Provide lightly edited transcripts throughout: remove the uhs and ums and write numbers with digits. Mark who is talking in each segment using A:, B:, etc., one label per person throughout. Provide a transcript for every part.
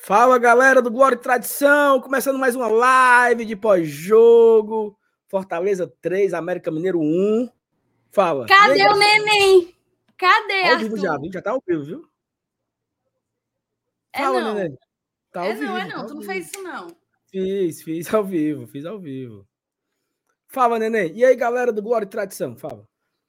A: Fala, galera do Glória e Tradição, começando mais uma live de pós-jogo. Fortaleza 3, América Mineiro 1. Fala.
B: Cadê o neném? Cadê,
A: ao vivo
B: Arthur?
A: já tá ao vivo, viu? Fala,
B: não.
A: neném. Tá ao vivo.
B: Tu não fez isso, não.
A: Fiz ao vivo. Fala, neném. E aí, galera do Glória e Tradição, fala.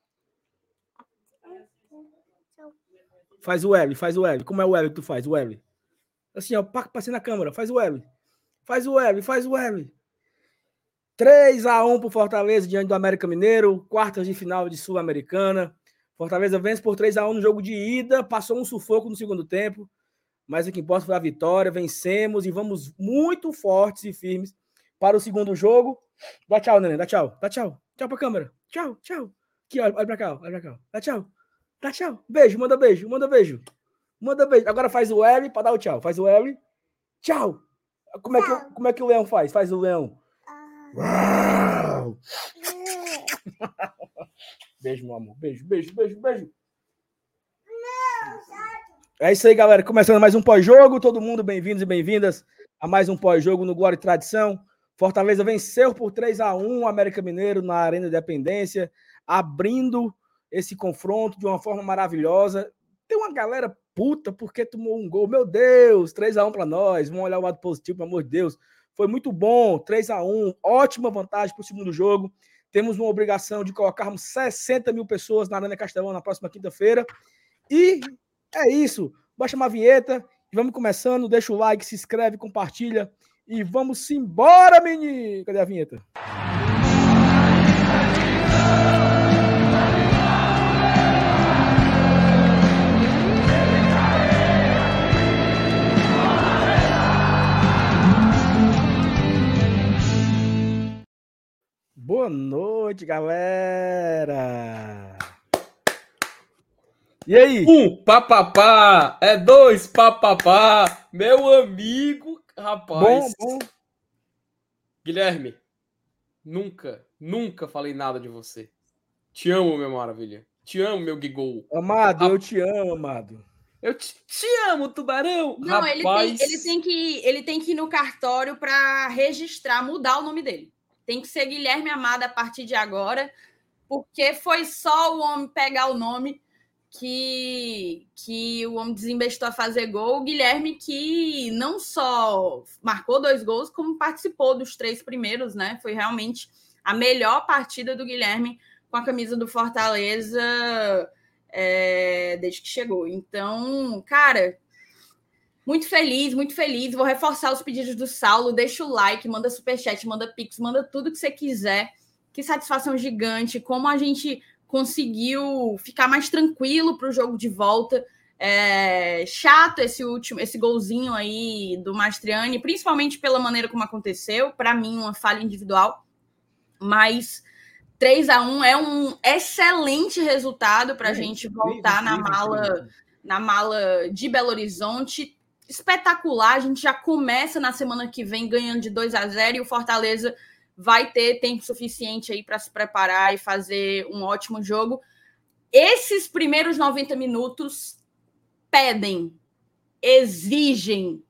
A: Faz o L. Como é o L que tu faz? O L. Assim, ó, passei na câmera. Faz o L. Faz o L. 3-1 pro Fortaleza diante do América Mineiro, quartas de final de Sul-Americana. Fortaleza vence por 3-1 no jogo de ida, passou um sufoco no segundo tempo, mas o que importa foi a vitória, vencemos e vamos muito fortes e firmes para o segundo jogo. Dá tchau, neném, dá tchau. Tchau pra câmera. Tchau. Aqui, olha pra cá. Dá tchau. Beijo. Agora faz o L para dar o tchau. Faz o L. Tchau. Como é que o leão faz? Faz o leão. Uau! Beijo, meu amor. Beijo. É isso aí, galera. Começando mais um pós-jogo. Todo mundo bem-vindos e bem-vindas a mais um pós-jogo no Glória e Tradição. Fortaleza venceu por 3-1 o América Mineiro na Arena Independência, abrindo esse confronto de uma forma maravilhosa. Tem uma galera puta porque tomou um gol. Meu Deus, 3-1 para nós. Vamos olhar o lado positivo, pelo amor de Deus. Foi muito bom, 3-1, ótima vantagem para o segundo jogo. Temos uma obrigação de colocarmos 60 mil pessoas na Arena Castelão na próxima quinta-feira. E é isso. Baixa uma vinheta e vamos começando. Deixa o like, se inscreve, compartilha e vamos embora, menino. Cadê a vinheta? Boa noite, galera! E aí?
C: 1 papapá, é 2 papapá, meu amigo, rapaz.
A: Bom.
C: Guilherme, nunca falei nada de você. Te amo, meu maravilha. Te amo, meu gigol.
A: Amado, eu te amo, amado.
C: Eu te amo, tubarão.
B: Não,
C: rapaz.
B: ele tem que ir no cartório para registrar, mudar o nome dele. Tem que ser Guilherme Amado a partir de agora, porque foi só o homem pegar o nome que o homem desembestou a fazer gol. O Guilherme, que não só marcou 2 gols, como participou dos 3 primeiros, né? Foi realmente a melhor partida do Guilherme com a camisa do Fortaleza desde que chegou. Então, cara, muito feliz. Vou reforçar os pedidos do Saulo. Deixa o like, manda superchat, manda pix, manda tudo que você quiser. Que satisfação gigante, como a gente conseguiu ficar mais tranquilo para o jogo de volta. Chato esse golzinho aí do Mastriani, principalmente pela maneira como aconteceu. Para mim, uma falha individual. Mas 3-1 é um excelente resultado para a gente voltar na mala de Belo Horizonte. Espetacular. A gente já começa na semana que vem ganhando de 2-0 e o Fortaleza vai ter tempo suficiente aí para se preparar e fazer um ótimo jogo. Esses primeiros 90 minutos pedem, exigem,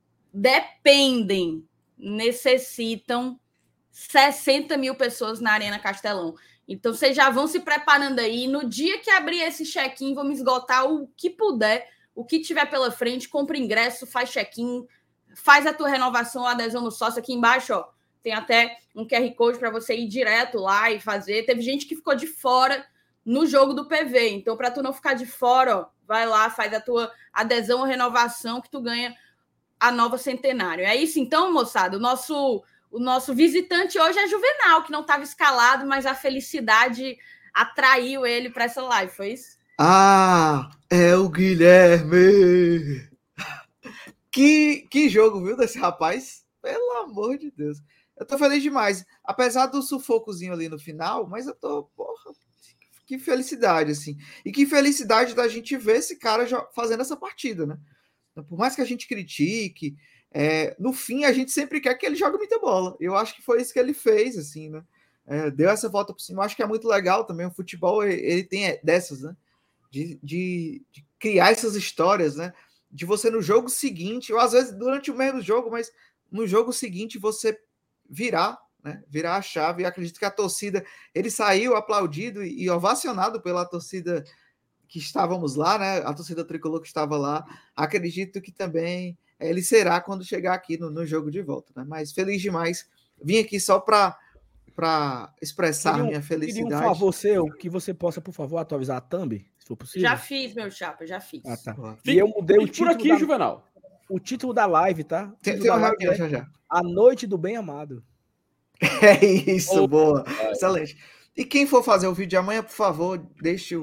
B: dependem, necessitam 60 mil pessoas na Arena Castelão. Então, vocês já vão se preparando aí. No dia que abrir esse check-in, vamos esgotar o que puder, o que tiver pela frente, compra ingresso, faz check-in, faz a tua renovação, adesão no sócio. Aqui embaixo, ó, tem até um QR Code para você ir direto lá e fazer. Teve gente que ficou de fora no jogo do PV. Então, para tu não ficar de fora, ó, vai lá, faz a tua adesão ou renovação que tu ganha a nova Centenário. É isso então, moçada? O nosso visitante hoje é Juvenal, que não estava escalado, mas a felicidade atraiu ele para essa live, foi isso?
D: Ah, é o Guilherme! Que jogo, viu, desse rapaz? Pelo amor de Deus. Eu tô feliz demais. Apesar do sufocozinho ali no final, mas eu tô, porra, que felicidade, assim. E que felicidade da gente ver esse cara fazendo essa partida, né? Por mais que a gente critique, no fim a gente sempre quer que ele jogue muita bola. Eu acho que foi isso que ele fez, assim, né? Deu essa volta por cima. Eu acho que é muito legal também. O futebol, ele tem dessas, né? De criar essas histórias, né? de você no jogo seguinte, ou às vezes durante o mesmo jogo, mas no jogo seguinte você virar, né? Virar a chave. E acredito que a torcida, ele saiu aplaudido e ovacionado pela torcida que estávamos lá, né? A torcida tricolor que estava lá. Acredito que também ele será quando chegar aqui no jogo de volta, né? Mas feliz demais. Vim aqui só para expressar minha felicidade.
A: Queria um favor seu, que você possa, por favor, atualizar a thumb, se for possível.
B: Já fiz, meu chapa, já fiz.
A: Ah, tá.
C: Fique,
A: E eu mudei o título
C: por aqui, Juvenal.
A: O título da live, tá?
D: Tem uma reunião já.
A: A Noite do Bem Amado.
D: É isso, boa. Excelente. E quem for fazer o vídeo de amanhã, por favor, deixe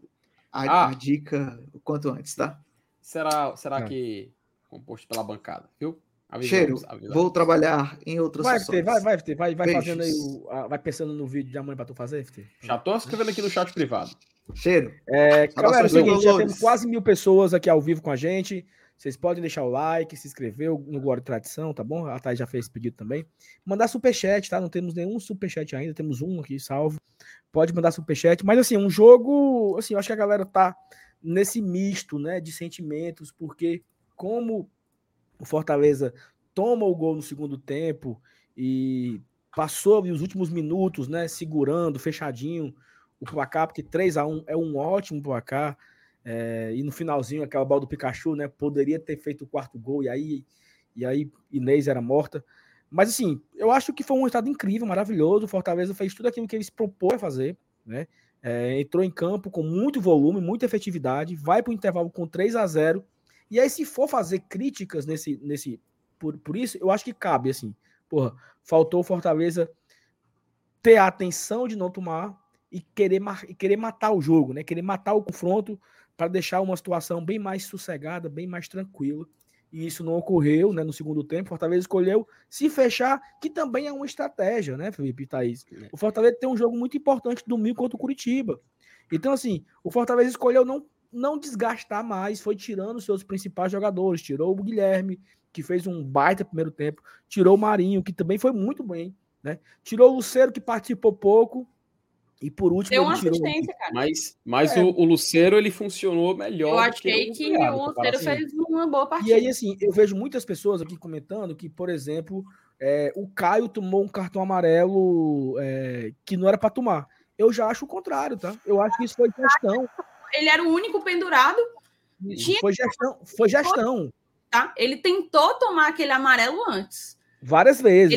D: a dica o quanto antes, tá?
C: Será que composto pela bancada, viu?
D: Cheiro, vou trabalhar em outras
A: funções. Vai
D: Beijos.
A: fazendo aí, vai pensando no vídeo de amanhã pra tu fazer, FT.
C: Já tô escrevendo aqui no chat privado.
D: Cheiro.
A: Galera, é o seguinte, já temos quase 1000 pessoas aqui ao vivo com a gente. Vocês podem deixar o like, se inscrever no Glória e Tradição, tá bom? A Thay já fez esse pedido também. Mandar superchat, tá? Não temos nenhum superchat ainda, temos um aqui, salvo. Pode mandar superchat. Mas, assim, um jogo... Assim, eu acho que a galera tá nesse misto, né, de sentimentos, porque como o Fortaleza toma o gol no segundo tempo e passou os últimos minutos, né, segurando, fechadinho o placar, porque 3-1 é um ótimo placar. E no finalzinho, aquela bola do Pikachu, né? Poderia ter feito o quarto gol, e aí Inês era morta. Mas assim, eu acho que foi um resultado incrível, maravilhoso. O Fortaleza fez tudo aquilo que eles propôs a fazer, né? Entrou em campo com muito volume, muita efetividade, vai para o intervalo com 3-0. E aí, se for fazer críticas por isso, eu acho que cabe, assim. Faltou o Fortaleza ter a atenção de não tomar e querer matar o jogo, né? Querer matar o confronto para deixar uma situação bem mais sossegada, bem mais tranquila. E isso não ocorreu, né, no segundo tempo. O Fortaleza escolheu se fechar, que também é uma estratégia, né, Felipe e Thaís? O Fortaleza tem um jogo muito importante domingo contra o Curitiba. Então, assim, o Fortaleza escolheu não desgastar mais, foi tirando os seus principais jogadores. Tirou o Guilherme, que fez um baita primeiro tempo. Tirou o Marinho, que também foi muito bem, né? Tirou o Lucero, que participou pouco. E por último,
B: deu uma assistência, cara.
C: Mas o Lucero, ele funcionou melhor.
B: Eu achei que o Lucero fez uma boa partida.
A: E aí, assim, eu vejo muitas pessoas aqui comentando que, por exemplo, o Caio tomou um cartão amarelo que não era para tomar. Eu já acho o contrário, tá? Eu acho que isso foi gestão.
B: Ele era o único pendurado.
A: Foi gestão.
B: Tá? Ele tentou tomar aquele amarelo antes.
A: Várias vezes.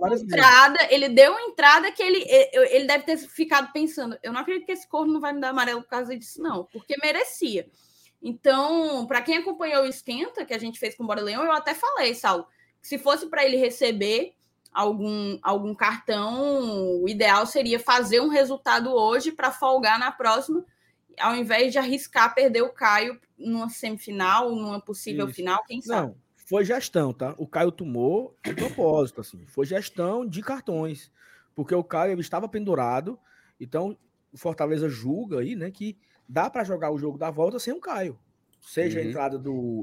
B: Ele deu uma entrada que ele deve ter ficado pensando, eu não acredito que esse corno não vai me dar amarelo por causa disso, não, porque merecia. Então, para quem acompanhou o Esquenta, que a gente fez com o Bora Leão, eu até falei, Saulo, que se fosse para ele receber algum cartão, o ideal seria fazer um resultado hoje para folgar na próxima, ao invés de arriscar perder o Caio numa semifinal, numa possível final, quem sabe.
A: Não. Foi gestão, tá? O Caio tomou de propósito, assim. Foi gestão de cartões. Porque o Caio ele estava pendurado. Então, o Fortaleza julga aí, né? Que dá para jogar o jogo da volta sem o Caio. Seja a entrada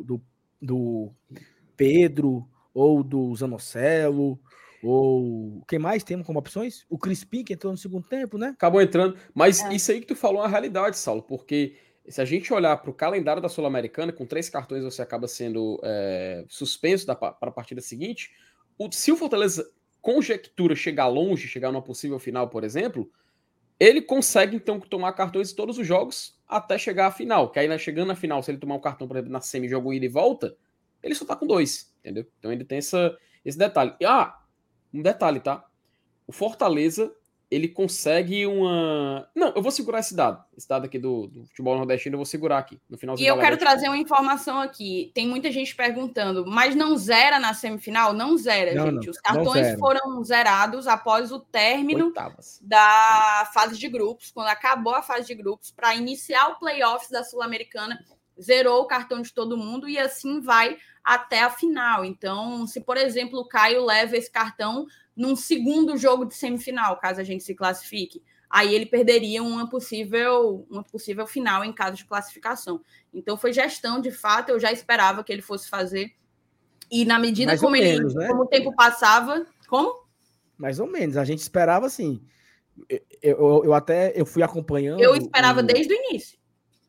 A: do Pedro, ou do Zanocelo, ou... Quem mais temos como opções? O Crispim, que entrou no segundo tempo, né?
C: Acabou entrando. Mas isso aí que tu falou é a realidade, Saulo. Porque... se a gente olhar para o calendário da Sul-Americana, com 3 cartões você acaba sendo suspenso para a partida seguinte. Se o Fortaleza conjectura chegar longe, chegar numa possível final, por exemplo, ele consegue então tomar cartões em todos os jogos até chegar à final. Que aí, chegando na final, se ele tomar um cartão, por exemplo, na semi, jogo ida e volta, ele só tá com 2, entendeu? Então ele tem esse detalhe. Um detalhe, tá? O Fortaleza... ele consegue uma... Não, eu vou segurar esse dado. Esse dado aqui do futebol nordestino, eu vou segurar aqui. No finalzinho.
B: E eu quero trazer uma informação aqui. Tem muita gente perguntando, mas não zera na semifinal? Não zera, gente. Os cartões foram zerados após o término da fase de grupos. Quando acabou a fase de grupos, para iniciar o playoffs da Sul-Americana, zerou o cartão de todo mundo e assim vai até a final. Então, se, por exemplo, o Caio leva esse cartão num segundo jogo de semifinal, caso a gente se classifique, aí ele perderia uma possível final em caso de classificação. Então foi gestão, de fato, eu já esperava que ele fosse fazer, e na medida como o tempo passava... Como?
A: Mais ou menos, a gente esperava assim. Eu fui acompanhando...
B: Eu esperava desde o início.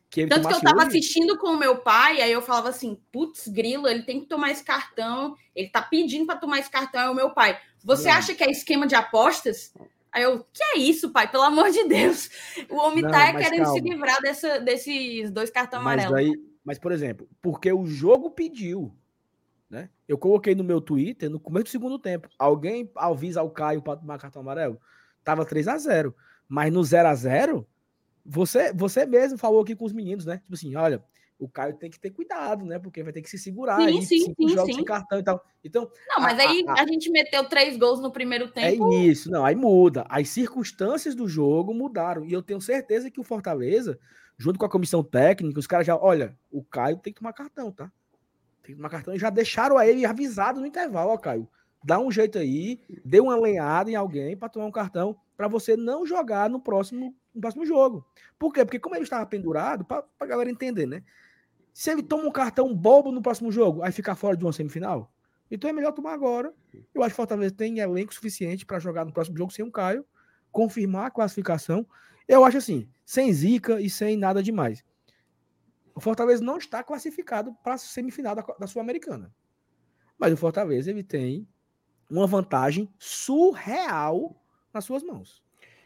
A: Que ele
B: Tanto que eu
A: tomasse
B: tava
A: hoje.
B: assistindo com o meu pai, aí eu falava assim, putz, grilo, ele tem que tomar esse cartão, ele tá pedindo para tomar esse cartão, é o meu pai. Você
A: Não.
B: acha que é esquema de apostas? Aí eu, que é isso, pai? Pelo amor de Deus. O homem
A: Não,
B: tá
A: mas
B: querendo se
A: calma.
B: livrar desses 2 cartões
A: Mas
B: amarelos.
A: mas, por exemplo, porque o jogo pediu, né? Eu coloquei no meu Twitter, no começo do segundo tempo, alguém avisa ao Caio para tomar cartão amarelo? Tava 3-0. Mas no 0-0, você mesmo falou aqui com os meninos, né? Tipo assim, olha, o Caio tem que ter cuidado, né? Porque vai ter que se segurar
B: Sim,
A: aí,
B: sim,
A: 5
B: sim,
A: jogos sem
B: sim.
A: cartão e tal. Então,
B: Não, mas aí a gente meteu 3 gols no primeiro
A: é
B: tempo.
A: isso, não, aí muda. As circunstâncias do jogo mudaram. E eu tenho certeza que o Fortaleza, junto com a comissão técnica, os caras já, olha, o Caio tem que tomar cartão, tá? Tem que tomar cartão e já deixaram a ele avisado no intervalo, ó, Caio. Dá um jeito aí, dê uma lenhada em alguém para tomar um cartão para você não jogar no próximo jogo. Por quê? Porque como ele estava pendurado, para a galera entender, né? Se ele toma um cartão bobo no próximo jogo, aí fica fora de uma semifinal, então é melhor tomar agora. Eu acho que o Fortaleza tem elenco suficiente para jogar no próximo jogo sem o Caio, confirmar a classificação. Eu acho assim, sem zica e sem nada demais. O Fortaleza não está classificado para a semifinal da Sul-Americana. Mas o Fortaleza ele tem uma vantagem surreal nas suas mãos.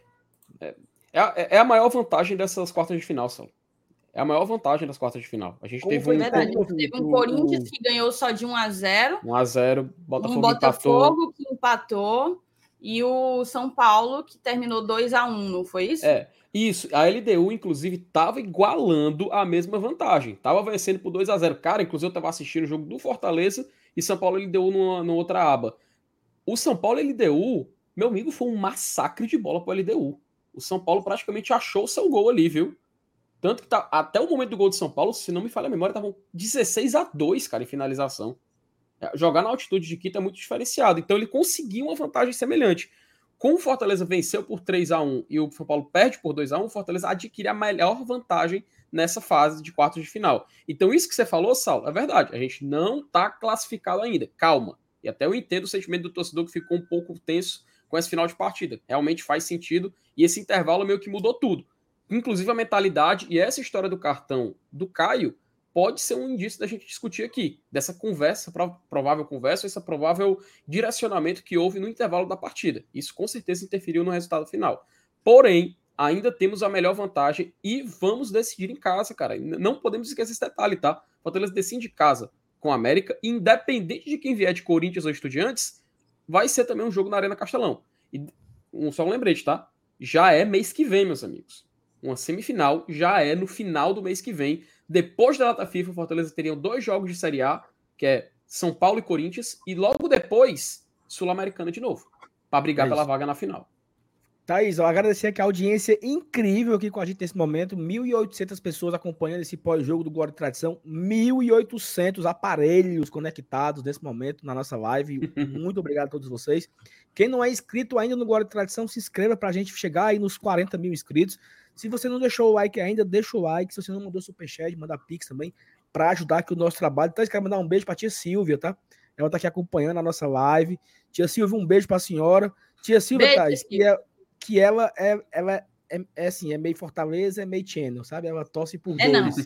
C: É a maior vantagem dessas quartas de final, Saulo. É a maior vantagem das quartas de final. A gente
A: Como
C: teve
A: foi
B: Verdade, teve um Corinthians que ganhou só de 1-0.
C: 1-0, Botafogo
B: Um Botafogo que empatou e o São Paulo que terminou 2-1, não foi isso?
C: Isso. A LDU, inclusive, tava igualando a mesma vantagem. Tava vencendo por 2-0. Cara, inclusive eu tava assistindo o jogo do Fortaleza e São Paulo LDU numa outra aba. O São Paulo LDU, meu amigo, foi um massacre de bola pro LDU. O São Paulo praticamente achou o seu gol ali, viu? Tanto que até o momento do gol de São Paulo, se não me falha a memória, estavam 16-2, cara, em finalização. Jogar na altitude de Quito é muito diferenciado. Então ele conseguiu uma vantagem semelhante. Como o Fortaleza venceu por 3-1 e o São Paulo perde por 2-1, o Fortaleza adquire a melhor vantagem nessa fase de quartos de final. Então isso que você falou, Saulo, é verdade. A gente não está classificado ainda. Calma. E até eu entendo o sentimento do torcedor que ficou um pouco tenso com esse final de partida. Realmente faz sentido. E esse intervalo meio que mudou tudo. Inclusive a mentalidade e essa história do cartão do Caio pode ser um indício da gente discutir aqui, dessa conversa, provável conversa, esse provável direcionamento que houve no intervalo da partida. Isso com certeza interferiu no resultado final. Porém, ainda temos a melhor vantagem e vamos decidir em casa, cara. Não podemos esquecer esse detalhe, tá? O Fortaleza decide em casa com a América, independente de quem vier de Corinthians ou Estudiantes, vai ser também um jogo na Arena Castelão. E só um lembrete, tá? Já é mês que vem, meus amigos. Uma semifinal já é no final do mês que vem. Depois da data FIFA, o Fortaleza teria 2 jogos de Série A, que é São Paulo e Corinthians, e logo depois, Sul-Americana de novo, para brigar pela vaga na final.
A: Thaís, eu agradecer aqui a audiência incrível aqui com a gente nesse momento. 1.800 pessoas acompanhando esse pós-jogo do Glória e Tradição. 1.800 aparelhos conectados nesse momento na nossa live. Muito obrigado a todos vocês. Quem não é inscrito ainda no Glória e Tradição, se inscreva para a gente chegar aí nos 40 mil inscritos. Se você não deixou o like ainda, deixa o like. Se você não mandou superchat, manda pix também para ajudar aqui o nosso trabalho. Então, eu quero mandar um beijo para a tia Silvia, tá? Ela tá aqui acompanhando a nossa live. Tia Silvia, um beijo para a senhora. Tia Silvia, Thaís, que ela é assim, é meio Fortaleza, é meio Channel, sabe? Ela torce por dois.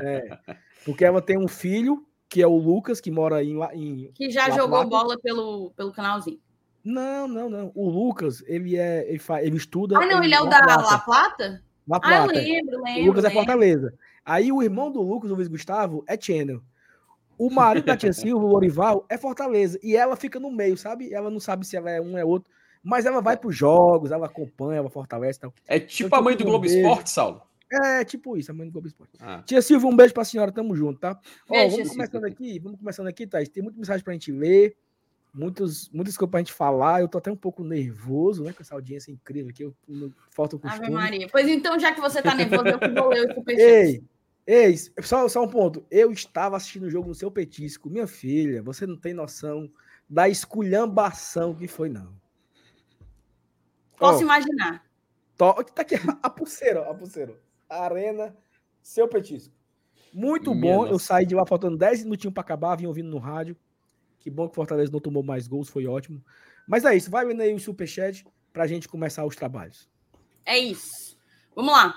A: Porque ela tem um filho, que é o Lucas, que mora em
B: que já jogou bola pelo canalzinho.
A: Não. O Lucas, ele estuda.
B: Ah, não, ele é o da La Plata?
A: La Plata.
B: Ah, lembro.
A: O Lucas é Fortaleza. Aí o irmão do Lucas, o Luiz Gustavo, é Channel. O marido da tia Silva, o Lorival, é Fortaleza. E ela fica no meio, sabe? Ela não sabe se ela é um, é outro. Mas ela vai para os jogos, ela acompanha, ela fortalece e tal.
C: É tipo então, a mãe do Globo Esporte, Saulo?
A: É, tipo isso, a mãe do Globo Esporte. Tia Silvia, um beijo pra senhora, tamo junto, tá?
B: Beijo,
A: vamos começando aqui, Thaís. Tem muita mensagem pra gente ler, muitas coisas pra gente falar. Eu tô até um pouco nervoso, né, com essa audiência incrível aqui. Falta o costume.
B: Ave Maria. Pois então, já que você tá nervoso, eu vou ler o superchat.
A: Ei, só um ponto. Eu estava assistindo o jogo no seu petisco. Minha filha, você não tem noção da esculhambação que foi, não.
B: Posso imaginar.
A: Tá aqui a pulseira, a Arena, seu petisco. Muito bom. Eu saí de lá faltando 10 minutinhos para acabar, vim ouvindo no rádio. Que bom que o Fortaleza não tomou mais gols, foi ótimo. Mas é isso, vai vendo aí o superchat pra gente começar os trabalhos.
B: É isso. Vamos lá.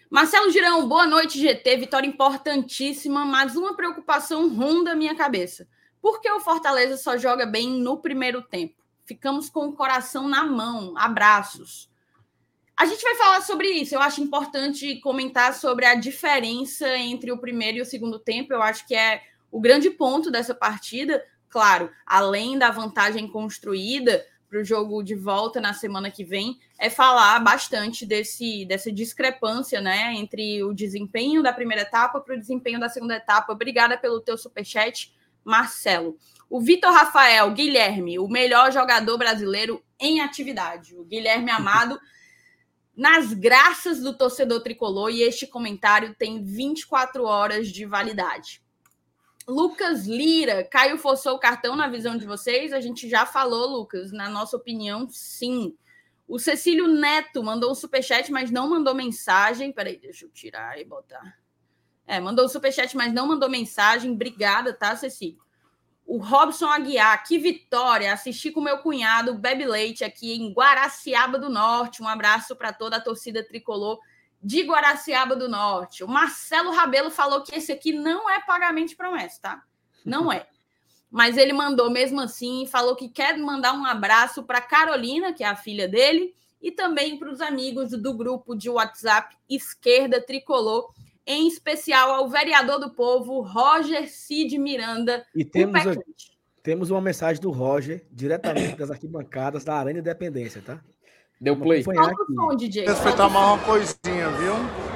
B: Marcelo Girão, boa noite, GT. Vitória importantíssima, mas uma preocupação ronda a minha cabeça. Por que o Fortaleza só joga bem no primeiro tempo? Ficamos com o coração na mão. Abraços. A gente vai falar sobre isso. Eu acho importante comentar sobre a diferença entre o primeiro e o segundo tempo. Eu acho que é o grande ponto dessa partida. Claro, além da vantagem construída para o jogo de volta na semana que vem, é falar bastante dessa discrepância, né, entre o desempenho da primeira etapa para o desempenho da segunda etapa. Obrigada pelo teu superchat, Marcelo. O Vitor Rafael, Guilherme, o melhor jogador brasileiro em atividade. O Guilherme Amado, nas graças do torcedor tricolor, e este comentário tem 24 horas de validade. Lucas Lira, Caio forçou o cartão na visão de vocês? A gente já falou, Lucas, na nossa opinião, sim. O Cecílio Neto mandou um superchat, mas não mandou mensagem. Peraí, deixa eu tirar e botar. Mandou um superchat, mas não mandou mensagem. Obrigada, tá, Cecílio? O Robson Aguiar, que vitória! Assisti com meu cunhado, Bebe Leite, aqui em Guaraciaba do Norte. Um abraço para toda a torcida tricolor de Guaraciaba do Norte. O Marcelo Rabelo falou que esse aqui não é pagamento de promessa, tá? Não é. Mas ele mandou mesmo assim, falou que quer mandar um abraço para Carolina, que é a filha dele, e também para os amigos do grupo de WhatsApp Esquerda Tricolor, em especial ao vereador do povo, Roger Cid Miranda.
A: E temos uma mensagem do Roger, diretamente das arquibancadas da Arena Independência, tá?
C: Deu play.
B: Solta o som, DJ.
E: Respeitar mais uma coisinha, viu?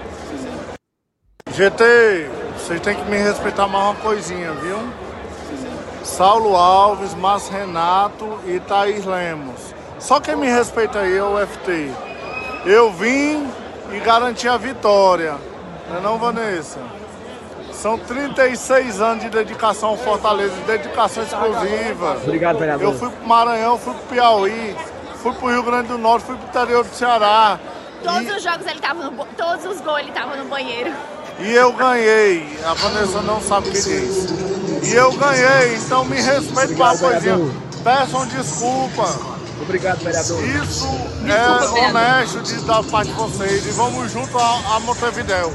E: GT, vocês têm que me respeitar mais uma coisinha, viu? Saulo Alves, Márcio Renato e Thaís Lemos. Só quem me respeita aí é o FT. Eu vim e garanti a vitória. Não é não, Vanessa? São 36 anos de dedicação ao Fortaleza, de dedicação exclusiva.
A: Obrigado, vereador.
E: Eu fui pro Maranhão, fui pro Piauí, fui pro Rio Grande do Norte, fui pro interior do Ceará.
F: Todos os jogos ele tava todos os gols ele tava no banheiro.
E: E eu ganhei. A Vanessa não sabe o que diz. E eu ganhei, então me respeite com a coisinha. Peçam desculpa.
A: Obrigado, vereador.
E: Isso é honesto da parte de vocês. E vamos junto a Montevidéu.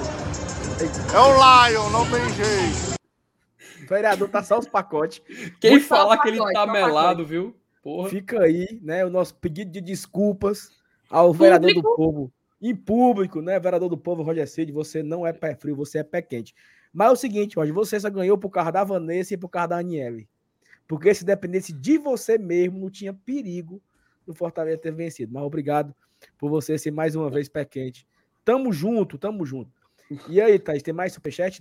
E: É o Lion, não tem jeito.
A: O vereador tá só os pacotes.
C: Quem
A: Muito
C: fala
B: pacote,
C: que ele tá melado, viu? Porra.
A: Fica aí, né, o nosso pedido de desculpas ao vereador do povo. Em público, né, vereador do povo, Roger Cid, você não é pé frio, você é pé quente. Mas é o seguinte, Roger, você só ganhou por causa da Vanessa e por causa da Aniele. Porque se dependesse de você mesmo, não tinha perigo do Fortaleza ter vencido. Mas obrigado por você ser mais uma vez pé quente. Tamo junto, tamo junto. E aí, Thaís, tem mais superchat?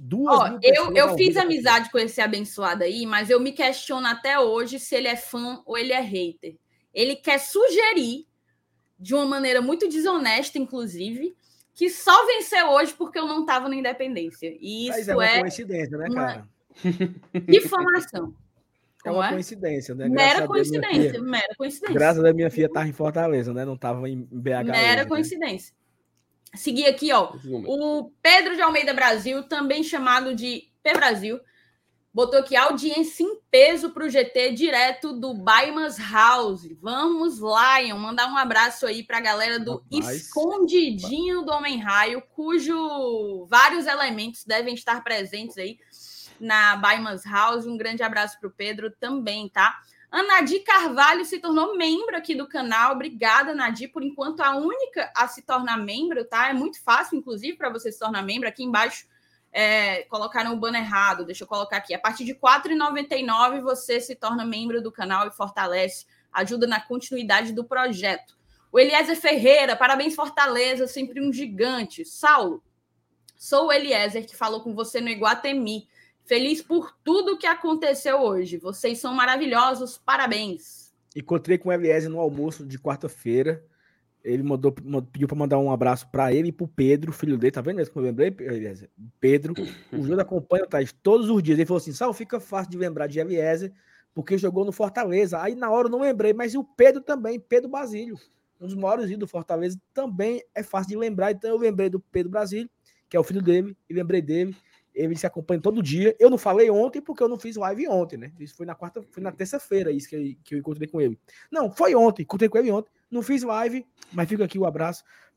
B: Eu fiz amizade com esse abençoado aí, mas eu me questiono até hoje se ele é fã ou ele é hater. Ele quer sugerir, de uma maneira muito desonesta, inclusive, que só venceu hoje porque eu não estava na Independência. E isso
A: é uma coincidência, né, cara?
B: Difamação.
A: É uma coincidência, né?
B: Mera coincidência.
A: Graças a minha filha estar em Fortaleza, né? Não estava em BH.
B: Mera
A: hoje,
B: coincidência. Né? Seguir aqui, ó. O Pedro de Almeida Brasil, também chamado de P Brasil, botou aqui audiência em peso para o GT direto do Baimas House. Vamos, Lion, mandar um abraço aí para a galera do Escondidinho do Homem-Raio, cujo vários elementos devem estar presentes aí na Baimas House. Um grande abraço para o Pedro também, tá? A Nadir Carvalho se tornou membro aqui do canal. Obrigada, Nadir. Por enquanto, a única a se tornar membro, tá? É muito fácil, inclusive, para você se tornar membro. Aqui embaixo colocaram o banner errado. Deixa eu colocar aqui. A partir de R$ 4,99 você se torna membro do canal e fortalece, ajuda na continuidade do projeto. O Eliezer Ferreira, parabéns, Fortaleza, sempre um gigante. Saulo, sou o Eliezer que falou com você no Iguatemi. Feliz por tudo que aconteceu hoje. Vocês são maravilhosos. Parabéns.
A: Encontrei com o Eliezer no almoço de quarta-feira. Ele pediu para mandar um abraço para ele e para o Pedro, filho dele. Tá vendo mesmo como eu lembrei, Eliezer? Pedro. O Júlio acompanha o Thaís todos os dias. Ele falou assim, Sal, fica fácil de lembrar de Eliezer, porque jogou no Fortaleza. Aí na hora eu não lembrei, mas e o Pedro também, Pedro Basílio. Um dos maiores ídolos do Fortaleza também é fácil de lembrar. Então eu lembrei do Pedro Basílio, que é o filho dele, e lembrei dele. Ele se acompanha todo dia. Eu não falei ontem porque eu não fiz live ontem, né? Isso foi na terça-feira, isso que eu encontrei com ele. Não, foi ontem. Encontrei com ele ontem. Não fiz live, mas fica aqui o abraço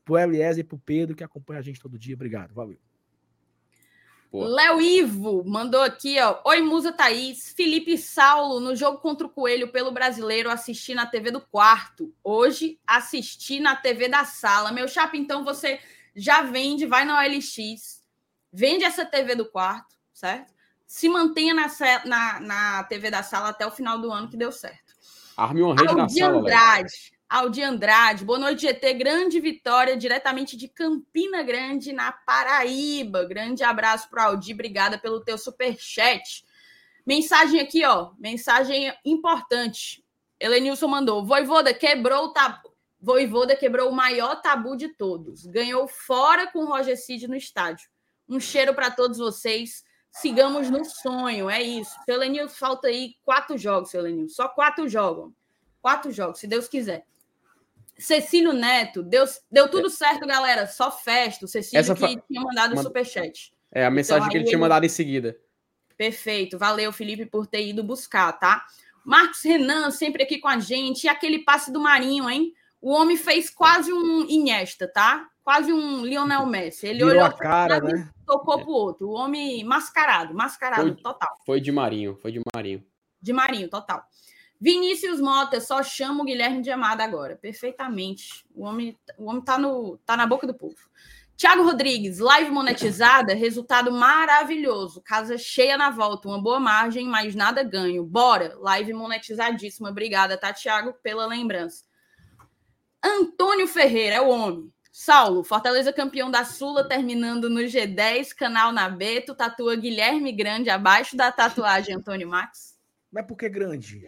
A: pro Eliezer e pro Pedro, que acompanha a gente todo dia. Obrigado, valeu.
C: Boa.
B: Léo Ivo mandou aqui, ó. Oi, Musa Thaís. Felipe Saulo, no jogo contra o Coelho pelo Brasileiro, assisti na TV do quarto. Hoje, assisti na TV da sala. Meu chapa, então você já vende, vai na OLX, vende essa TV do quarto, certo? Se mantenha na TV da sala até o final do ano, que deu certo.
C: Arme uma rede na sala, Léo.
B: Aldi Andrade, boa noite, GT. Grande vitória diretamente de Campina Grande, na Paraíba. Grande abraço pro Aldi, obrigada pelo teu superchat. Mensagem aqui, ó. Mensagem importante. Helenilson mandou. Voivoda quebrou o tabu. Voivoda quebrou o maior tabu de todos. Ganhou fora com o Roger Cid no estádio. Um cheiro para todos vocês. Sigamos no sonho, é isso. Seu Helenilson, falta aí 4 jogos, seu Helenilson. Só 4 jogos. 4 jogos, se Deus quiser. Cecílio Neto, deu tudo certo, galera. Só festa. O Cecílio tinha mandado o superchat.
C: É a mensagem que ele tinha mandado em seguida.
B: Perfeito. Valeu, Felipe, por ter ido buscar, tá? Marcos Renan, sempre aqui com a gente. E aquele passe do Marinho, hein? O homem fez quase um Iniesta, tá? Quase um Lionel Messi. Ele
A: Virou
B: olhou
A: a cara, né?
B: E tocou pro outro. O homem mascarado total.
C: Foi de Marinho.
B: De Marinho, total. Vinícius Mota, só chama o Guilherme de Amado agora. Perfeitamente. O homem tá na boca do povo. Thiago Rodrigues, live monetizada, resultado maravilhoso. Casa cheia na volta, uma boa margem, mas nada ganho. Bora, live monetizadíssima. Obrigada, tá, Thiago, pela lembrança. Antônio Ferreira, é o homem. Saulo, Fortaleza campeão da Sula, terminando no G10, canal na B. Tu tatua Guilherme Grande abaixo da tatuagem Antônio Max?
A: Mas por que grande?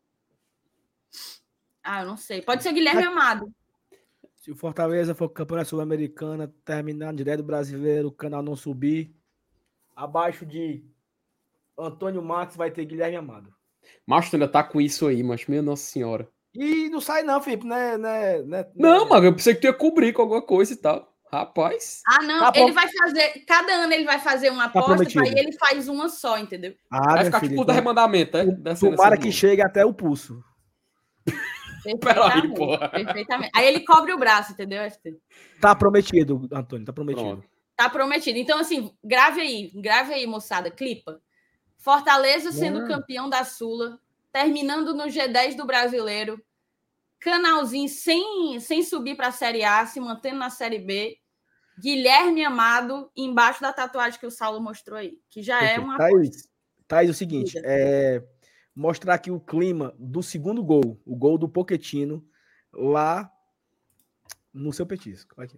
B: Eu não sei. Pode ser Guilherme Amado.
A: Se o Fortaleza for campeão sul-americana, terminar direto do Brasileiro, o canal não subir, abaixo de Antônio Max vai ter Guilherme Amado.
C: Macho, tu ainda tá com isso aí, mas minha Nossa Senhora.
A: E não sai não, Felipe, né?
C: Não, mas eu pensei que tu ia cobrir com alguma coisa e tal. Rapaz.
B: Não, ele vai fazer, cada ano ele vai fazer uma aposta, aí ele faz uma só, entendeu?
C: Vai ficar tipo do arremandamento, é?
A: Tomara que chegue até o pulso.
C: Peraí, porra.
B: Perfeitamente. Aí ele cobre o braço, entendeu?
A: Tá prometido, Antônio, tá prometido.
C: Pronto.
B: Tá prometido. Então, assim, grave aí, moçada, clipa. Fortaleza sendo campeão da Sula, terminando no G10 do Brasileiro, canalzinho sem subir para a Série A, se mantendo na Série B, Guilherme Amado embaixo da tatuagem que o Saulo mostrou aí, que já é uma coisa.
A: Thaís, o seguinte, mostrar aqui o clima do segundo gol, o gol do Pochettino, lá no seu petisco. Aqui.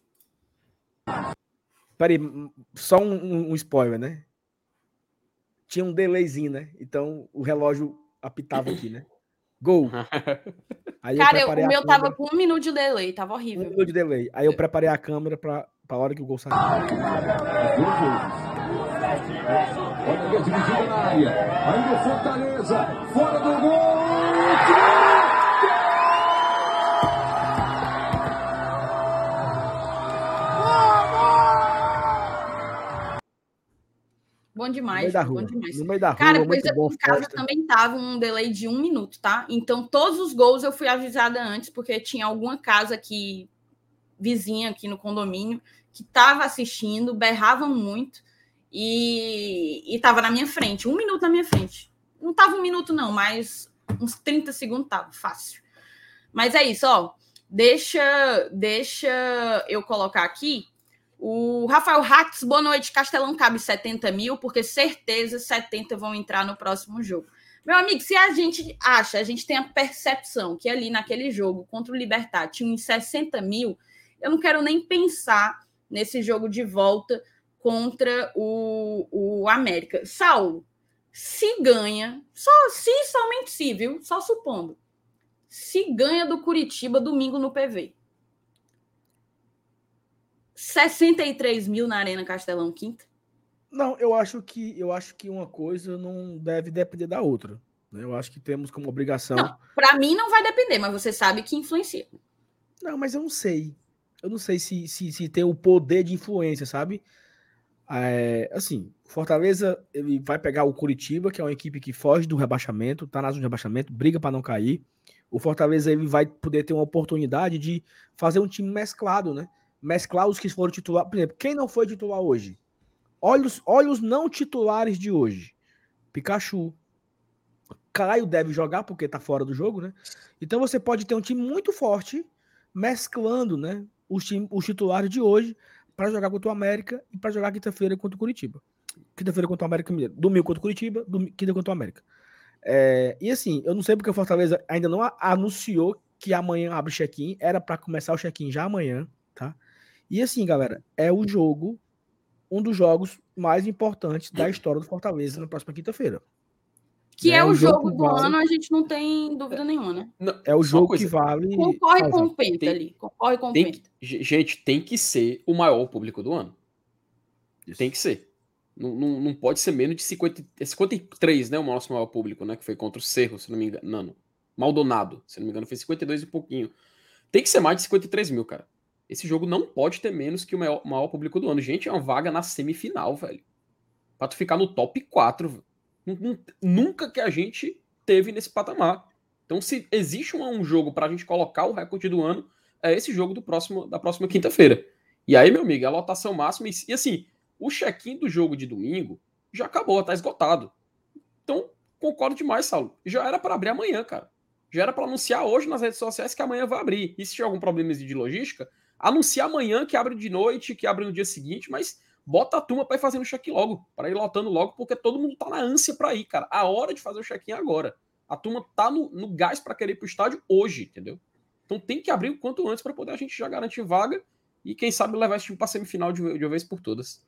A: Peraí, só um spoiler, né? Tinha um delayzinho, né? Então o relógio apitava aqui, né? Gol. Aí
B: cara, o meu tava com 1 minuto de delay, tava horrível.
A: 1 minuto de delay. Aí eu preparei a câmera pra hora que o gol saiu.
G: Olha a dividida na área. Ainda o Fortaleza. Fora do gol.
B: Bom demais.
A: Bom demais. No meio da rua,
B: cara,
A: muito bom.
B: Em casa também tava um delay de 1 minuto, tá? Então, todos os gols eu fui avisada antes, porque tinha alguma casa aqui, vizinha aqui no condomínio, que tava assistindo, berravam muito e tava na minha frente, 1 minuto na minha frente. Não tava 1 minuto, não, mas uns 30 segundos tava, fácil. Mas é isso, ó. Deixa eu colocar aqui. O Rafael Hatz, boa noite. Castelão cabe 70 mil, porque certeza 70 vão entrar no próximo jogo. Meu amigo, se a gente tem a percepção que ali naquele jogo contra o Libertad tinha uns 60 mil, eu não quero nem pensar nesse jogo de volta contra o América. Saulo, se ganha, somente se, viu? Só supondo. Se ganha do Curitiba domingo no PV. 63 mil na Arena Castelão quinta?
A: Não, eu acho que uma coisa não deve depender da outra. Né? Eu acho que temos como obrigação...
B: Para mim não vai depender, mas você sabe que influencia.
A: Não, mas eu não sei. Eu não sei se tem o poder de influência, sabe? Assim, Fortaleza ele vai pegar o Curitiba, que é uma equipe que foge do rebaixamento, tá na zona de rebaixamento, briga para não cair. o Fortaleza ele vai poder ter uma oportunidade de fazer um time mesclado, né? Mesclar os que foram titular. Por exemplo, quem não foi titular hoje? Olha os não titulares de hoje. Pikachu. Caio deve jogar porque tá fora do jogo, né? Então você pode ter um time muito forte mesclando, né, os titulares de hoje para jogar contra o América e para jogar quinta-feira contra o Curitiba. Quinta-feira contra o América Mineiro. Domingo contra o Curitiba, quinta contra o América. E assim, eu não sei porque o Fortaleza ainda não anunciou que amanhã abre check-in. Era para começar o check-in já amanhã, tá? E assim, galera, é o jogo, um dos jogos mais importantes da história do Fortaleza na próxima quinta-feira.
B: Que é o jogo do ano, a gente não tem dúvida nenhuma, né?
A: É o jogo que vale.
B: Concorre com o Penta ali. Concorre com o Penta.
C: Gente, tem que ser o maior público do ano.
A: Isso.
C: Tem que ser. Não pode ser menos de 53, né? O nosso maior público, né? Que foi contra o Cerro, se não me engano. Não. Maldonado, se não me engano, foi 52 e pouquinho. Tem que ser mais de 53 mil, cara. Esse jogo não pode ter menos que o maior público do ano. Gente, é uma vaga na semifinal, velho. Pra tu ficar no top 4, velho. Nunca que a gente teve nesse patamar. Então, se existe um jogo pra gente colocar o recorde do ano, é esse jogo da próxima quinta-feira. E aí, meu amigo, a lotação máxima. E assim, o check-in do jogo de domingo já acabou, tá esgotado. Então, concordo demais, Saulo. Já era para abrir amanhã, cara. Já era para anunciar hoje nas redes sociais que amanhã vai abrir. E se tiver algum problema de logística, anunciar amanhã que abre de noite, que abre no dia seguinte, mas bota a turma para ir fazendo o check-in logo, para ir lotando logo, porque todo mundo tá na ânsia para ir, cara. A hora de fazer o check-in é agora. A turma tá no gás para querer ir pro estádio hoje, entendeu? Então tem que abrir o quanto antes para poder a gente já garantir vaga e quem sabe levar esse time para semifinal de uma vez por todas.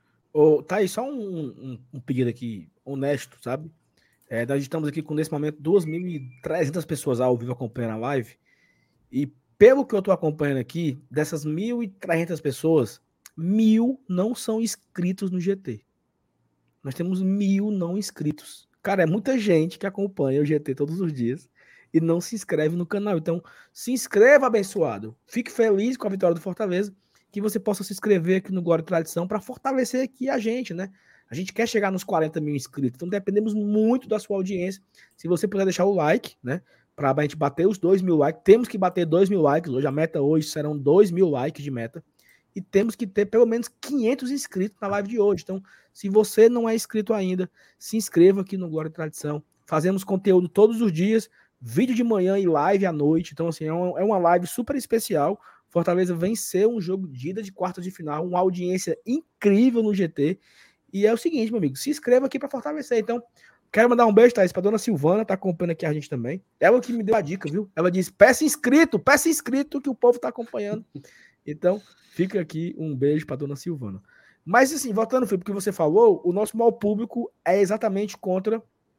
A: Tá aí, só um pedido aqui honesto, sabe? Nós estamos aqui com, nesse momento, 2.300 pessoas ao vivo acompanhando a live. E pelo que eu tô acompanhando aqui, dessas 1.300 pessoas, 1.000 não são inscritos no GT. Nós temos 1.000 não inscritos. Cara, é muita gente que acompanha o GT todos os dias e não se inscreve no canal. Então, se inscreva, abençoado. Fique feliz com a vitória do Fortaleza, que você possa se inscrever aqui no Glória e Tradição para fortalecer aqui a gente, né? A gente quer chegar nos 40 mil inscritos, então dependemos muito da sua audiência. Se você puder deixar o like, né? Para a gente bater os 2.000 likes, temos que bater 2.000 likes hoje. A meta hoje serão 2.000 likes de meta. E temos que ter pelo menos 500 inscritos na live de hoje. Então, se você não é inscrito ainda, se inscreva aqui no Glória e Tradição. Fazemos conteúdo todos os dias, vídeo de manhã e live à noite. Então, assim, é uma live super especial. Fortaleza venceu um jogo de ida de quartas de final, uma audiência incrível no GT. E é o seguinte, meu amigo, se inscreva aqui para fortalecer. Então, quero mandar um beijo, Thaís, para dona Silvana, tá acompanhando aqui a gente também. Ela que me deu a dica, viu? Ela disse, peça inscrito que o povo tá acompanhando. Então, fica aqui um beijo para dona Silvana. Mas, assim, voltando, Felipe, porque você falou, o nosso maior público é exatamente contra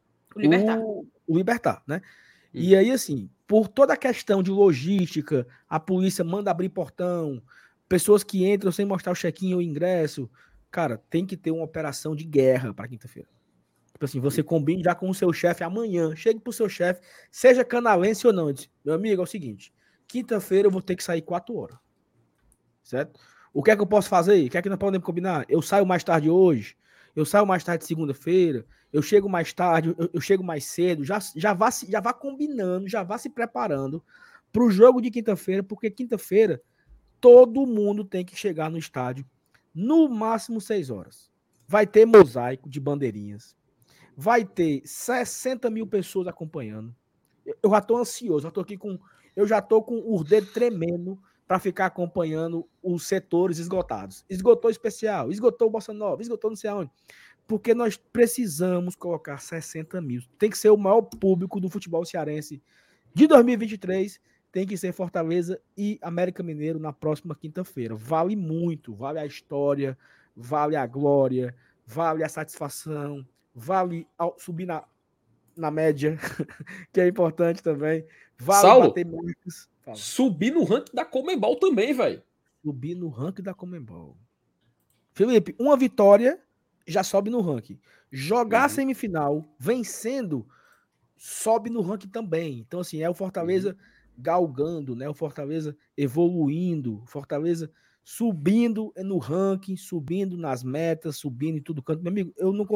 A: o Libertad, né? E aí, assim, por toda a questão de logística, a polícia manda abrir portão, pessoas que entram sem mostrar o check-in ou ingresso, cara, tem que ter uma operação de guerra para quinta-feira. Tipo assim, você combine já com o seu chefe amanhã, chegue pro seu chefe, seja canalense ou não, diz, meu amigo, é o seguinte, quinta-feira eu vou ter que sair 4 horas. Certo? O que é que eu posso fazer? O que é que nós podemos combinar? Eu saio mais tarde hoje, eu saio mais tarde segunda-feira, eu chego mais tarde, eu chego mais cedo, já vá combinando, já vá se preparando para o jogo de quinta-feira, porque quinta-feira todo mundo tem que chegar no estádio no máximo 6 horas. Vai ter mosaico de bandeirinhas, vai ter 60 mil pessoas acompanhando. Eu já estou ansioso, eu já estou com os dedos tremendo para ficar acompanhando os setores esgotados. Esgotou especial, esgotou Bossa Nova, esgotou não sei aonde. Porque nós precisamos colocar 60 mil. Tem que ser o maior público do futebol cearense de 2023. Tem que ser Fortaleza e América Mineiro na próxima quinta-feira. Vale muito, vale a história, vale a glória, vale a satisfação, vale subir na média, que é importante também. Vale
C: Saulo,
A: bater marcas.
C: Subir no ranking da Conmebol também, velho.
A: Subir no ranking da Conmebol. Felipe, uma vitória já sobe no ranking. Jogar a semifinal, vencendo, sobe no ranking também. Então, assim, é o Fortaleza galgando, né? O Fortaleza evoluindo, o Fortaleza subindo no ranking, subindo nas metas, subindo em tudo canto. Meu amigo, eu não consigo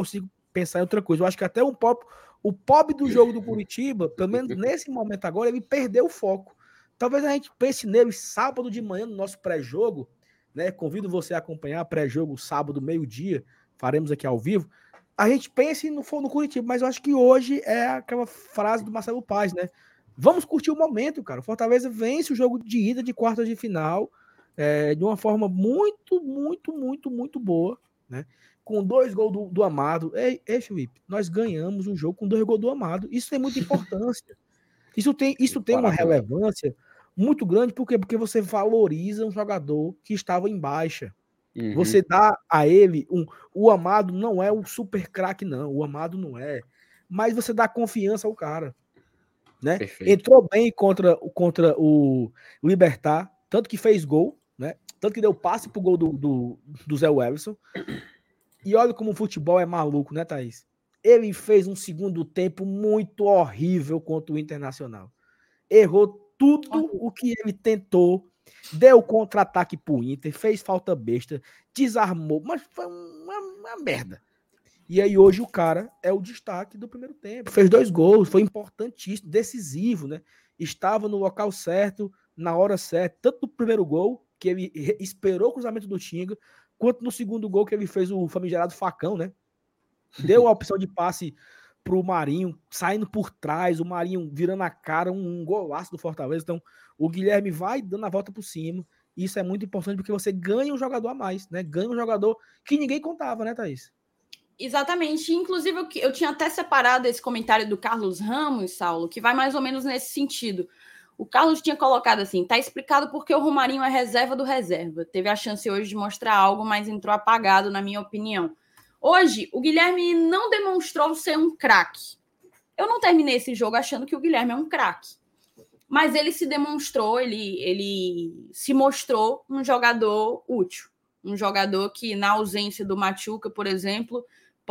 A: pensar em outra coisa. Eu acho que até o pobre do jogo do Curitiba, pelo menos nesse momento agora, ele perdeu o foco. Talvez a gente pense nele sábado de manhã no nosso pré-jogo, né? Convido você a acompanhar pré-jogo sábado, meio-dia, faremos aqui ao vivo. A gente pense no Curitiba, mas eu acho que hoje é aquela frase do Marcelo Paz, né? Vamos curtir o momento, cara. O Fortaleza vence o jogo de ida de quartas de final de uma forma muito, muito, muito, muito boa, né? Com 2 gols do Amado. Ei, Felipe, nós ganhamos o jogo com 2 gols do Amado. Isso tem muita importância. Isso tem uma relevância muito grande, por quê? Porque você valoriza um jogador que estava em baixa. Uhum. Você dá a ele o Amado não é um super craque, não. O Amado não é. Mas você dá confiança ao cara. Né? Entrou bem contra o Libertad, tanto que fez gol, né? Tanto que deu passe pro gol do Zé Wellison. E olha como o futebol é maluco, né, Thaís? Ele fez um segundo tempo muito horrível contra o Internacional. Errou tudo o que ele tentou, deu contra-ataque pro Inter, fez falta besta, desarmou, mas foi uma merda. E aí hoje o cara é o destaque do primeiro tempo. Fez 2 gols, foi importantíssimo, decisivo, né? Estava no local certo, na hora certa, tanto no primeiro gol, que ele esperou o cruzamento do Tinga, quanto no segundo gol que ele fez o famigerado facão, né? Deu a opção de passe pro Marinho, saindo por trás, o Marinho virando a cara, um golaço do Fortaleza. Então, o Guilherme vai dando a volta por cima. Isso é muito importante porque você ganha um jogador a mais, né? Ganha um jogador que ninguém contava, né, Thaís?
B: Exatamente. Inclusive, eu tinha até separado esse comentário do Carlos Ramos, Saulo, que vai mais ou menos nesse sentido. O Carlos tinha colocado assim, tá explicado porque o Romarinho é reserva do reserva. Teve a chance hoje de mostrar algo, mas entrou apagado, na minha opinião. Hoje, o Guilherme não demonstrou ser um craque. Eu não terminei esse jogo achando que o Guilherme é um craque. Mas ele se demonstrou, ele se mostrou um jogador útil. Um jogador que, na ausência do Machuca, por exemplo,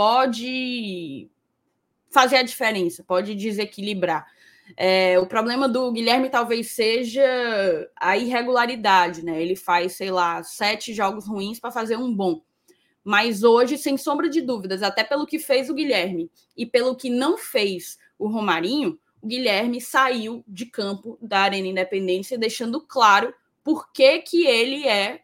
B: pode fazer a diferença, pode desequilibrar. O problema do Guilherme talvez seja a irregularidade, né? Ele faz, 7 jogos ruins para fazer um bom. Mas hoje, sem sombra de dúvidas, até pelo que fez o Guilherme e pelo que não fez o Romarinho, o Guilherme saiu de campo da Arena Independência, deixando claro por que ele é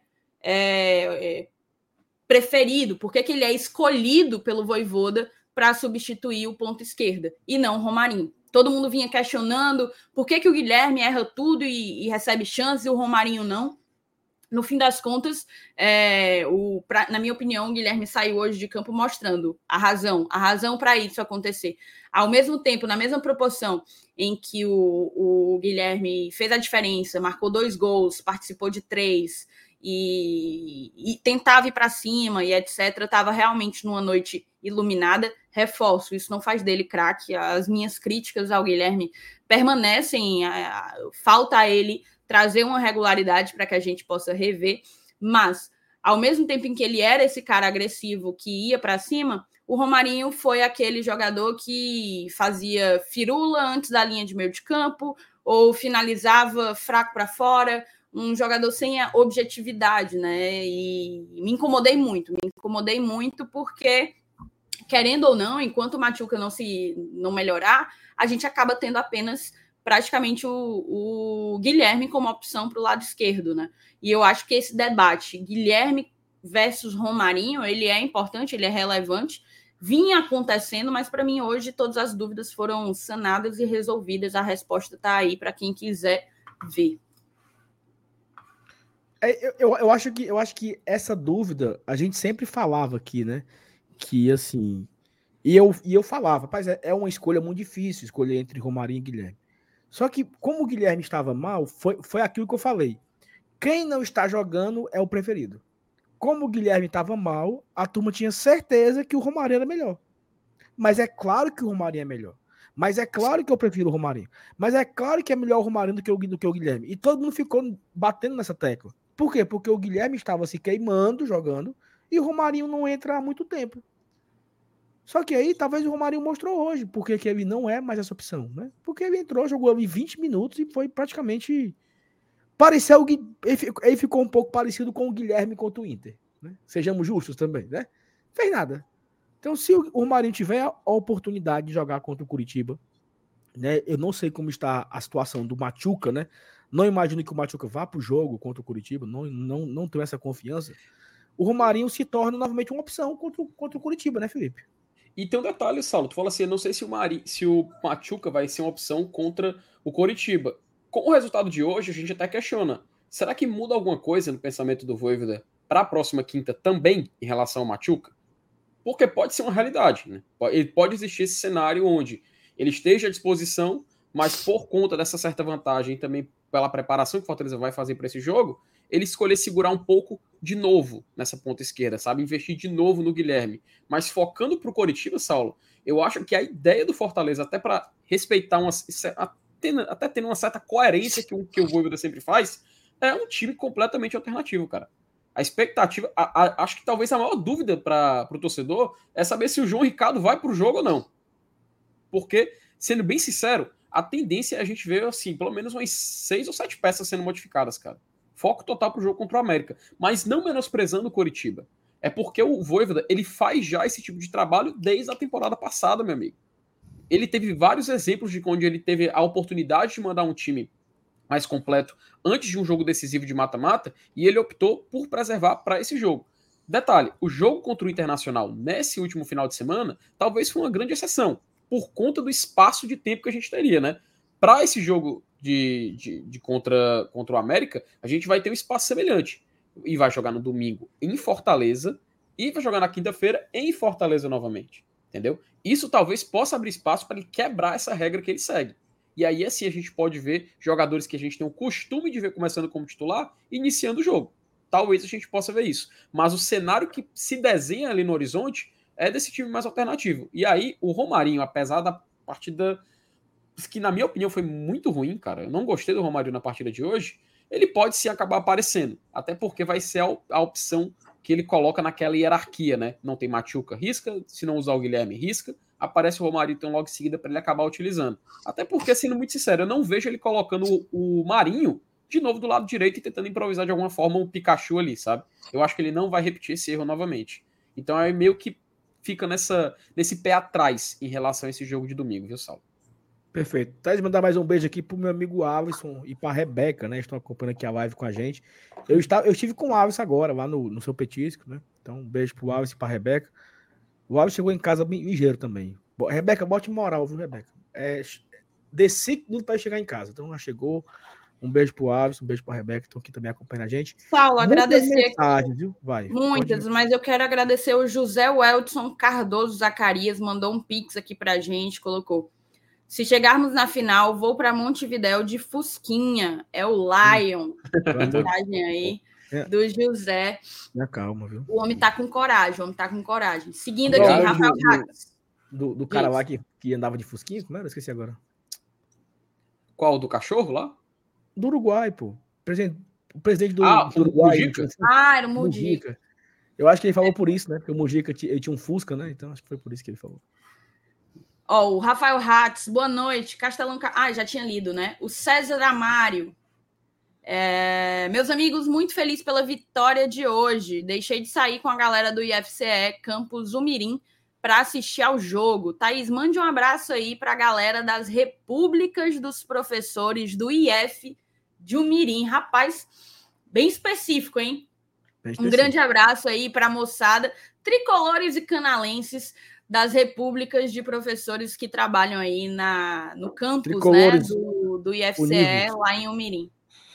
B: preferido, por que ele é escolhido pelo Vojvoda para substituir o ponta esquerda e não o Romarinho. Todo mundo vinha questionando por que o Guilherme erra tudo e recebe chance e o Romarinho não. No fim das contas, na minha opinião, o Guilherme saiu hoje de campo mostrando a razão para isso acontecer. Ao mesmo tempo, na mesma proporção em que o Guilherme fez a diferença, marcou 2 gols, participou de 3 e tentava ir para cima e etc., estava realmente numa noite iluminada. Reforço, isso não faz dele craque. As minhas críticas ao Guilherme permanecem, falta a ele trazer uma regularidade para que a gente possa rever, mas ao mesmo tempo em que ele era esse cara agressivo que ia para cima, o Romarinho foi aquele jogador que fazia firula antes da linha de meio de campo ou finalizava fraco para fora, um jogador sem a objetividade, né? E me incomodei muito porque, querendo ou não, enquanto o Machuca não melhorar, a gente acaba tendo apenas praticamente o Guilherme como opção para o lado esquerdo, né? E eu acho que esse debate Guilherme versus Romarinho, ele é importante, ele é relevante, vinha acontecendo, mas para mim hoje todas as dúvidas foram sanadas e resolvidas, a resposta está aí para quem quiser ver.
A: Eu acho que essa dúvida a gente sempre falava aqui, né? Que assim, e eu falava, rapaz, é uma escolha muito difícil escolher entre Romarinho e Guilherme. Só que, como o Guilherme estava mal, foi aquilo que eu falei. Quem não está jogando é o preferido. Como o Guilherme estava mal, a turma tinha certeza que o Romarinho era melhor. Mas é claro que o Romarinho é melhor. Mas é claro que eu prefiro o Romarinho. Mas é claro que é melhor o Romarinho do que o Guilherme. E todo mundo ficou batendo nessa tecla. Por quê? Porque o Guilherme estava se queimando, jogando, e o Romarinho não entra há muito tempo. Só que aí, talvez o Romarinho mostrou hoje, porque que ele não é mais essa opção, né? Porque ele entrou, jogou ali 20 minutos e foi praticamente... Ele ficou um pouco parecido com o Guilherme contra o Inter, né? Sejamos justos também, né? Fez nada. Então, se o Romarinho tiver a oportunidade de jogar contra o Curitiba, né, eu não sei como está a situação do Machuca, né? Não imagino que o Machuca vá para o jogo contra o Curitiba, não tenho essa confiança. O Romarinho se torna novamente uma opção contra o Curitiba, né, Felipe?
C: E tem um detalhe, Saulo, tu fala assim, eu não sei se o Machuca vai ser uma opção contra o Coritiba. Com o resultado de hoje, a gente até questiona, será que muda alguma coisa no pensamento do Vojvoda para a próxima quinta também em relação ao Machuca? Porque pode ser uma realidade, né? Pode existir esse cenário onde ele esteja à disposição, mas por conta dessa certa vantagem, também pela preparação que o Fortaleza vai fazer para esse jogo, ele escolher segurar um pouco de novo nessa ponta esquerda, sabe? Investir de novo no Guilherme. Mas focando para o Coritiba, Saulo, eu acho que a ideia do Fortaleza, até para respeitar até tendo uma certa coerência que o Vojvoda sempre faz, é um time completamente alternativo, cara. A expectativa, acho que talvez a maior dúvida para o torcedor é saber se o João Ricardo vai para o jogo ou não. Porque, sendo bem sincero, a tendência é a gente ver, assim, pelo menos umas 6 ou 7 peças sendo modificadas, cara. Foco total pro jogo contra o América. Mas não menosprezando o Coritiba. É porque o Vojvoda, ele faz já esse tipo de trabalho desde a temporada passada, meu amigo. Ele teve vários exemplos de onde ele teve a oportunidade de mandar um time mais completo antes de um jogo decisivo de mata-mata, e ele optou por preservar para esse jogo. Detalhe, o jogo contra o Internacional nesse último final de semana talvez foi uma grande exceção, por conta do espaço de tempo que a gente teria, né? Para esse jogo contra o América, a gente vai ter um espaço semelhante. E vai jogar no domingo em Fortaleza, e vai jogar na quinta-feira em Fortaleza novamente. Entendeu? Isso talvez possa abrir espaço para ele quebrar essa regra que ele segue. E aí, assim, a gente pode ver jogadores que a gente tem o costume de ver começando como titular, iniciando o jogo. Talvez a gente possa ver isso. Mas o cenário que se desenha ali no horizonte é desse time mais alternativo. E aí, o Romarinho, apesar da partida que, na minha opinião, foi muito ruim, cara, eu não gostei do Romarinho na partida de hoje, ele pode sim acabar aparecendo. Até porque vai ser a opção que ele coloca naquela hierarquia, né? Não tem Machuca, risca. Se não usar o Guilherme, risca. Aparece o Romarinho então logo em seguida para ele acabar utilizando. Até porque, sendo muito sincero, eu não vejo ele colocando o Marinho de novo do lado direito e tentando improvisar de alguma forma um Pikachu ali, sabe? Eu acho que ele não vai repetir esse erro novamente. Então é meio que fica nesse pé atrás em relação a esse jogo de domingo, viu, Saulo?
A: Perfeito. Tá, mandar mais um beijo aqui pro meu amigo Alisson e pra Rebeca, né? Estão acompanhando aqui a live com a gente. Eu estive com o Alisson agora, lá no seu petisco, né? Então, um beijo pro Alisson e pra Rebeca. O Alisson chegou em casa ligeiro também. Rebeca, bote moral, viu, Rebeca? Dê 5 minutos pra chegar em casa. Então, já chegou. Um beijo pro Alisson, um beijo pra Rebeca, que estão aqui também acompanhando a gente.
B: Saulo, agradecer.
A: Mensagens, viu? Vai.
B: Muitas, mas eu quero agradecer o José Welton Cardoso Zacarias, mandou um pix aqui pra gente, colocou: se chegarmos na final, vou para Montevidéu de Fusquinha. É o Lion. Mensagem aí do José.
A: Minha calma, viu?
B: O homem tá com coragem, Seguindo aqui, Rafael Rax.
A: Do cara lá que andava de Fusquinha, como era? Eu esqueci agora.
C: Qual? Do cachorro lá?
A: Do Uruguai, pô. O presidente do Uruguai.
C: Mujica?
B: Era o Mujica.
A: Eu acho que ele falou por isso, né? Porque o Mujica ele tinha um Fusca, né? Então acho que foi por isso que ele falou.
B: O Rafael Ratz, boa noite. Castelão. Já tinha lido, né? O César Amário. Meus amigos, muito feliz pela vitória de hoje. Deixei de sair com a galera do IFCE Campus Umirim para assistir ao jogo. Thaís, mande um abraço aí para a galera das Repúblicas dos Professores do IF de Umirim. Rapaz, bem específico, hein? Um grande abraço aí para a moçada, tricolores e canalenses das repúblicas de professores que trabalham aí no campus, né, do IFCE unidos, lá em Umirim.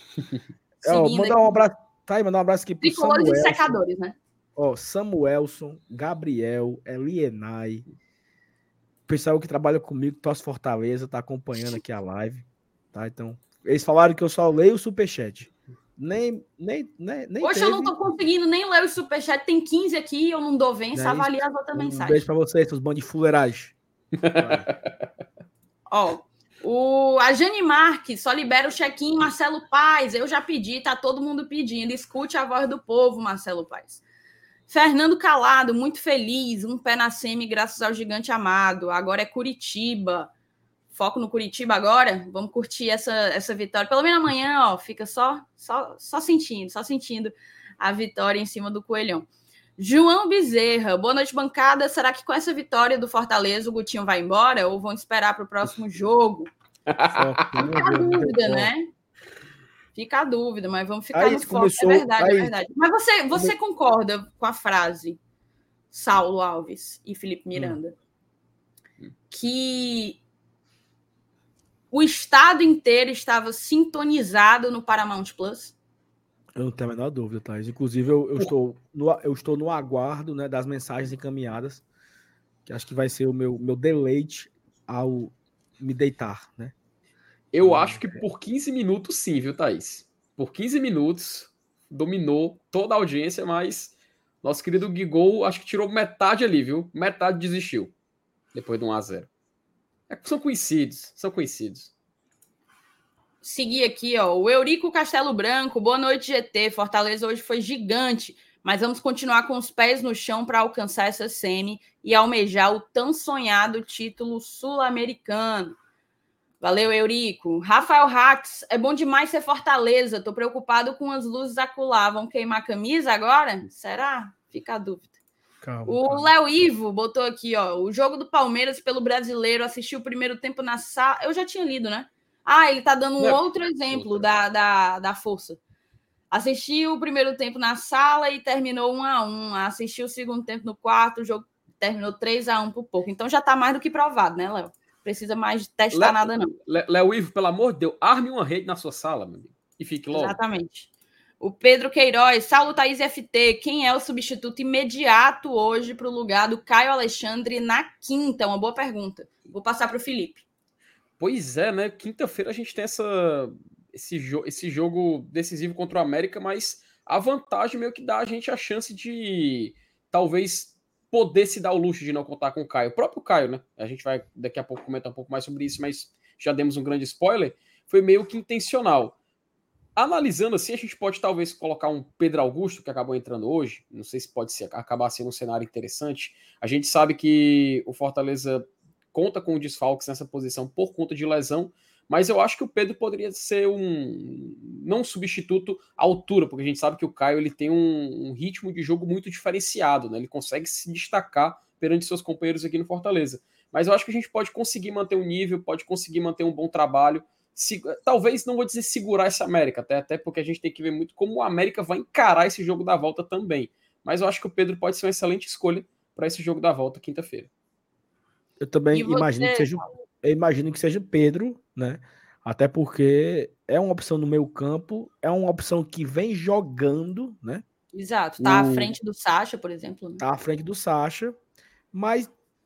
A: Mandar um abraço, mandar um abraço aqui para
B: tricolores e secadores, né?
A: Samuelson, Gabriel, Elienay, o pessoal que trabalha comigo, torce Fortaleza, tá acompanhando aqui a live, tá? Então, eles falaram que eu só leio o superchat. Nem
B: Poxa, eu não tô conseguindo nem ler o superchat, tem 15 aqui, eu não dou vença, avalia as outras mensagens.
A: Beijo pra vocês, seus bandos de fuleiragem.
B: A Jane Marques, só libera o check-in, Marcelo Paes, eu já pedi, tá todo mundo pedindo, escute a voz do povo, Marcelo Paes. Fernando Calado, muito feliz, um pé na semi graças ao gigante amado, agora é Curitiba. Foco no Curitiba agora, vamos curtir essa vitória. Pelo menos amanhã, fica só sentindo a vitória em cima do Coelhão. João Bezerra, boa noite, bancada. Será que com essa vitória do Fortaleza o Gutinho vai embora ou vão esperar para o próximo jogo? Fica a dúvida, né? Fica a dúvida, mas vamos ficar
A: aí
B: no foco.
A: Começou,
B: É verdade,
A: aí,
B: é verdade. Mas você concorda com a frase, Saulo Alves e Felipe Miranda, que o estado inteiro estava sintonizado no Paramount Plus?
A: Eu não tenho a menor dúvida, Thaís. Inclusive, eu estou no aguardo, né, das mensagens encaminhadas, que acho que vai ser o meu deleite ao me deitar, né?
C: Eu acho que por 15 minutos sim, viu, Thaís? Por 15 minutos dominou toda a audiência, mas nosso querido Gigol acho que tirou metade ali, viu? Metade desistiu depois de 1-0. São conhecidos, são conhecidos.
B: Seguir aqui, ó, o Eurico Castelo Branco, boa noite, GT. Fortaleza hoje foi gigante, mas vamos continuar com os pés no chão para alcançar essa semi e almejar o tão sonhado título sul-americano. Valeu, Eurico. Rafael Rax, é bom demais ser Fortaleza. Tô preocupado com as luzes acolá. Vão queimar a camisa agora? Será? Fica a dúvida. Calma. Léo Ivo botou aqui, ó, o jogo do Palmeiras pelo Brasileiro, assistiu o primeiro tempo na sala. Eu já tinha lido, né? Ele tá dando outro exemplo da força. Assistiu o primeiro tempo na sala e terminou 1-1. Assistiu o segundo tempo no quarto, o jogo terminou 3-1 por pouco. Então já tá mais do que provado, né, Léo? Precisa mais testar nada, não.
C: Léo Ivo, pelo amor de Deus, arme uma rede na sua sala, meu amigo, e fique logo.
B: Exatamente. O Pedro Queiroz, Saulo Thaís FT, quem é o substituto imediato hoje para o lugar do Caio Alexandre na quinta? Uma boa pergunta. Vou passar para o Felipe.
C: Pois é, né? Quinta-feira a gente tem esse jogo decisivo contra o América, mas a vantagem meio que dá a gente a chance de talvez poder se dar o luxo de não contar com o Caio. O próprio Caio, né? A gente vai daqui a pouco comentar um pouco mais sobre isso, mas já demos um grande spoiler. Foi meio que intencional. Analisando assim, a gente pode talvez colocar um Pedro Augusto, que acabou entrando hoje. Não sei se pode acabar sendo um cenário interessante. A gente sabe que o Fortaleza conta com desfalques nessa posição por conta de lesão, mas eu acho que o Pedro poderia ser não um substituto à altura, porque a gente sabe que o Caio ele tem um ritmo de jogo muito diferenciado, né? Ele consegue se destacar perante seus companheiros aqui no Fortaleza. Mas eu acho que a gente pode conseguir manter um nível, pode conseguir manter um bom trabalho. Talvez, não vou dizer segurar essa América, até porque a gente tem que ver muito como o América vai encarar esse jogo da volta também. Mas eu acho que o Pedro pode ser uma excelente escolha para esse jogo da volta quinta-feira.
A: Eu também imagino que seja Pedro, né? Até porque é uma opção no meio campo, é uma opção que vem jogando, né?
B: Exato, tá à frente do Sacha, por exemplo. Né?
A: Tá à frente do Sacha, mas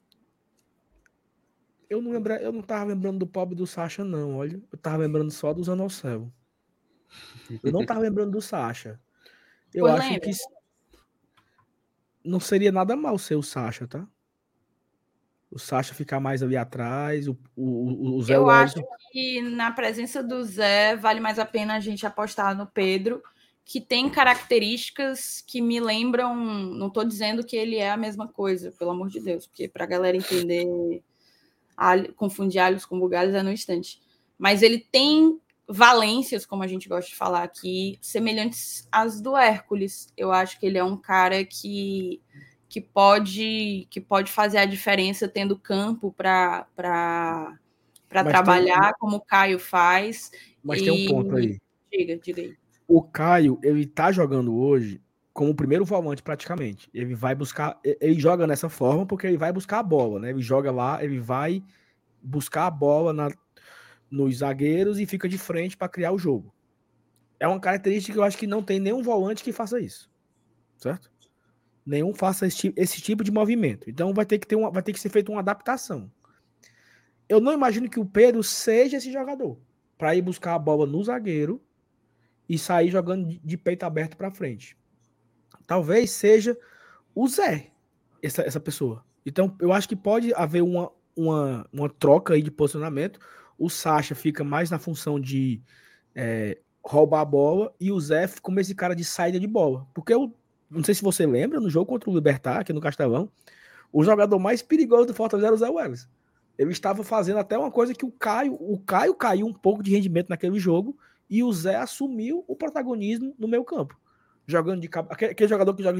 A: eu não tava lembrando do pobre do Sacha, não, olha. Eu tava lembrando só do Zanocelo. Eu não tava lembrando do Sacha. Eu acho que não seria nada mal ser o Sacha, tá? O Sacha ficar mais ali atrás, o Zé
B: Eu acho que na presença do Zé vale mais a pena a gente apostar no Pedro, que tem características que me lembram. Não estou dizendo que ele é a mesma coisa, pelo amor de Deus, porque para a galera entender, confundir alhos com bugalhos é no instante. Mas ele tem valências, como a gente gosta de falar aqui, semelhantes às do Hércules. Eu acho que ele é um cara que pode fazer a diferença tendo campo para trabalhar, como o Caio faz.
A: Mas tem um ponto aí.
B: Diga aí.
A: O Caio, ele tá jogando hoje como o primeiro volante praticamente. Ele vai buscar, ele joga nessa forma porque ele vai buscar a bola, né? Ele joga lá, ele vai buscar a bola nos zagueiros e fica de frente para criar o jogo. É uma característica que eu acho que não tem nenhum volante que faça isso, certo? Nenhum faça esse tipo de movimento. Então vai ter que ser feita uma adaptação. Eu não imagino que o Pedro seja esse jogador para ir buscar a bola no zagueiro e sair jogando de peito aberto para frente. Talvez seja o Zé, essa pessoa. Então eu acho que pode haver uma troca aí de posicionamento. O Sacha fica mais na função de roubar a bola e o Zé como esse cara de saída de bola. Porque não sei se você lembra, no jogo contra o Libertad, aqui no Castelão, o jogador mais perigoso do Fortaleza era o Zé Welles. Ele estava fazendo até uma coisa que o Caio caiu um pouco de rendimento naquele jogo e o Zé assumiu o protagonismo no meio campo. Jogando de aquele jogador que joga de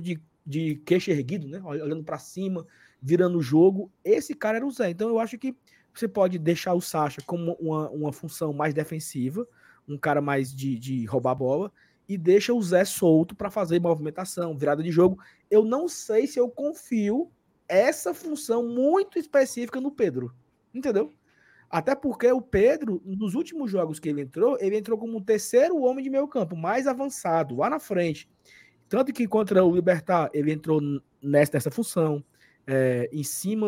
A: de queixo erguido, né? Olhando para cima, virando o jogo. Esse cara era o Zé. Então eu acho que você pode deixar o Sacha como uma função mais defensiva, um cara mais de roubar a bola, e deixa o Zé solto para fazer movimentação, virada de jogo. Eu não sei se eu confio essa função muito específica no Pedro. Entendeu? Até porque o Pedro, nos últimos jogos que ele entrou como o terceiro homem de meio campo, mais avançado, lá na frente. Tanto que contra o Libertad, ele entrou nessa função, em cima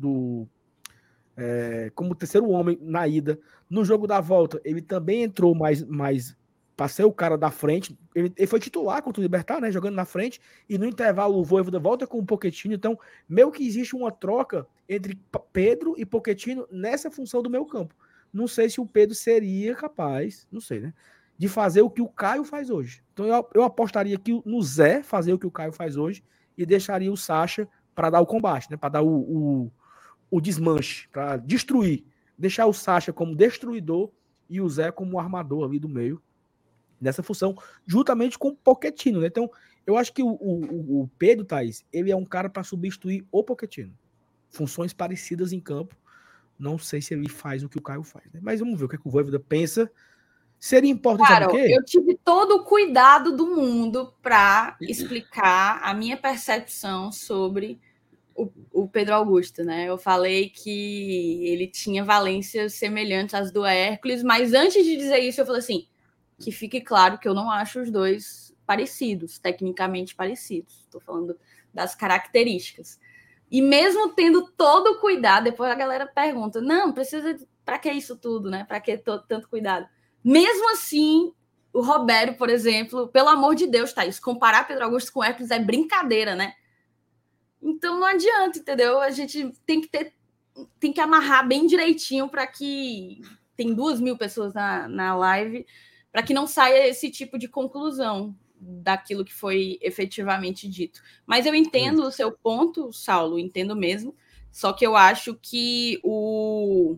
A: como terceiro homem na ida. No jogo da volta, ele também entrou mais para ser o cara da frente. Ele foi titular contra o Libertad, né, jogando na frente, e no intervalo o Vojvoda volta com o Pochettino. Então, meio que existe uma troca entre Pedro e Pochettino nessa função do meio campo. Não sei se o Pedro seria capaz, não sei, né, de fazer o que o Caio faz hoje. Então, eu apostaria que no Zé fazer o que o Caio faz hoje e deixaria o Sacha para dar o combate, né, para dar o desmanche, para destruir. Deixar o Sacha como destruidor e o Zé como armador ali do meio, nessa função, juntamente com o Pochettino, né? Então, eu acho que o Pedro, Thaís, ele é um cara para substituir o Pochettino. Funções parecidas em campo. Não sei se ele faz o que o Caio faz, né? Mas vamos ver o que o Vojvoda pensa. Seria importante,
B: Cara,
A: sabe o quê?
B: eu tive todo o cuidado do mundo para explicar a minha percepção sobre o Pedro Augusto, né? Eu falei que ele tinha valências semelhantes às do Hércules, mas antes de dizer isso, eu falei assim, que fique claro que eu não acho os dois parecidos, tecnicamente parecidos. Estou falando das características. E mesmo tendo todo o cuidado, depois a galera pergunta, não, precisa, para que isso tudo, né? Para que tanto cuidado? Mesmo assim, o Roberto, por exemplo, pelo amor de Deus, Thaís, comparar Pedro Augusto com Hércules é brincadeira, né? Então não adianta, entendeu? A gente tem que amarrar bem direitinho para que tem 2.000 pessoas na live, para que não saia esse tipo de conclusão daquilo que foi efetivamente dito. Mas eu entendo o seu ponto, Saulo, entendo mesmo, só que eu acho que o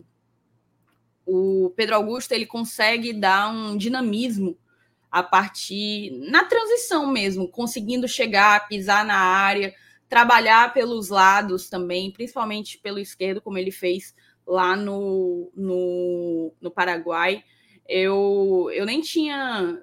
B: Pedro Augusto ele consegue dar um dinamismo a partir, na transição mesmo, conseguindo chegar, pisar na área, trabalhar pelos lados também, principalmente pelo esquerdo, como ele fez lá no Paraguai. Eu nem tinha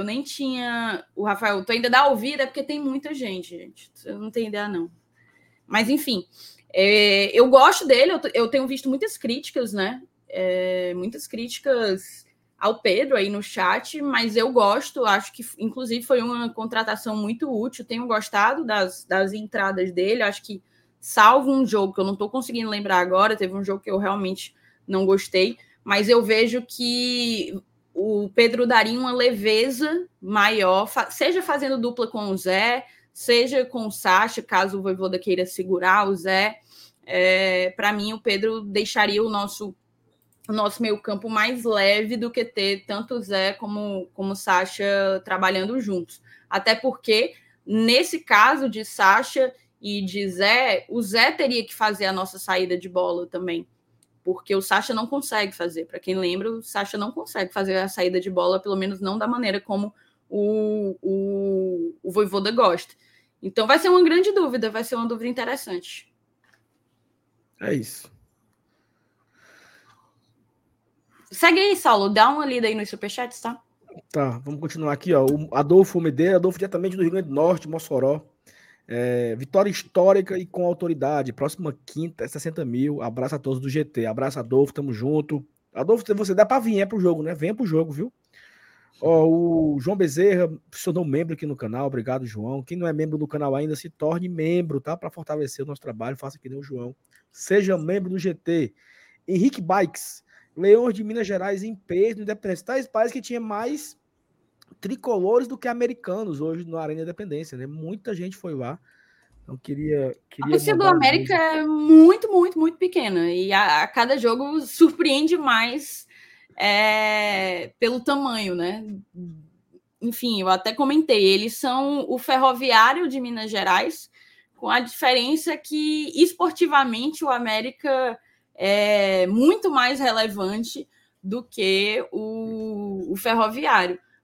B: o Rafael, tu ainda dá ouvida, é porque tem muita gente, eu não tenho ideia não. Mas enfim, eu gosto dele, eu tenho visto muitas críticas, né? Muitas críticas ao Pedro aí no chat, mas eu gosto, acho que inclusive foi uma contratação muito útil, tenho gostado das entradas dele, acho que salvo um jogo que eu não estou conseguindo lembrar agora, teve um jogo que eu realmente não gostei, mas eu vejo que o Pedro daria uma leveza maior, seja fazendo dupla com o Zé, seja com o Sacha, caso o Vojvoda queira segurar o Zé. Para mim, o Pedro deixaria o nosso meio campo mais leve do que ter tanto o Zé como o Sacha trabalhando juntos. Até porque, nesse caso de Sacha e de Zé, o Zé teria que fazer a nossa saída de bola também, porque o Sacha não consegue fazer. Para quem lembra, o Sacha não consegue fazer a saída de bola, pelo menos não da maneira como o Vojvoda gosta. Então vai ser uma grande dúvida, vai ser uma dúvida interessante.
A: É isso.
B: Segue aí, Saulo, dá uma lida aí nos superchats, tá?
A: Tá, vamos continuar aqui, ó. O Adolfo Medeira, Adolfo diretamente do Rio Grande do Norte, Mossoró. Vitória histórica e com autoridade. Próxima quinta, 60 mil. Abraço a todos do GT. Abraço, Adolfo, tamo junto. Adolfo, você dá pra vir pro jogo, né? Venha pro jogo, viu? Ó, o João Bezerra se tornou membro aqui no canal. Obrigado, João. Quem não é membro do canal ainda, se torne membro, tá? Para fortalecer o nosso trabalho, faça que nem o João. Seja membro do GT. Henrique Bikes. Leões de Minas Gerais em peso, Independência. Tais países que tinha mais tricolores do que americanos hoje na Arena Independência, né? Muita gente foi lá. Então queria
B: a torcida do América é muito, muito, muito pequena. E a cada jogo surpreende mais pelo tamanho, né? Enfim, eu até comentei, eles são o Ferroviário de Minas Gerais, com a diferença que esportivamente o América é muito mais relevante do que o Ferroviário.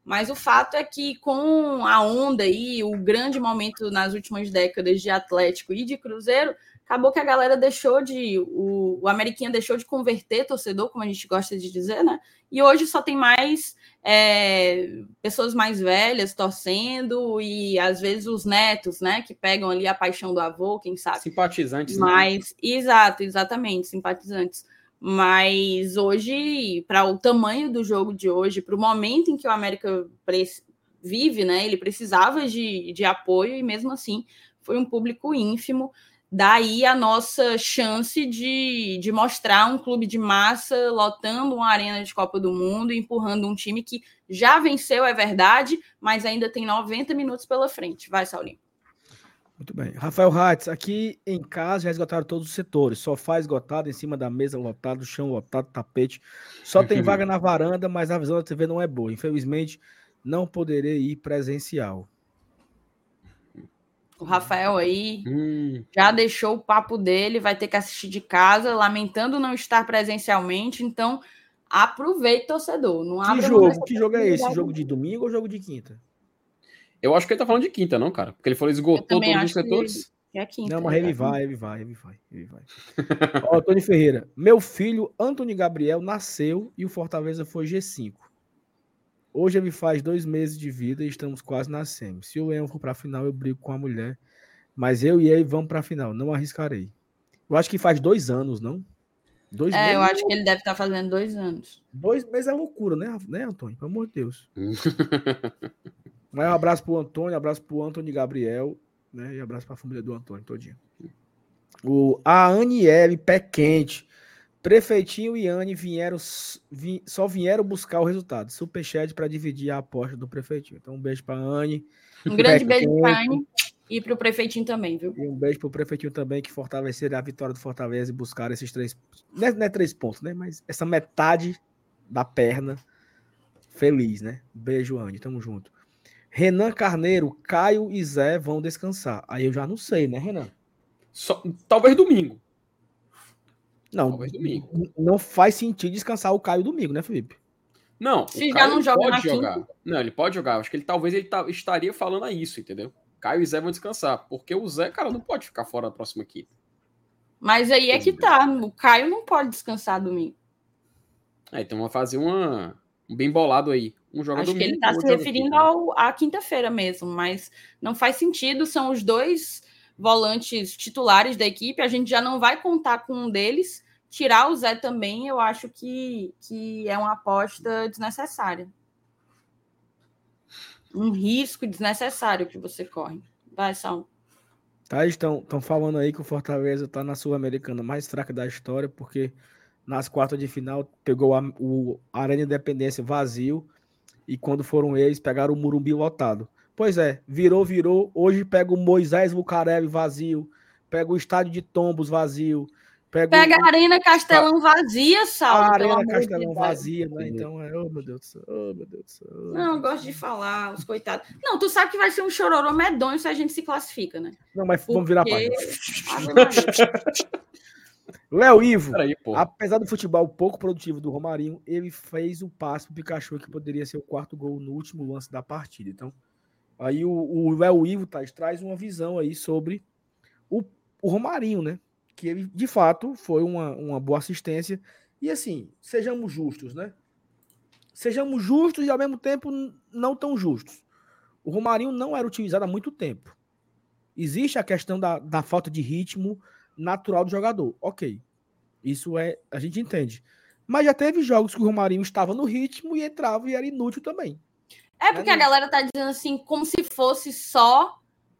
B: Mas o fato é que com a onda aí, o grande momento nas últimas décadas de Atlético e de Cruzeiro, acabou que a galera deixou de... O Ameriquinha deixou de converter torcedor, como a gente gosta de dizer, né? E hoje só tem mais pessoas mais velhas torcendo e, às vezes, os netos, né? Que pegam ali a paixão do avô, quem sabe.
C: Simpatizantes.
B: Mas, né? Exatamente, simpatizantes. Mas hoje, para o tamanho do jogo de hoje, para o momento em que o América vive, né? Ele precisava de apoio e, mesmo assim, foi um público ínfimo. Daí a nossa chance de mostrar um clube de massa lotando uma arena de Copa do Mundo, empurrando um time que já venceu, é verdade, mas ainda tem 90 minutos pela frente. Vai, Saulinho.
A: Muito bem. Rafael Hatz, aqui em casa já esgotaram todos os setores. Sofá esgotado, em cima da mesa lotado, chão lotado, tapete. Só tem vaga na varanda, mas a visão da TV não é boa. Infelizmente, não poderei ir presencial.
B: O Rafael aí já deixou o papo dele, vai ter que assistir de casa, lamentando não estar presencialmente. Então, aproveite, torcedor. Não abra
A: Que jogo é esse? Jogo de domingo ou jogo de quinta?
C: Eu acho que ele tá falando de quinta, não, cara? Porque ele falou esgotou todos os setores.
B: É quinta.
A: Não, mas ele vai. Ó, Antônio Ferreira. Meu filho, Antônio Gabriel, nasceu e o Fortaleza foi G5. Hoje ele faz 2 meses de vida e estamos quase na semi. Se o Leão for para a final, eu brigo com a mulher. Mas eu e ele vamos para a final. Não arriscarei. Eu acho que faz 2 anos, não? 2 meses.
B: Eu acho que ele deve estar fazendo 2 anos.
A: 2 meses é loucura, né, Antônio? Pelo amor de Deus. Mas um abraço pro Antônio, abraço pro Antônio Gabriel, né? E abraço para a família do Antônio todinho. A Aniele Pé Quente. Prefeitinho e Anne só vieram buscar o resultado. Superchat para dividir a aposta do Prefeitinho. Então, um beijo para a Anne.
B: Um grande beijo para a Anne e para o Prefeitinho também, viu?
A: E um beijo para o Prefeitinho também, que fortaleceram a vitória do Fortaleza e buscaram esses 3... Não é 3 pontos, né? Mas essa metade da perna feliz, né? Beijo, Anne. Tamo junto. Renan Carneiro, Caio e Zé vão descansar. Aí eu já não sei, né, Renan?
C: Talvez domingo.
A: Não faz sentido descansar o Caio domingo, né, Felipe?
C: Não,
B: se já não joga na
C: jogar. Não, ele pode jogar. Acho que ele estaria falando a isso, entendeu? Caio e Zé vão descansar. Porque o Zé, cara, não pode ficar fora da próxima quinta.
B: Mas aí é que tá. O Caio não pode descansar domingo.
C: Então vai fazer um bem bolado aí. Um joga
B: Acho
C: domingo.
B: Acho que ele tá se referindo à quinta-feira mesmo. Mas não faz sentido. São os 2 volantes titulares da equipe, a gente já não vai contar com um deles. Tirar o Zé também, eu acho que é uma aposta desnecessária. Um risco desnecessário que você corre. Vai, Sal.
A: Tá, estão falando aí que o Fortaleza tá na Sul-Americana mais fraca da história, porque nas quartas de final pegou o Arena Independência vazio e quando foram eles, pegaram o Morumbi lotado. Pois é, virou. Hoje pega o Moisés Lucarelli vazio, pega o Estádio de Tombos vazio, pega
B: a Arena Castelão vazia, Saulo.
A: A Arena Castelão vazia, né? Então, oh meu Deus do céu.
B: Não, eu gosto de falar, os coitados. Não, tu sabe que vai ser um chororô medonho se a gente se classifica, né?
A: Não, mas vamos virar a página. Léo Ivo, apesar do futebol pouco produtivo do Romarinho, ele fez o passe pro Pikachu que poderia ser o 4º gol no último lance da partida. Então, aí o Léo Ivo traz uma visão aí sobre o Romarinho, né? Que ele, de fato, foi uma boa assistência. E assim, sejamos justos, né? Sejamos justos e, ao mesmo tempo, não tão justos. O Romarinho não era utilizado há muito tempo. Existe a questão da falta de ritmo natural do jogador. Ok. Isso a gente entende. Mas já teve jogos que o Romarinho estava no ritmo e entrava e era inútil também.
B: É porque a galera tá dizendo assim, como se fosse só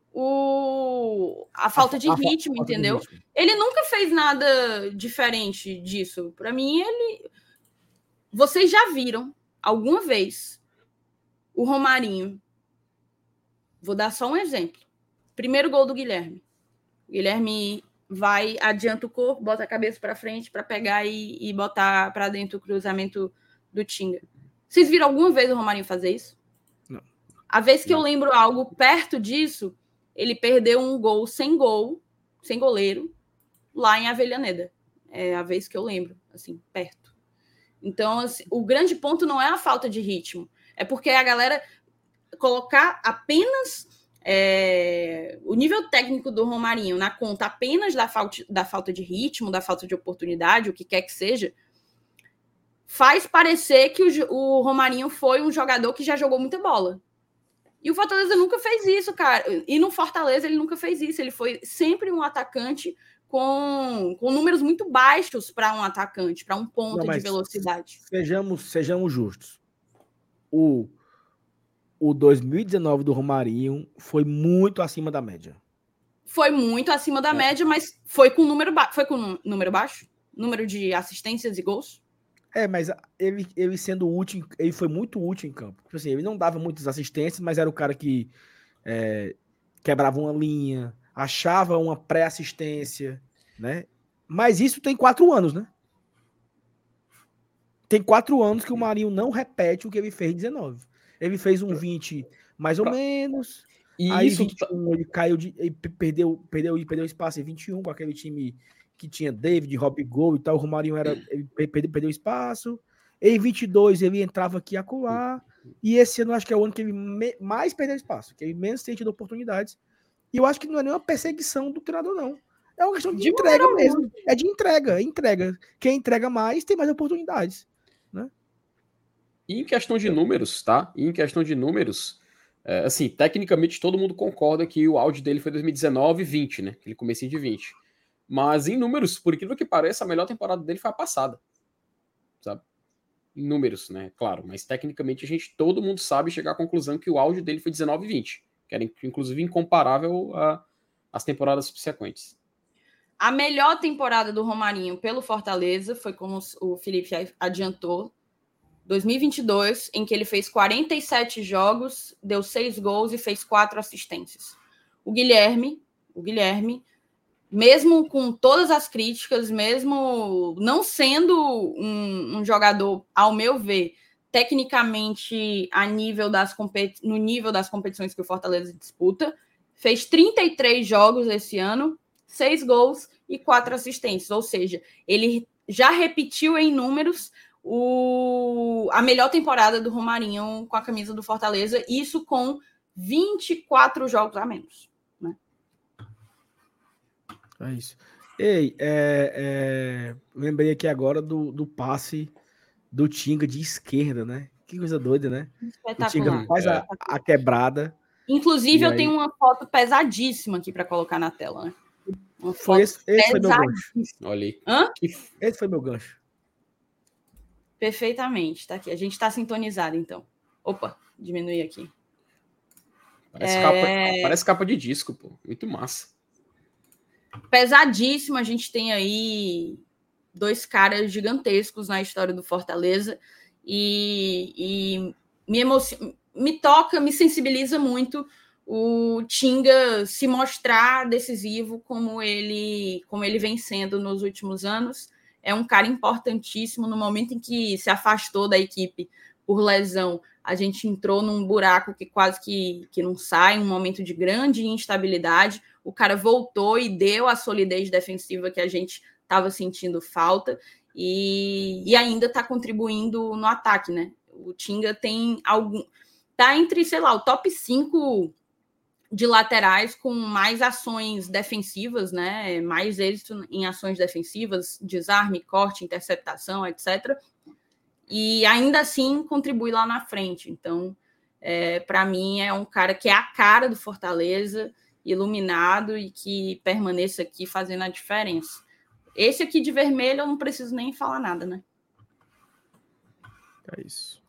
B: a falta de ritmo, entendeu? Ele nunca fez nada diferente disso. Para mim, vocês já viram alguma vez o Romarinho? Vou dar só um exemplo. Primeiro gol do Guilherme. O Guilherme vai, adianta o corpo, bota a cabeça para frente para pegar e botar para dentro o cruzamento do Tinga. Vocês viram alguma vez o Romarinho fazer isso?
A: Não.
B: A vez que eu lembro algo perto disso, ele perdeu um gol, sem goleiro, lá em Avellaneda. É a vez que eu lembro, assim, perto. Então, assim, o grande ponto não é a falta de ritmo, É porque a galera colocar apenas o nível técnico do Romarinho na conta apenas da falta de ritmo, da falta de oportunidade, o que quer que seja, faz parecer que o Romarinho foi um jogador que já jogou muita bola. E o Fortaleza nunca fez isso, cara. E no Fortaleza ele nunca fez isso. Ele foi sempre um atacante com números muito baixos para um atacante, para um ponta de velocidade.
A: Sejamos justos. O 2019 do Romarinho foi muito acima da média.
B: Foi muito acima da média, mas foi com número baixo? Número de assistências e gols?
A: Mas ele sendo útil, ele foi muito útil em campo. Tipo assim, ele não dava muitas assistências, mas era o cara que quebrava uma linha, achava uma pré-assistência, né? Mas isso tem 4 anos, né? Tem 4 anos que o Marinho não repete o que ele fez em 19. Ele fez um 20 mais ou menos. E aí isso 21 ele caiu, ele perdeu espaço em 21 com aquele time que tinha David, Robigol e tal. O Romarinho ele perdeu espaço. Em 22 ele entrava aqui a acolá. E esse ano acho que é o ano que ele mais perdeu espaço, que ele menos tem tido oportunidades. E eu acho que não é nenhuma perseguição do treinador, não. É uma questão de entrega mesmo. É de entrega. Quem entrega mais tem mais oportunidades, né?
C: E em questão de números, tá? Assim, tecnicamente todo mundo concorda que o auge dele foi 2019 e 20, né? Aquele comecinho de 20. Mas em números, por incrível que pareça, a melhor temporada dele foi a passada. Sabe? Em números, né? Claro. Mas tecnicamente todo mundo sabe chegar à conclusão que o auge dele foi 19 e 20. Que era inclusive incomparável às temporadas subsequentes.
B: A melhor temporada do Romarinho pelo Fortaleza foi, como o Felipe adiantou, 2022, em que ele fez 47 jogos, deu 6 gols e fez 4 assistências. O Guilherme, mesmo com todas as críticas, mesmo não sendo um jogador, ao meu ver, tecnicamente no nível das competições que o Fortaleza disputa, fez 33 jogos esse ano, 6 gols e 4 assistências. Ou seja, ele já repetiu em números a melhor temporada do Romarinho com a camisa do Fortaleza, isso com 24 jogos a menos, né?
A: É isso. Ei, lembrei aqui agora do passe do Tinga de esquerda, né? Que coisa doida, né? O Tinga faz a quebrada.
B: Inclusive, eu tenho uma foto pesadíssima aqui para colocar na tela, né?
A: Esse foi meu gancho.
C: Olha aí.
A: Esse foi meu gancho.
B: Perfeitamente, tá aqui. A gente está sintonizado, então. Opa, diminui aqui.
C: Parece capa de disco, pô. Muito massa.
B: Pesadíssimo. A gente tem aí 2 caras gigantescos na história do Fortaleza e me toca, me sensibiliza muito o Tinga se mostrar decisivo como ele vem sendo nos últimos anos. É um cara importantíssimo. No momento em que se afastou da equipe por lesão, a gente entrou num buraco que quase que não sai, um momento de grande instabilidade. O cara voltou e deu a solidez defensiva que a gente estava sentindo falta e ainda está contribuindo no ataque, né? O Tinga tá entre, sei lá, o top 5 de laterais com mais ações defensivas, né? Mais êxito em ações defensivas, desarme, corte, interceptação, etc. E ainda assim contribui lá na frente. Então, para mim, é um cara que é a cara do Fortaleza, iluminado e que permaneça aqui fazendo a diferença. Esse aqui de vermelho eu não preciso nem falar nada, né?
A: É isso.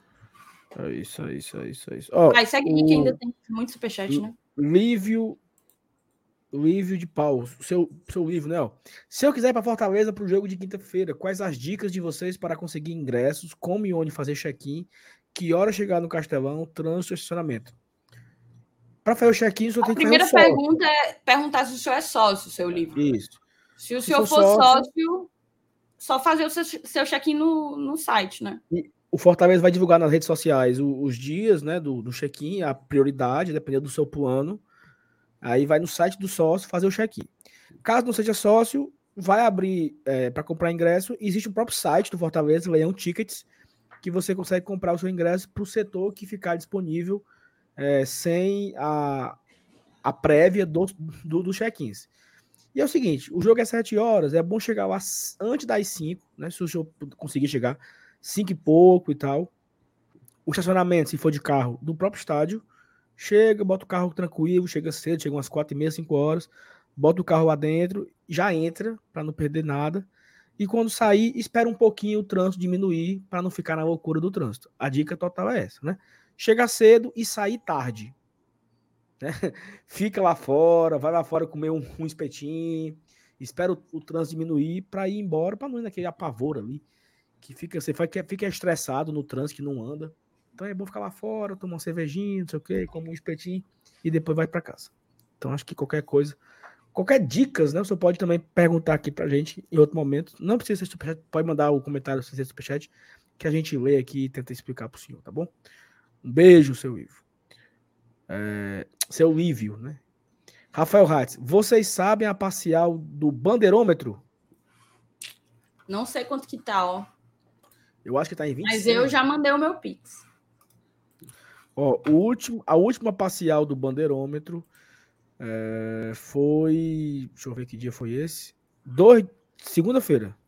B: Segue aí que ainda tem muito superchat, né?
A: Lívio de Paulo, seu livro, né? Se eu quiser ir para Fortaleza para o jogo de quinta-feira, quais as dicas de vocês para conseguir ingressos, como e onde fazer check-in, que hora chegar no Castelão, trânsito e estacionamento? Para fazer o check-in, só tem que fazer
B: A primeira pergunta é perguntar se o senhor é sócio, seu livro.
A: Isso.
B: Se o senhor for sócio, só fazer o seu check-in no site, né?
A: O Fortaleza vai divulgar nas redes sociais os dias, né, do check-in, a prioridade, dependendo do seu plano. Aí vai no site do sócio fazer o check-in. Caso não seja sócio, vai abrir para comprar ingresso. Existe o próprio site do Fortaleza, Leão Tickets, que você consegue comprar o seu ingresso para o setor que ficar disponível sem a prévia dos check-ins. E é o seguinte, o jogo é 7 horas, é bom chegar lá antes das 5, né? Se o senhor conseguir chegar 5 e pouco e tal. O estacionamento, se for de carro, do próprio estádio, chega, bota o carro tranquilo, chega cedo, chega umas 4h30, 5 horas, bota o carro lá dentro, já entra, para não perder nada. E quando sair, espera um pouquinho o trânsito diminuir, para não ficar na loucura do trânsito. A dica total é essa, né? Chega cedo e sair tarde. Né? Fica lá fora, vai lá fora comer um espetinho, espera o trânsito diminuir para ir embora, para não ir naquele apavoro ali, que fica estressado no trânsito, que não anda. Então é bom ficar lá fora, tomar uma cervejinha, não sei o que, comer um espetinho e depois vai para casa. Então acho que qualquer coisa, qualquer dicas, né? Você pode também perguntar aqui pra gente em outro momento. Não precisa ser superchat, pode mandar o comentário sem ser superchat, que a gente lê aqui e tenta explicar pro senhor, tá bom? Um beijo, seu Ivo. Seu Lívio, né? Rafael Hatz, vocês sabem a parcial do bandeirômetro?
B: Não sei quanto que tá, ó.
A: Eu acho que tá em 26.
B: Mas eu já mandei o meu Pix.
A: Ó, a última parcial do bandeirômetro foi... Deixa eu ver que dia foi esse. Segunda-feira.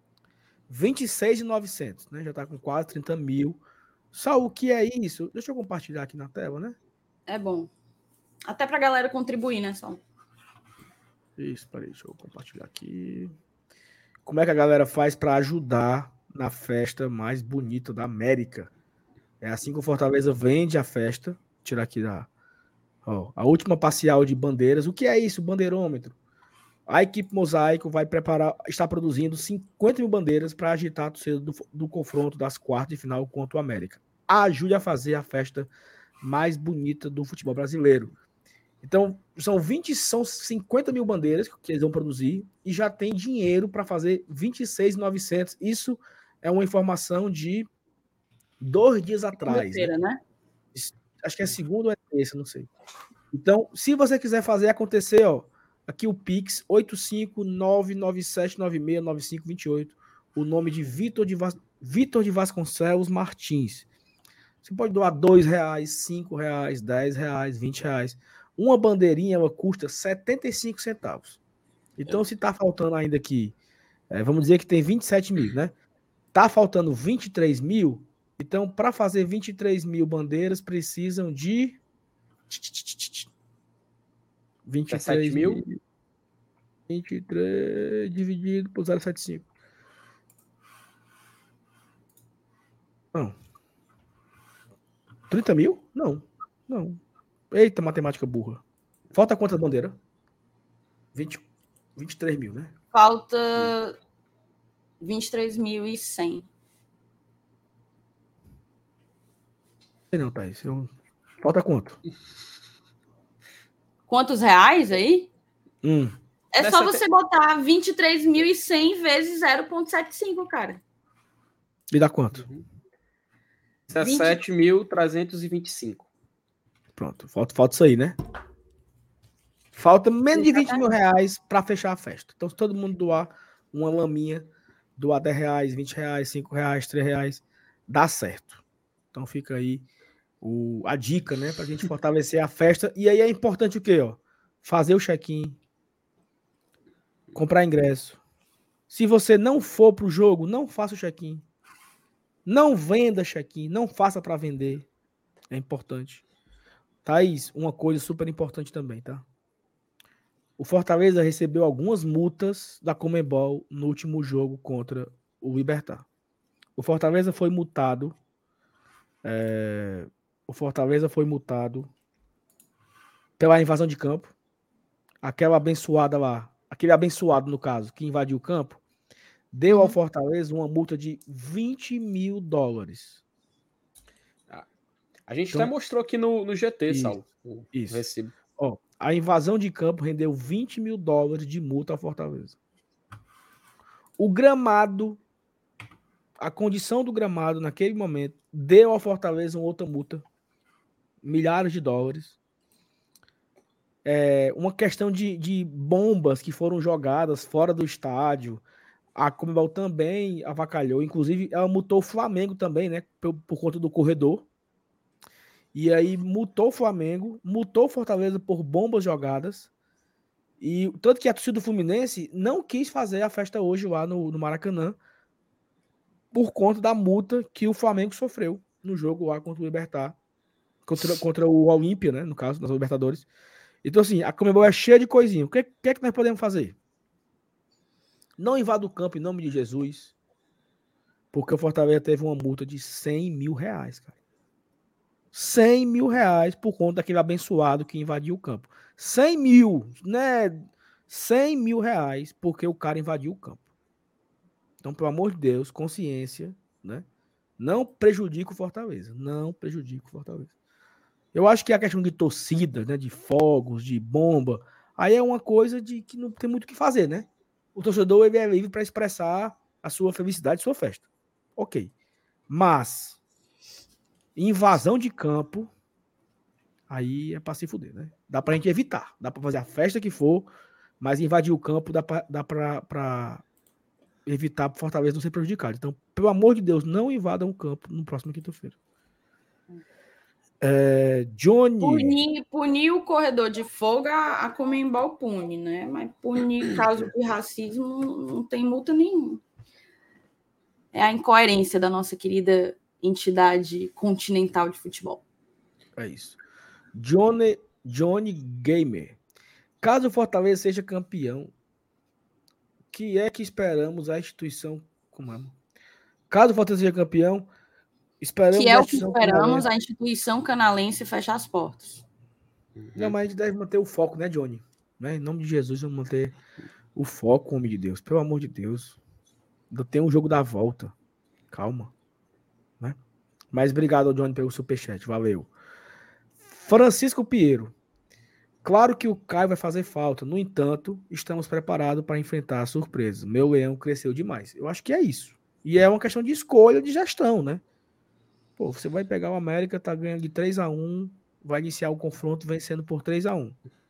A: 26.900, né? Já tá com quase 30 mil. Só o que é isso? Deixa eu compartilhar aqui na tela, né?
B: É bom. Até pra galera contribuir, né, só?
A: Isso, peraí, deixa eu compartilhar aqui. Como é que a galera faz para ajudar na festa mais bonita da América? É assim que o Fortaleza vende a festa. Vou tirar aqui a última parcial de bandeiras. O que é isso? Bandeirômetro. A equipe Mosaico está produzindo 50 mil bandeiras para agitar a torcida do confronto das quartas de final contra o América. Ajude a fazer a festa mais bonita do futebol brasileiro. Então, são 50 mil bandeiras que eles vão produzir e já tem dinheiro para fazer 26.900. Isso é uma informação de 2 dias atrás. Né?
B: Né?
A: Acho que é segunda ou é terça, não sei. Então, se você quiser fazer acontecer, ó, aqui o Pix 85997969528, o nome de Vitor de Vasconcelos Martins. Você pode doar R$2, R$5, R$10, R$20. Uma bandeirinha, ela custa 75 centavos. Então, se tá faltando ainda aqui, vamos dizer que tem 27 mil, né? Tá faltando 23 mil. Então, para fazer 23 mil bandeiras, precisam de 23 mil. 23 dividido por 0,75. Não. 30 mil? Não. Eita, matemática burra. Falta quantas bandeiras? 23 mil, né?
B: Falta 23.100.
A: Não, Thaís. Falta quanto?
B: Quantos reais aí? É só você botar 23.100 vezes 0,75, cara.
A: E dá quanto?
C: 17.325.
A: Pronto, falta isso aí, né? Falta menos de 20 mil reais para fechar a festa. Então, se todo mundo doar uma laminha, doar R$10, R$20, R$5, R$3, dá certo. Então, fica aí a dica, né? Pra gente fortalecer a festa. E aí é importante o quê, ó? Fazer o check-in, comprar ingresso. Se você não for pro jogo, não faça o check-in. Não venda check-in, não faça para vender. É importante. Thaís, uma coisa super importante também, tá? O Fortaleza recebeu algumas multas da Conmebol no último jogo contra o Libertad. O Fortaleza foi multado. Pela invasão de campo. Aquela abençoada lá, aquele abençoado, no caso, que invadiu o campo, deu ao Fortaleza uma multa de $20 mil.
C: A gente até mostrou aqui no GT, Saulo.
A: Isso.
C: Recibo.
A: Ó, a invasão de campo rendeu $20 mil de multa ao Fortaleza. O gramado, a condição do gramado naquele momento, deu ao Fortaleza uma outra multa, milhares de dólares. Uma questão de bombas que foram jogadas fora do estádio. A Conmebol também avacalhou, inclusive ela multou o Flamengo também, né? Por conta do corredor. E aí multou o Flamengo, multou o Fortaleza por bombas jogadas. E tanto que a torcida do Fluminense não quis fazer a festa hoje lá no Maracanã por conta da multa que o Flamengo sofreu no jogo lá contra o Libertad, contra o Olímpia, né? No caso, nas Libertadores. Então, assim, a Conmebol é cheia de coisinha. O que é que nós podemos fazer? Não invada o campo em nome de Jesus, porque o Fortaleza teve uma multa de 100 mil reais, cara. 100 mil reais por conta daquele abençoado que invadiu o campo. 100 mil, né? 100 mil reais porque o cara invadiu o campo. Então, pelo amor de Deus, consciência, né? Não prejudica o Fortaleza. Não prejudica o Fortaleza. Eu acho que a questão de torcida, né? De fogos, de bomba, aí é uma coisa de que não tem muito o que fazer, né? O torcedor ele é livre para expressar a sua felicidade, a sua festa. Ok. Mas invasão de campo, aí é para se fuder, né? Dá pra gente evitar. Dá pra fazer a festa que for, mas invadir o campo dá pra evitar pro Fortaleza não ser prejudicado. Então, pelo amor de Deus, não invadam o campo no próximo quinta-feira. Johnny.
B: Punir o corredor de folga, a Conmebol pune, né? Mas punir caso de racismo não tem multa nenhuma. É a incoerência da nossa querida entidade continental de futebol.
A: É isso. Johnny Gamer. Caso o Fortaleza seja campeão, o que é que esperamos a instituição... Caso o Fortaleza seja campeão, esperamos...
B: Que é o que esperamos, a instituição canalense fechar as portas.
A: Não, mas a gente deve manter o foco, né, Johnny? Né? Em nome de Jesus, vamos manter o foco, homem de Deus. Pelo amor de Deus. Ainda tem um jogo da volta. Calma. Né? Mas obrigado ao Johnny pelo superchat. Valeu. Francisco Pinheiro. Claro que o Caio vai fazer falta. No entanto, estamos preparados para enfrentar a surpresa. Meu leão cresceu demais. Eu acho que é isso. E é uma questão de escolha, de gestão, né? Pô, você vai pegar o América, tá ganhando de 3-1, vai iniciar o confronto vencendo por 3-1.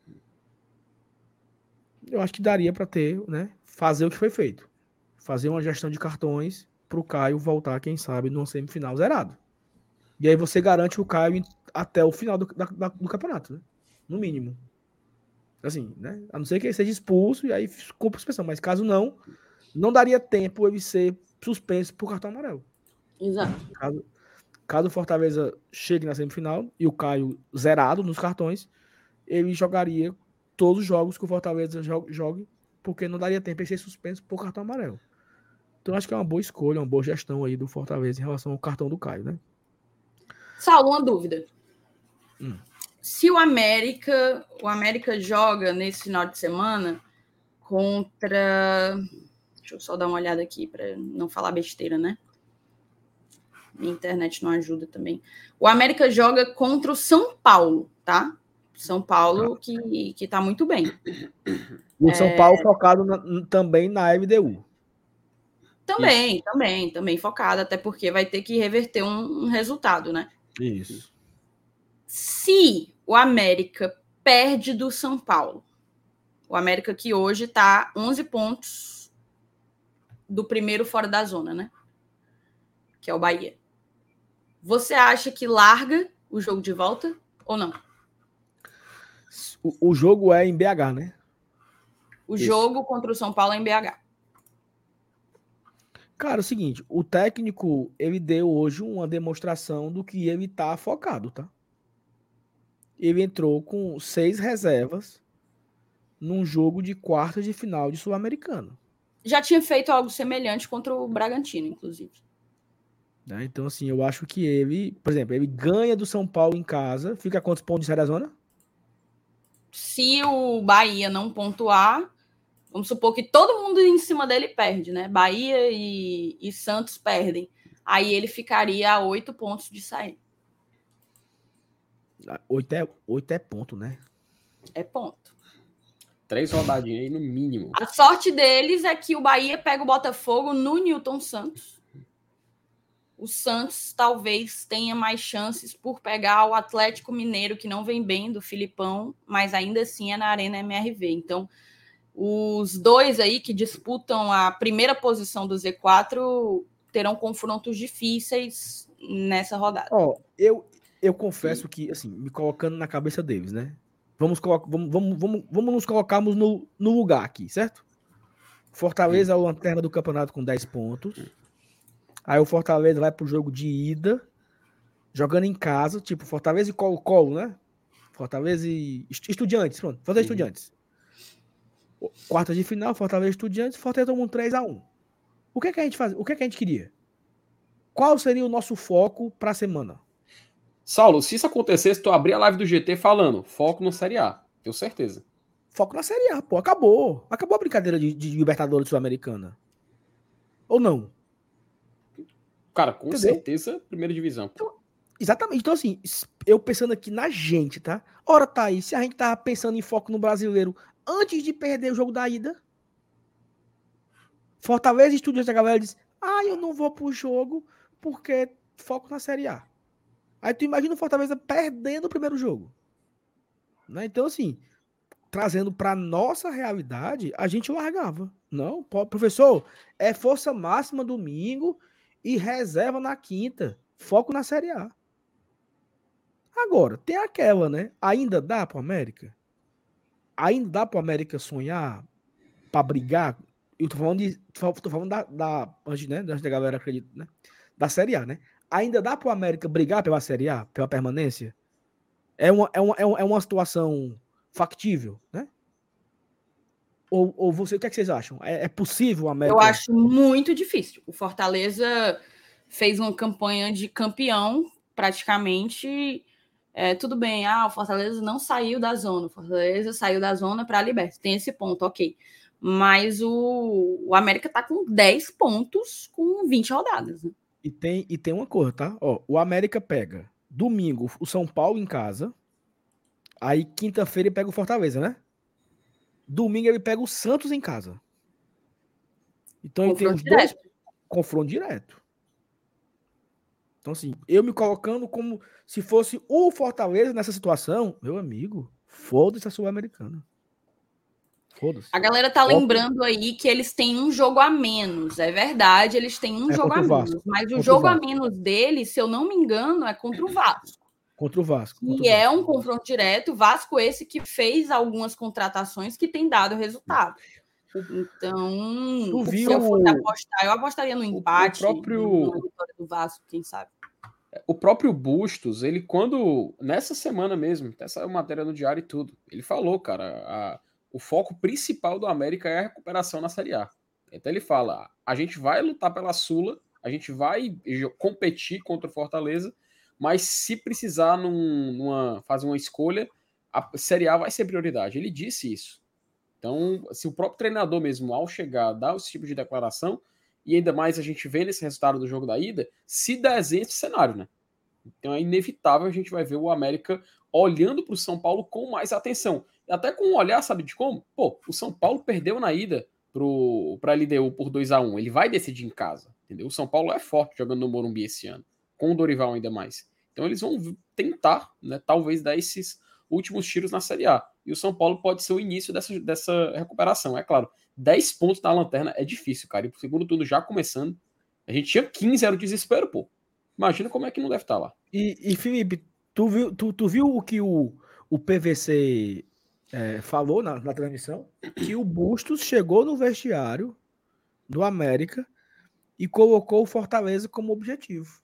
A: Eu acho que daria para ter, né? Fazer o que foi feito. Fazer uma gestão de cartões pro Caio voltar, quem sabe, numa semifinal zerado. E aí você garante o Caio até o final do campeonato, né? No mínimo. Assim, né? A não ser que ele seja expulso e aí cumpra a suspensão. Mas caso não daria tempo ele ser suspenso por cartão amarelo.
B: Exato.
A: Caso o Fortaleza chegue na semifinal e o Caio zerado nos cartões, ele jogaria todos os jogos que o Fortaleza jogue, porque não daria tempo ele ser suspenso por cartão amarelo. Então acho que é uma boa escolha, uma boa gestão aí do Fortaleza em relação ao cartão do Caio, né?
B: Saulo, uma dúvida. Se o América joga nesse final de semana contra... Deixa eu só dar uma olhada aqui para não falar besteira, né? Minha internet não ajuda também. O América joga contra o São Paulo, tá? São Paulo que tá muito bem.
A: O São Paulo focado também na MDU.
B: Também focado, até porque vai ter que reverter um resultado, né?
A: Isso.
B: Se o América perde do São Paulo, o América que hoje está 11 pontos do primeiro fora da zona, né? Que é o Bahia. Você acha que larga o jogo de volta ou não?
A: O jogo é em BH, né?
B: O jogo contra o São Paulo é em BH.
A: Cara, é o seguinte, o técnico, ele deu hoje uma demonstração do que ele tá focado, tá? Ele entrou com 6 reservas num jogo de quartas de final de Sul-Americano.
B: Já tinha feito algo semelhante contra o Bragantino, inclusive.
A: Né? Então, assim, eu acho que ele, por exemplo, ele ganha do São Paulo em casa, fica a quantos pontos de sair da zona?
B: Se o Bahia não pontuar, vamos supor que todo mundo em cima dele perde, né? Bahia e Santos perdem. Aí ele ficaria a 8 pontos de sair.
A: 8 é ponto, né?
B: É ponto.
C: 3 rodadinhas aí no mínimo.
B: A sorte deles é que o Bahia pega o Botafogo no Newton Santos. O Santos talvez tenha mais chances por pegar o Atlético Mineiro, que não vem bem, do Filipão, mas ainda assim é na Arena MRV. Então, Os dois aí que disputam a primeira posição do Z4 terão confrontos difíceis nessa rodada.
A: Ó, eu confesso que, assim, me colocando na cabeça deles, né? Vamos nos colocarmos no lugar aqui, certo? Fortaleza é a lanterna do campeonato com 10 pontos. Aí o Fortaleza vai pro jogo de ida, jogando em casa, tipo Fortaleza e Colo-Colo, né? Fortaleza e Estudiantes, pronto. Fortaleza e Estudiantes. Quarta de final, Fortaleza e Estudiantes, Fortaleza tomou um 3-1. O que é que a gente faz? O que é que a gente queria? Qual seria o nosso foco pra semana?
C: Saulo, se isso acontecesse, tu abrir a live do GT falando foco no Série A. Tenho certeza.
A: Foco na Série A, pô. Acabou. Acabou a brincadeira de Libertadores Sul-Americana. Ou não?
C: Cara, com
A: Entendeu?
C: certeza, primeira divisão.
A: Exatamente. Então, assim, eu pensando aqui na gente, tá? Ora, tá aí, se a gente tava pensando em foco no brasileiro antes de perder o jogo da ida, Fortaleza e Estudiantes, a galera diz, eu não vou pro jogo porque foco na Série A. Aí tu imagina o Fortaleza perdendo o primeiro jogo. Né? Então, assim, trazendo pra nossa realidade, a gente largava. Não, professor, é força máxima domingo e reserva na quinta. Foco na Série A. Agora, tem aquela, né? Ainda dá pro América? Ainda dá pro América sonhar pra brigar? Eu tô falando antes, né? Antes da galera acredita, né? Da Série A, né? Ainda dá pro América brigar pela Série A, pela permanência? É uma situação factível, né? Ou você, o que é que vocês acham? É possível o América?
B: Eu acho muito difícil. O Fortaleza fez uma campanha de campeão, praticamente. Tudo bem, o Fortaleza não saiu da zona. O Fortaleza saiu da zona para a Libertadores. Tem esse ponto, ok. Mas o América está com 10 pontos com 20 rodadas. Né?
A: E tem uma coisa, tá? Ó, o América pega domingo o São Paulo em casa. Aí quinta-feira ele pega o Fortaleza, né? Domingo ele pega o Santos em casa. Então ele tem os dois confrontos direto. Então, assim, eu me colocando como se fosse o Fortaleza nessa situação, meu amigo, foda-se a Sul-Americana. Foda-se.
B: A galera tá lembrando aí que eles têm um jogo a menos. É verdade, eles têm um jogo a menos. Mas o jogo a menos deles, se eu não me engano, é contra o Vasco.
A: Contra o Vasco.
B: E é um confronto direto. O Vasco esse que fez algumas contratações que tem dado resultado. Então, se eu fosse apostar, eu apostaria no empate, na vitória do Vasco, quem sabe.
C: O próprio Bustos, ele quando, nessa semana mesmo, até saiu matéria no diário e tudo, ele falou, cara, o foco principal do América é a recuperação na Série A. Então ele fala, a gente vai lutar pela Sula, a gente vai competir contra o Fortaleza, mas se precisar fazer uma escolha, a Série A vai ser prioridade. Ele disse isso. Então, se o próprio treinador mesmo, ao chegar, dá esse tipo de declaração, e ainda mais a gente vê nesse resultado do jogo da ida, se desenha esse cenário, né? Então é inevitável a gente vai ver o América olhando para o São Paulo com mais atenção. E até com um olhar, sabe de como? Pô, o São Paulo perdeu na ida para a LDU por 2-1. Ele vai decidir em casa, entendeu? O São Paulo é forte jogando no Morumbi esse ano, com o Dorival ainda mais. Então eles vão tentar, né, talvez dar esses últimos tiros na Série A. E o São Paulo pode ser o início dessa recuperação. É claro, 10 pontos na lanterna é difícil, cara. E pro segundo turno já começando, a gente tinha 15, era o desespero, pô. Imagina como é que não deve estar lá.
A: E Felipe, tu viu o que o PVC falou na transmissão? Que o Bustos chegou no vestiário do América e colocou o Fortaleza como objetivo.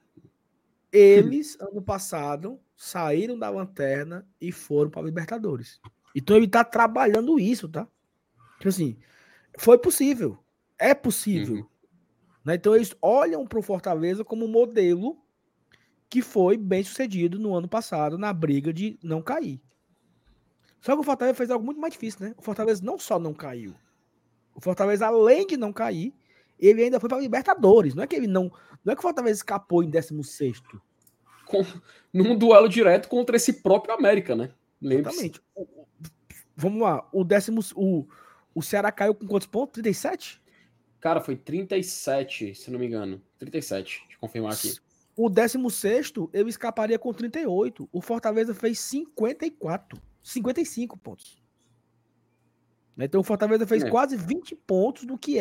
A: Eles, ano passado, saíram da lanterna e foram para a Libertadores. Então ele tá trabalhando isso, tá? Tipo assim, foi possível. É possível.
C: Uhum.
A: Né? Então eles olham para o Fortaleza como modelo que foi bem sucedido no ano passado na briga de não cair. Só que o Fortaleza fez algo muito mais difícil, né? O Fortaleza não só não caiu. O Fortaleza, além de não cair, ele ainda foi para a Libertadores. Não é que não é que o Fortaleza escapou em 16º.
C: Num duelo direto contra esse próprio América, né?
A: Exatamente. Vamos lá. O Ceará caiu com quantos pontos? 37?
C: Cara, foi 37, se não me engano. 37, deixa eu confirmar aqui.
A: O 16º, ele escaparia com 38. O Fortaleza fez 55 pontos. Então o Fortaleza fez quase 20 pontos do que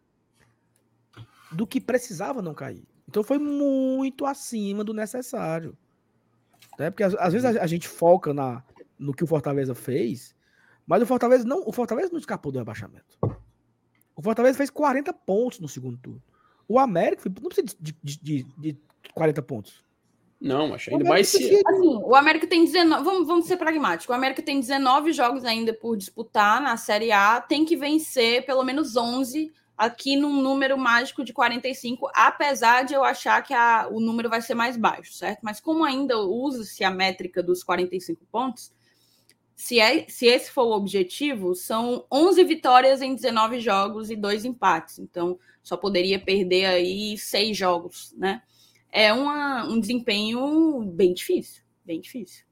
A: precisava não cair. Então foi muito acima do necessário. Né? Porque às vezes a gente foca no que o Fortaleza fez, mas o Fortaleza não escapou do rebaixamento. O Fortaleza fez 40 pontos no segundo turno. O América não precisa de 40 pontos.
C: Não, acho ainda mais se...
B: Assim, o América tem 19... Vamos ser pragmáticos. O América tem 19 jogos ainda por disputar na Série A. Tem que vencer pelo menos 11 aqui num número mágico de 45, apesar de eu achar que o número vai ser mais baixo, certo? Mas como ainda usa-se a métrica dos 45 pontos, se esse for o objetivo, são 11 vitórias em 19 jogos e 2 empates. Então, só poderia perder aí 6 jogos, né? É um desempenho bem difícil, bem difícil.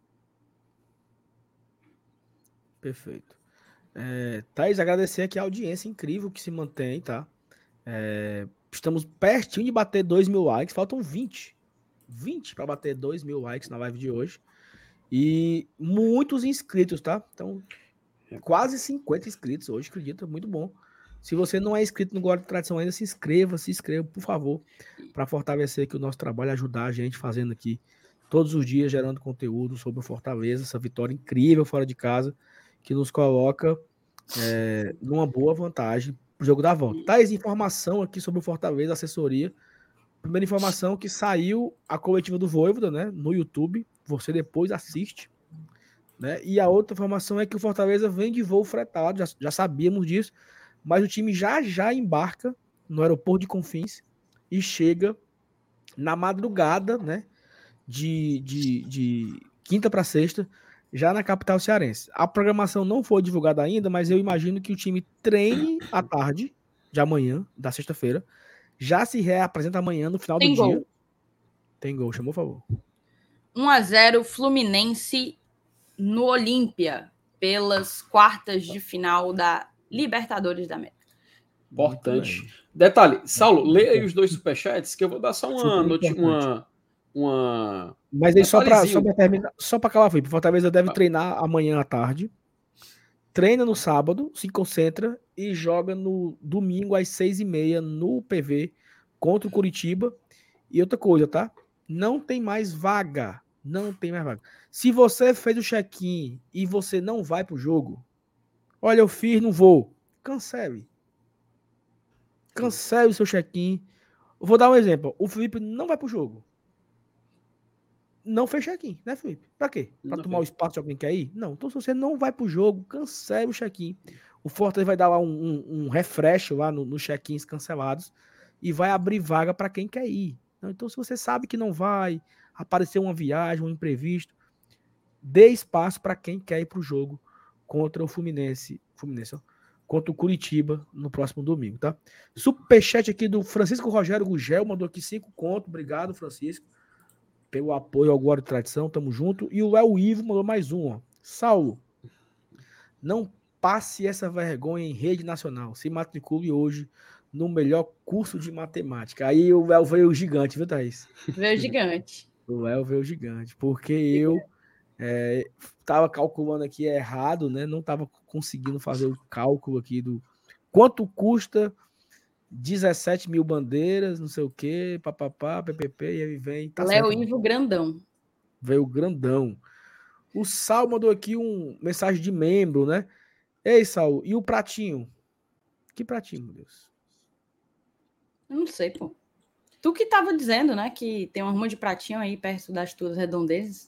A: Perfeito. Thaís, agradecer aqui a audiência incrível que se mantém, tá? Estamos pertinho de bater 2.000 likes, faltam 20 para bater 2.000 likes na live de hoje. E muitos inscritos, tá? Então, quase 50 inscritos hoje, acredita, muito bom. Se você não é inscrito no Glória de Tradição ainda, se inscreva, por favor, para fortalecer aqui o nosso trabalho, ajudar a gente fazendo aqui todos os dias, gerando conteúdo sobre o Fortaleza, essa vitória incrível fora de casa, que nos coloca numa boa vantagem pro jogo da volta. Tais informação aqui sobre o Fortaleza, assessoria. Primeira informação que saiu a coletiva do Vojvoda, né, no YouTube, você depois assiste. Né? E a outra informação é que o Fortaleza vem de voo fretado, já sabíamos disso, mas o time já embarca no aeroporto de Confins e chega na madrugada, né, de quinta para sexta, já na capital cearense. A programação não foi divulgada ainda, mas eu imagino que o time treine à tarde de amanhã, da sexta-feira, já se reapresenta amanhã no final do dia. Tem gol, chamou, por favor.
B: 1-0 Fluminense no Olímpia, pelas quartas de final da Libertadores da América.
C: Importante. Detalhe, Saulo, lê aí os 2 superchats, que eu vou dar só uma
A: Mas aí só para terminar, só para calar, o Fortaleza deve treinar amanhã à tarde, treina no sábado, se concentra e joga no domingo às 6h30 no PV contra o Curitiba. E outra coisa, tá? Não tem mais vaga. Se você fez o check-in e você não vai pro jogo, olha, eu fiz, não vou. Cancele o seu check-in. Eu vou dar um exemplo. O Felipe não vai pro jogo. Não fez check-in, né, Felipe? Pra quê? Pra tomar o espaço de alguém que quer ir? Não. Então, se você não vai pro jogo, cancele o check-in. O Fortaleza vai dar lá um refresh lá nos check-ins cancelados e vai abrir vaga para quem quer ir. Então, se você sabe que não vai, aparecer uma viagem, um imprevisto, dê espaço para quem quer ir pro jogo contra o Fluminense, contra o Curitiba no próximo domingo, tá? Superchat aqui do Francisco Rogério Gugel, mandou aqui 5 conto. Obrigado, Francisco, pelo apoio ao Glória de Tradição, tamo junto. E o Léo Ivo mandou mais um, ó. Saulo, não passe essa vergonha em rede nacional. Se matricule hoje no melhor curso de matemática. Aí o Léo veio gigante, viu, Thaís?
B: Veio gigante.
A: O Léo veio gigante, porque eu tava calculando aqui errado, né? Não tava conseguindo fazer o cálculo aqui do quanto custa 17 mil bandeiras, não sei o quê, papapá, ppp, e aí vem. Tá
B: Léo Ivo grandão.
A: Veio grandão. O Sal mandou aqui uma mensagem de membro, né? Ei, Sal, e o pratinho? Que pratinho, meu Deus?
B: Eu não sei, pô. Tu que tava dizendo, né, que tem uma ruma de pratinho aí perto das tuas redondezas.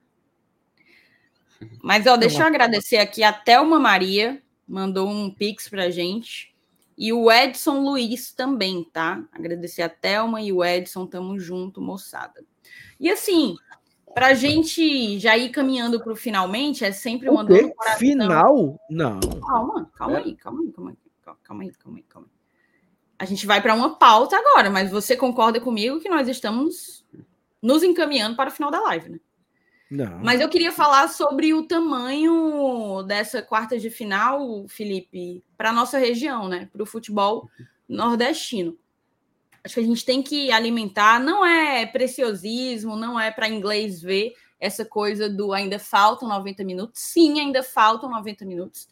B: Mas, ó, deixa eu agradecer aqui a Thelma Maria, mandou um pix pra gente. E o Edson Luiz também, tá? Agradecer a Thelma e o Edson, tamo junto, moçada. E assim, pra gente já ir caminhando pro finalmente, é sempre mandando coração.
A: Final? Não.
B: Calma aí. A gente vai para uma pauta agora, mas você concorda comigo que nós estamos nos encaminhando para o final da live, né?
A: Não.
B: Mas eu queria falar sobre o tamanho dessa quarta de final, Felipe, para a nossa região, né? Para o futebol nordestino. Acho que a gente tem que alimentar, não é preciosismo, não é para inglês ver essa coisa do ainda faltam 90 minutos. Sim, ainda faltam 90 minutos.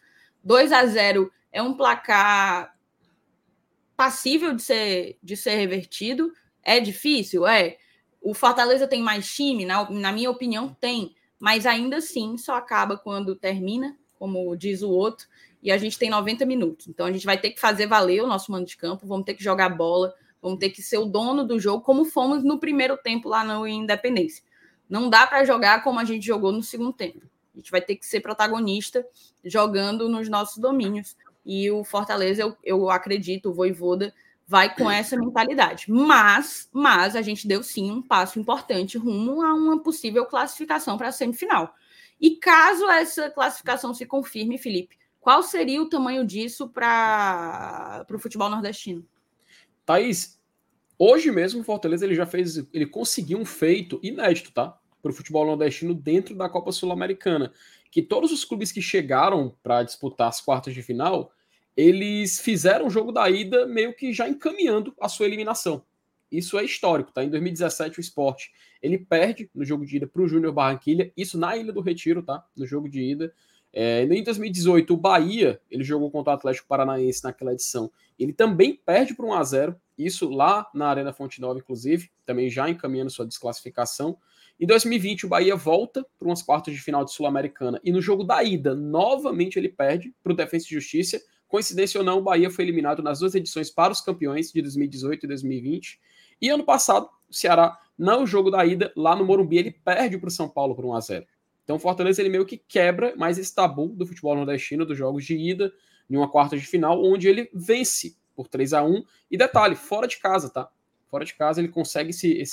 B: 2-0 é um placar passível de ser revertido. É difícil? É. O Fortaleza tem mais time? Na minha opinião, tem. Mas ainda assim, só acaba quando termina, como diz o outro, e a gente tem 90 minutos. Então, a gente vai ter que fazer valer o nosso mando de campo, vamos ter que jogar bola, vamos ter que ser o dono do jogo, como fomos no primeiro tempo lá no Independência. Não dá para jogar como a gente jogou no segundo tempo. A gente vai ter que ser protagonista jogando nos nossos domínios. E o Fortaleza, eu acredito, o Vojvoda vai com essa mentalidade. Mas a gente deu sim um passo importante rumo a uma possível classificação para a semifinal. E caso essa classificação se confirme, Felipe, qual seria o tamanho disso para o futebol nordestino?
C: Thaís, hoje mesmo o Fortaleza ele conseguiu um feito inédito, tá? Para o futebol nordestino dentro da Copa Sul-Americana, que todos os clubes que chegaram para disputar as quartas de final, eles fizeram o jogo da ida meio que já encaminhando a sua eliminação. Isso é histórico, tá? Em 2017 o Sport, ele perde no jogo de ida para o Júnior Barranquilla, isso na Ilha do Retiro, tá? No jogo de ida. Em 2018 o Bahia, ele jogou contra o Atlético Paranaense naquela edição, ele também perde por 1-0, isso lá na Arena Fonte Nova, inclusive, também já encaminhando sua desclassificação. Em 2020, o Bahia volta para umas quartas de final de Sul-Americana e no jogo da ida, novamente ele perde para o Defensa e Justiça. Coincidência ou não, o Bahia foi eliminado nas duas edições para os campeões de 2018 e 2020. E ano passado, o Ceará, no jogo da ida, lá no Morumbi, ele perde para o São Paulo por 1-0. Então o Fortaleza ele meio que quebra mais esse tabu do futebol nordestino, dos jogos de ida, em uma quarta de final, onde ele vence por 3-1. E detalhe, fora de casa, tá? Fora de casa ele consegue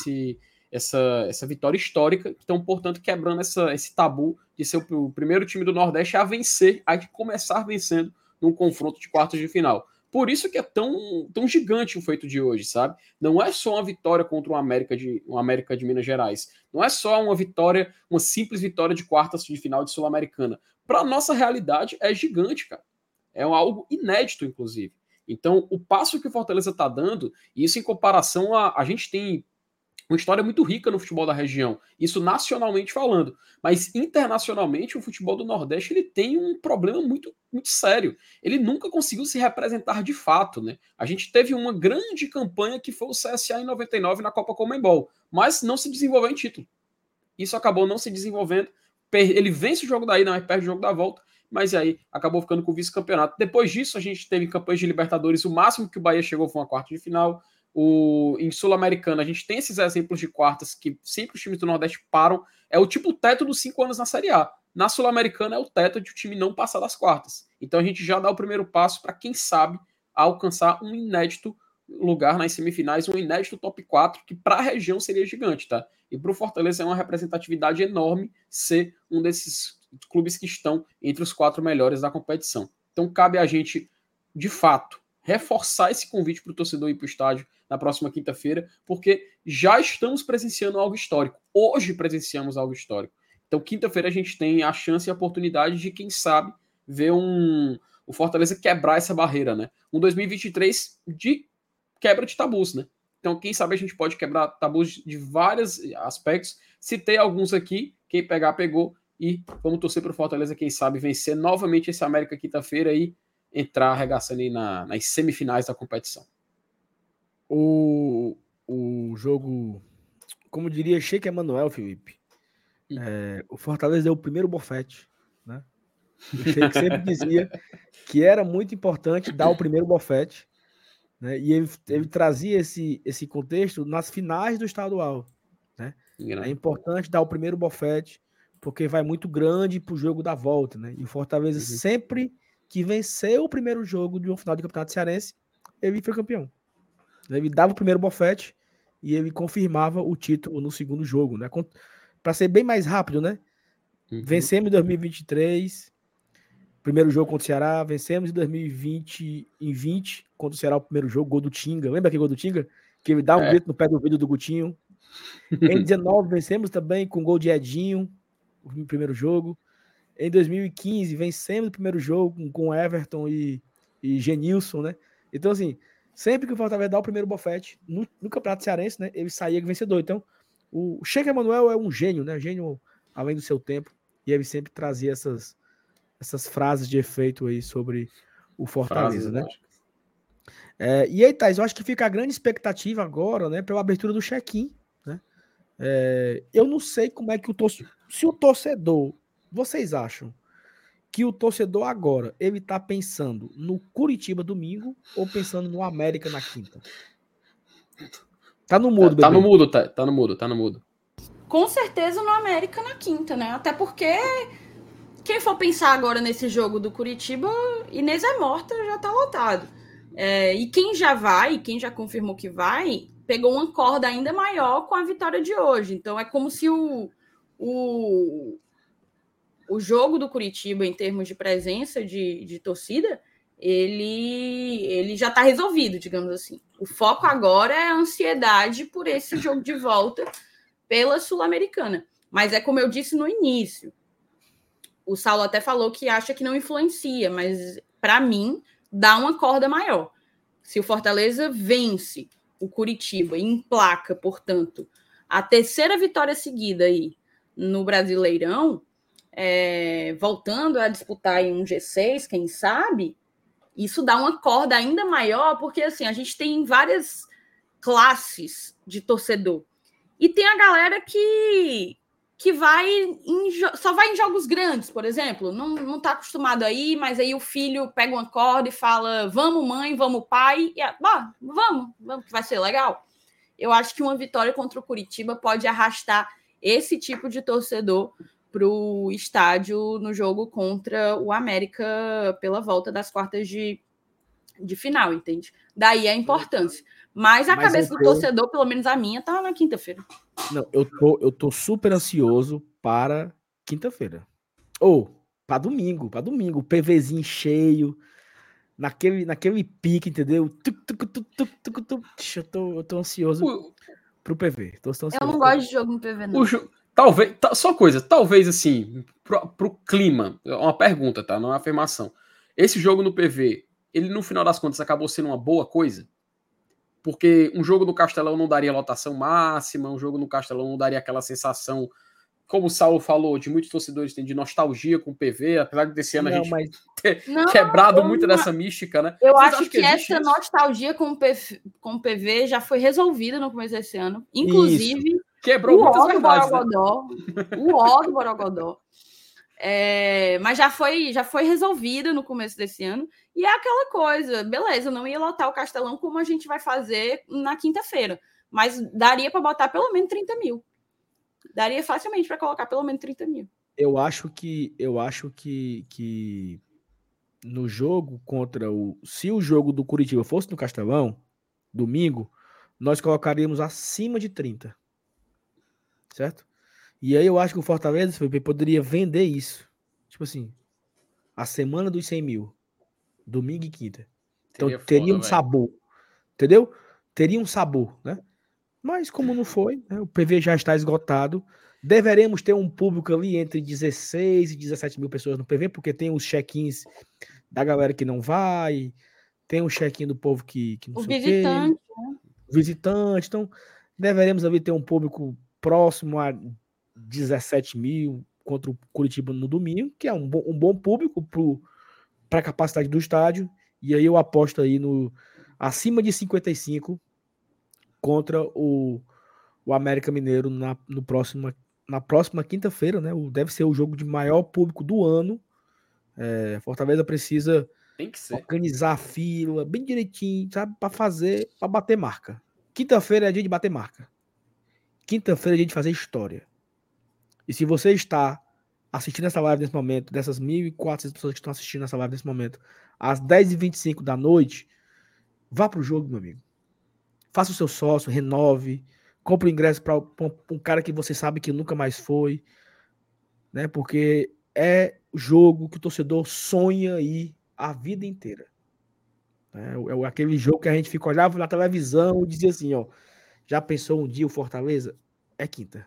C: essa vitória histórica, então, portanto, quebrando esse tabu de ser o primeiro time do Nordeste a vencer, a começar vencendo num confronto de quartas de final. Por isso que é tão gigante o feito de hoje, sabe? Não é só uma vitória contra um América de Minas Gerais. Não é só uma simples vitória de quartas de final de Sul-Americana. Para a nossa realidade, é gigante, cara. É algo inédito, inclusive. Então, o passo que o Fortaleza está dando, e isso em comparação a gente tem uma história muito rica no futebol da região, isso nacionalmente falando, mas internacionalmente o futebol do Nordeste ele tem um problema muito, muito sério. Ele nunca conseguiu se representar de fato, né? A gente teve uma grande campanha que foi o CSA em 99 na Copa Conmebol, mas não se desenvolveu em título. Isso acabou não se desenvolvendo. Ele vence o jogo da ida, mas perde o jogo da volta, mas aí acabou ficando com o vice-campeonato. Depois disso, a gente teve campanhas de Libertadores, o máximo que o Bahia chegou foi uma quarta de final. Em Sul-Americana, a gente tem esses exemplos de quartas que sempre os times do Nordeste param. É o tipo teto dos 5 anos na Série A. Na Sul-Americana é o teto de o time não passar das quartas. Então a gente já dá o primeiro passo para, quem sabe, alcançar um inédito lugar nas semifinais, um inédito top 4, que para a região seria gigante, tá? E para o Fortaleza é uma representatividade enorme ser um desses clubes que estão entre os 4 melhores da competição. Então cabe a gente, de fato, reforçar esse convite para o torcedor ir para o estádio na próxima quinta-feira, porque já estamos presenciando algo histórico. Hoje presenciamos algo histórico. Então, quinta-feira a gente tem a chance e a oportunidade de, quem sabe, ver o Fortaleza quebrar essa barreira, né? Um 2023 de quebra de tabus, né? Então, quem sabe a gente pode quebrar tabus de vários aspectos. Citei alguns aqui, quem pegar, pegou. E vamos torcer para o Fortaleza, quem sabe, vencer novamente esse América quinta-feira e entrar arregaçando aí nas semifinais da competição.
A: O jogo, como diria Sheik Emanuel, Felipe, o Fortaleza deu o primeiro bofete, né? O Sheik sempre dizia que era muito importante dar o primeiro bofete, né? E ele trazia esse contexto nas finais do estadual, né? É importante dar o primeiro bofete, porque vai muito grande para o jogo da volta, né? E o Fortaleza sempre que venceu o primeiro jogo de uma final de campeonato cearense, ele foi campeão. Ele dava o primeiro bofete e ele confirmava o título no segundo jogo, né? Para ser bem mais rápido, né? Vencemos em 2023, primeiro jogo contra o Ceará, vencemos em 2020 contra o Ceará, o primeiro jogo, gol do Tinga. Lembra aquele gol do Tinga? Que ele dá um grito no pé do ouvido do Gutinho. Em 19 vencemos também com gol de Edinho, o primeiro jogo. Em 2015, vencemos o primeiro jogo com Everton e Genilson, né? Então, assim, sempre que o Fortaleza dá o primeiro bofete no Campeonato Cearense, né? Ele saía vencedor. Então, o Sheik Emanuel é um gênio, né? Gênio além do seu tempo. E ele sempre trazia essas frases de efeito aí sobre o Fortaleza,
C: Frases,
A: né?
C: lógico.
A: E aí, Thais, eu acho que fica a grande expectativa agora, né, pela abertura do check-in, né? Eu não sei como é que se o torcedor, vocês acham que o torcedor agora, ele tá pensando no Curitiba domingo ou pensando no América na quinta? Tá no mudo,
C: Tá
A: bebê.
C: no mudo, tá no mudo, tá no mudo.
B: Com certeza no América na quinta, né? Até porque quem for pensar agora nesse jogo do Curitiba, Inês é morta, já tá lotado. E quem já vai, quem já confirmou que vai, pegou uma corda ainda maior com a vitória de hoje. Então é como se o jogo do Curitiba, em termos de presença de torcida, ele já está resolvido, digamos assim. O foco agora é a ansiedade por esse jogo de volta pela Sul-Americana. Mas é como eu disse no início, o Saulo até falou que acha que não influencia, mas para mim dá uma corda maior. Se o Fortaleza vence o Curitiba e emplaca, portanto, a terceira vitória seguida aí no Brasileirão, voltando a disputar em um G6, quem sabe, isso dá uma corda ainda maior, porque assim, a gente tem várias classes de torcedor. E tem a galera que só vai em jogos grandes, por exemplo, não tá acostumado aí, mas aí o filho pega uma corda e fala, vamos mãe, vamos pai, vamos, que vai ser legal. Eu acho que uma vitória contra o Curitiba pode arrastar esse tipo de torcedor para o estádio no jogo contra o América pela volta das quartas de final, entende? Daí a importância. Mas a cabeça do torcedor, pelo menos a minha, tá na quinta-feira.
A: Não, eu tô super ansioso para quinta-feira. Ou para domingo, o PVzinho cheio, naquele pique, entendeu? Eu tô ansioso pro PV.
B: Eu não gosto de jogo no PV, não.
C: Talvez, só coisa, talvez assim, pro clima, é uma pergunta, tá? Não é uma afirmação. Esse jogo no PV, ele no final das contas acabou sendo uma boa coisa? Porque um jogo no Castelão não daria lotação máxima, um jogo no Castelão não daria aquela sensação, como o Saulo falou, de muitos torcedores têm de nostalgia com o PV, apesar de desse ano a gente ter quebrado muito dessa mística, né?
B: Eu acho que essa nostalgia com o PV já foi resolvida no começo desse ano. Inclusive,
C: quebrou muitas verdades,
B: o ó do Borogodó. Mas já foi resolvida no começo desse ano. E é aquela coisa, beleza, não ia lotar o Castelão como a gente vai fazer na quinta-feira. Mas daria para botar pelo menos 30 mil. Daria facilmente para colocar pelo menos 30 mil.
A: Eu acho que no jogo se o jogo do Curitiba fosse no Castelão, domingo, nós colocaríamos acima de 30. Certo? E aí eu acho que o Fortaleza poderia vender isso. Tipo assim, a semana dos 100 mil. Domingo e quinta. Então teria um sabor. Entendeu? Teria um sabor, né? Mas como não foi, né? O PV já está esgotado. Deveremos ter um público ali entre 16 e 17 mil pessoas no PV, porque tem os check-ins da galera que não vai, tem um check-in do povo que não sei o quê.
B: Né?
A: Visitante. Então, deveremos ali ter um público próximo a 17 mil contra o Curitiba no domingo, que é um bom público para a capacidade do estádio. E aí eu aposto aí no acima de 55 contra o América Mineiro na próxima quinta-feira, né? Deve ser o jogo de maior público do ano. Fortaleza precisa organizar a fila bem direitinho, sabe? Para bater marca. Quinta-feira é dia de bater marca. Quinta-feira é dia de fazer história. E se você está assistindo essa live nesse momento, dessas 1.400 pessoas que estão assistindo essa live nesse momento, às 10h25 da noite, vá pro jogo, meu amigo. Faça o seu sócio, renove, compre o ingresso para um cara que você sabe que nunca mais foi, né? Porque é o jogo que o torcedor sonha ir a vida inteira. É aquele jogo que a gente fica olhava na televisão e dizia assim, ó, já pensou um dia o Fortaleza? É quinta.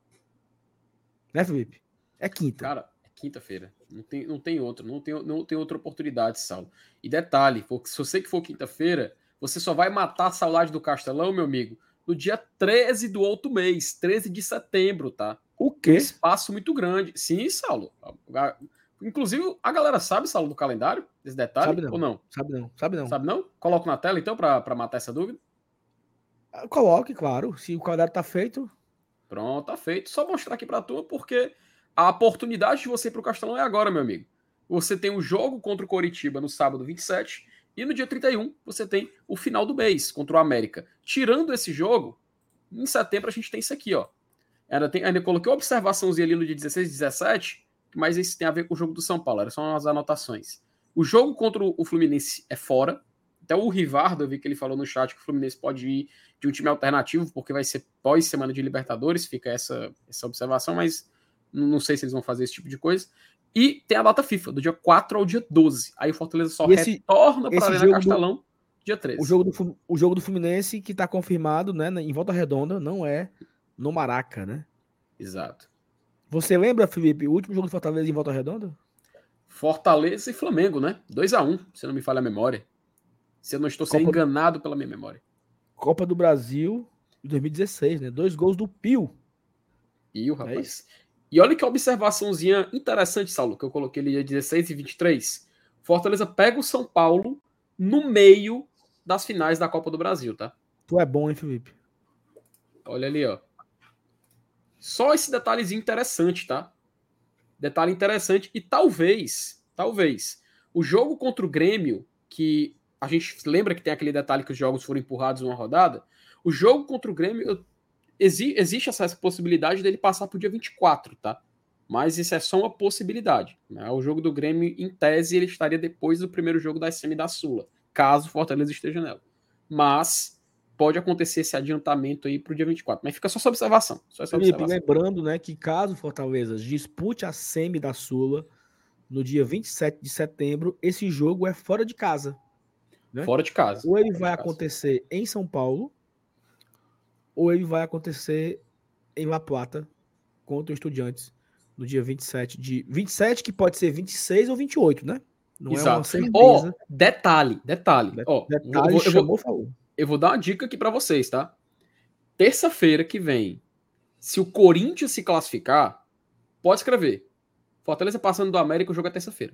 A: Né, Felipe? É quinta.
C: Cara, é quinta-feira. Não tem outra oportunidade, Saulo. E detalhe, se você que for quinta-feira, você só vai matar a saudade do Castelão, meu amigo, no dia 13 do outro mês, 13 de setembro, tá?
A: O quê?
C: Um espaço muito grande. Sim, Saulo. Inclusive, a galera sabe, Saulo, do calendário, desse detalhe,
A: Sabe não.
C: ou não?
A: Sabe não, sabe não.
C: Sabe não? Coloco na tela, então, para matar essa dúvida.
A: Coloque, claro. Se o calendário tá feito.
C: Pronto, tá feito. Só mostrar aqui pra turma, porque a oportunidade de você ir pro Castelão é agora, meu amigo. Você tem o jogo contra o Coritiba no sábado 27 e no dia 31 você tem o final do mês contra o América. Tirando esse jogo, em setembro a gente tem isso aqui, ó. Ainda coloquei uma observaçãozinha ali no dia 16 e 17, mas isso tem a ver com o jogo do São Paulo, era só umas anotações. O jogo contra o Fluminense é fora. Até o Rivardo, eu vi que ele falou no chat que o Fluminense pode ir de um time alternativo, porque vai ser pós-semana de Libertadores, fica essa observação, mas não sei se eles vão fazer esse tipo de coisa. E tem a data FIFA, do dia 4 ao dia 12. Aí o Fortaleza só retorna para a Arena Castelão dia 13.
A: O jogo do Fluminense, que está confirmado, né, em Volta Redonda, não é no Maraca, né?
C: Exato.
A: Você lembra, Felipe, o último jogo do Fortaleza em Volta Redonda?
C: Fortaleza e Flamengo, né? 2-1, se não me falha a memória. Se eu não estou sendo enganado pela minha memória.
A: Copa do Brasil de 2016, né? 2 gols do Pio.
C: Pio, rapaz. E olha que observaçãozinha interessante, Saulo, que eu coloquei ali dia 16 e 23. Fortaleza pega o São Paulo no meio das finais da Copa do Brasil, tá?
A: Tu é bom, hein, Felipe?
C: Olha ali, ó. Só esse detalhezinho interessante, tá? Detalhe interessante. E talvez, o jogo contra o Grêmio, que a gente lembra que tem aquele detalhe que os jogos foram empurrados numa rodada, o jogo contra o Grêmio, existe essa possibilidade dele passar pro dia 24, tá? Mas isso é só uma possibilidade, né? O jogo do Grêmio, em tese, ele estaria depois do primeiro jogo da SM da Sula, caso o Fortaleza esteja nela. Mas pode acontecer esse adiantamento aí pro dia 24. Mas fica só essa observação.
A: Felipe, lembrando, né, que caso o Fortaleza dispute a semi da Sula no dia 27 de setembro, esse jogo é fora de casa. Né?
C: Fora de casa.
A: Ou ele vai acontecer em São Paulo, ou ele vai acontecer em La Plata contra o Estudiantes no dia 27 de... 27 que pode ser 26 ou 28, né? Não
C: Exato.
A: É uma certeza.
C: Detalhe. Eu vou dar uma dica aqui para vocês, tá? Terça-feira que vem, se o Corinthians se classificar, pode escrever. Fortaleza passando do América, o jogo é terça-feira.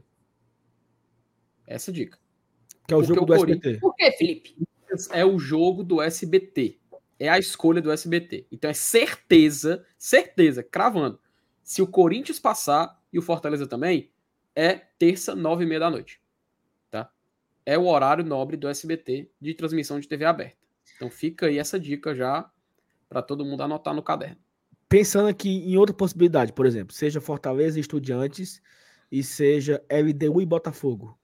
C: Essa dica.
A: Que é o jogo do SBT.
B: Por que, Felipe?
C: É o jogo do SBT. É a escolha do SBT. Então é certeza, cravando. Se o Corinthians passar e o Fortaleza também, é terça, 9h30 da noite. Tá? É o horário nobre do SBT de transmissão de TV aberta. Então fica aí essa dica já para todo mundo anotar no caderno.
A: Pensando aqui em outra possibilidade, por exemplo, seja Fortaleza e Estudiantes e seja LDU e Botafogo.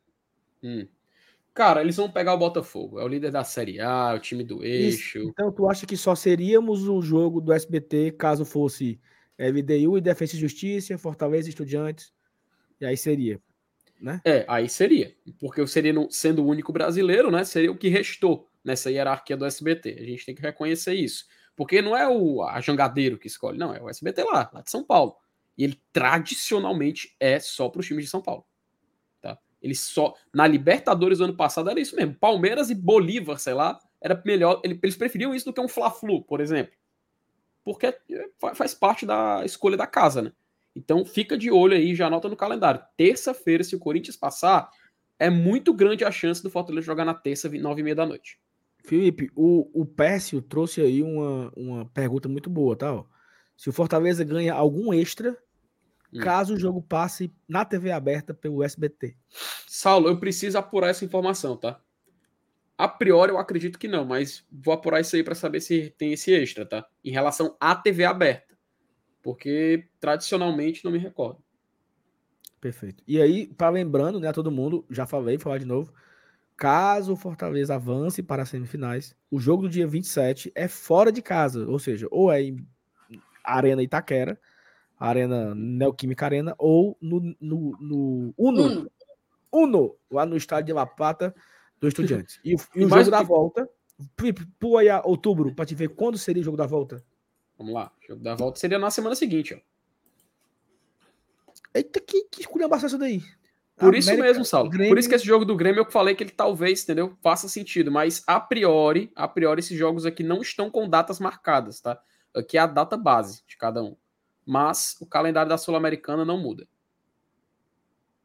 C: Cara, eles vão pegar o Botafogo. É o líder da Série A, o time do eixo.
A: Isso. Então, tu acha que só seríamos o jogo do SBT caso fosse LDU e Defensa e Justiça, Fortaleza e Estudiantes? E aí seria, né?
C: Aí seria. Porque eu seria, sendo o único brasileiro, né? Seria o que restou nessa hierarquia do SBT. A gente tem que reconhecer isso. Porque não é a Jangadeiro que escolhe, não. É o SBT lá de São Paulo. E ele tradicionalmente é só para os times de São Paulo. Eles só. Na Libertadores do ano passado era isso mesmo. Palmeiras e Bolívar, sei lá, era melhor. Eles preferiam isso do que um Fla-Flu, por exemplo. Porque faz parte da escolha da casa, né? Então fica de olho aí, já anota no calendário. Terça-feira, se o Corinthians passar, é muito grande a chance do Fortaleza jogar na terça, 9h30 da noite.
A: Felipe, o Pércio trouxe aí uma pergunta muito boa, tá? Ó. Se o Fortaleza ganha algum extra, caso o jogo passe na TV aberta pelo SBT.
C: Saulo, eu preciso apurar essa informação, tá? A priori eu acredito que não, mas vou apurar isso aí para saber se tem esse extra, tá? Em relação à TV aberta. Porque tradicionalmente não me recordo.
A: Perfeito. E aí, para lembrando, né, todo mundo, já falei, vou falar de novo. Caso o Fortaleza avance para as semifinais, o jogo do dia 27 é fora de casa, ou seja, ou é em Arena Itaquera, Arena Neoquímica Arena, ou no Uno, lá no estádio de La Plata do Estudiantes. E o jogo da volta, pula aí a outubro para te ver quando seria o jogo da volta.
C: Vamos lá, o jogo da volta seria na semana seguinte, ó.
A: Eita, que esculhambação essa daí.
C: Por isso mesmo, Saulo. Grêmio... Por isso que esse jogo do Grêmio eu falei que ele talvez, entendeu? Faça sentido, mas a priori esses jogos aqui não estão com datas marcadas, tá? Aqui é a data base de cada um. Mas o calendário da Sul-Americana não muda.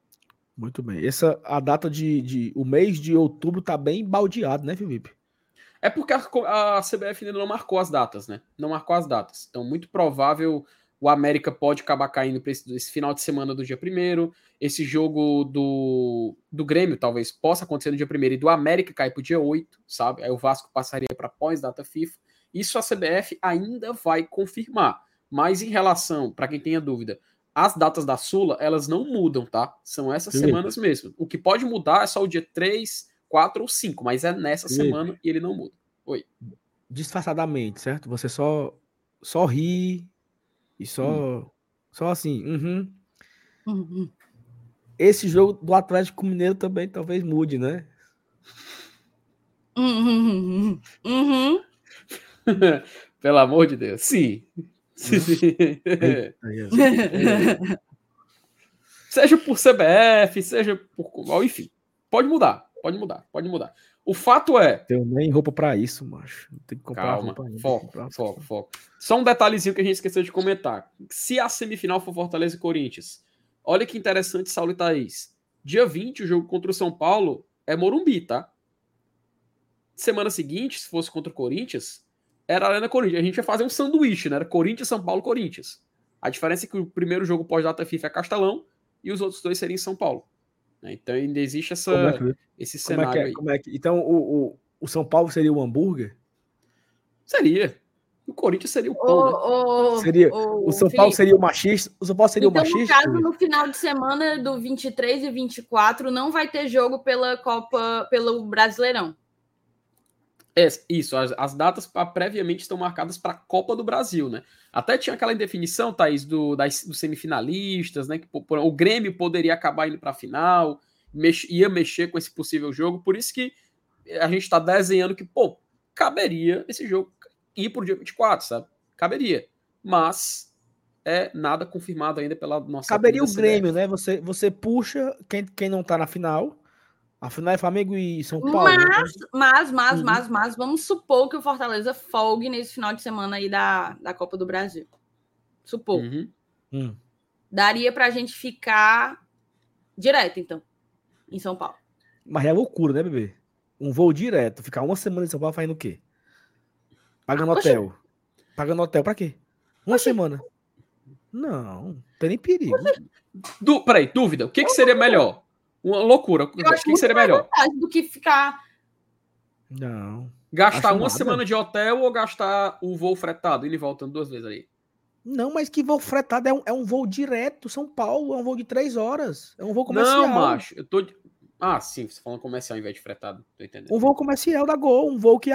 A: Muito bem. A data o mês de outubro tá bem baldeado, né, Felipe?
C: É porque a CBF ainda não marcou as datas, né? Não marcou as datas. Então, muito provável o América pode acabar caindo para esse final de semana do dia 1º. Esse jogo do Grêmio talvez possa acontecer no dia 1º e do América cair para o dia 8, sabe? Aí o Vasco passaria para pós-data FIFA. Isso a CBF ainda vai confirmar. Mas em relação, para quem tenha dúvida, as datas da Sula, elas não mudam, tá? São essas semanas mesmo. O que pode mudar é só o dia 3, 4 ou 5, mas é nessa semana e ele não muda. Oi.
A: Disfarçadamente, certo? Você só ri e só assim. Esse jogo do Atlético Mineiro também talvez mude, né?
C: Pelo amor de Deus. Sim. Seja por CBF, seja por... Enfim, pode mudar. O fato é...
A: Tenho nem roupa pra isso, macho. Tem que comprar
C: Calma,
A: roupa ainda.
C: Foco. Só um detalhezinho que a gente esqueceu de comentar. Se a semifinal for Fortaleza e Corinthians, olha que interessante, Saulo e Thaís. Dia 20, o jogo contra o São Paulo é Morumbi, tá? Semana seguinte, se fosse contra o Corinthians, era Arena Corinthians. A gente ia fazer um sanduíche, né? Era Corinthians, São Paulo, Corinthians. A diferença é que o primeiro jogo pós-data FIFA é Castelão e os outros dois seriam em São Paulo. Então ainda existe esse cenário aí.
A: Então o São Paulo seria o hambúrguer?
C: Seria. O Corinthians seria o pão,
A: né? O São Paulo seria o machista? O São Paulo seria
B: então,
A: o machista?
B: No caso, no final de semana do 23 e 24, não vai ter jogo pelo Brasileirão.
C: Isso, as datas previamente estão marcadas para a Copa do Brasil, né? Até tinha aquela indefinição, Thaís, dos semifinalistas, né? Que o Grêmio poderia acabar indo para a final, ia mexer com esse possível jogo, por isso que a gente está desenhando que, caberia esse jogo ir para o dia 24, sabe? Caberia. Mas nada confirmado ainda pela nossa...
A: Caberia o Grêmio, né? Você puxa quem não tá na final. A final é Flamengo e São Paulo.
B: Mas vamos supor que o Fortaleza folgue nesse final de semana aí da Copa do Brasil. Supor. Daria pra gente ficar direto, então, em São Paulo.
A: Mas é loucura, né, bebê? Um voo direto. Ficar uma semana em São Paulo fazendo o quê? Pagando hotel. Pagando hotel pra quê? Uma semana. Não tem nem perigo.
C: Peraí, dúvida. O que seria melhor? Uma loucura. O que seria melhor?
B: Do que ficar...
A: Não.
C: Gastar uma semana de hotel ou gastar o voo fretado, ele voltando 2 vezes aí?
A: Não, mas que voo fretado é um voo direto, São Paulo, é um voo de 3 horas. É um voo comercial.
C: Não, macho, eu tô... sim, você falando comercial ao invés de fretado, tô entendendo.
A: Um voo comercial da Gol, um voo que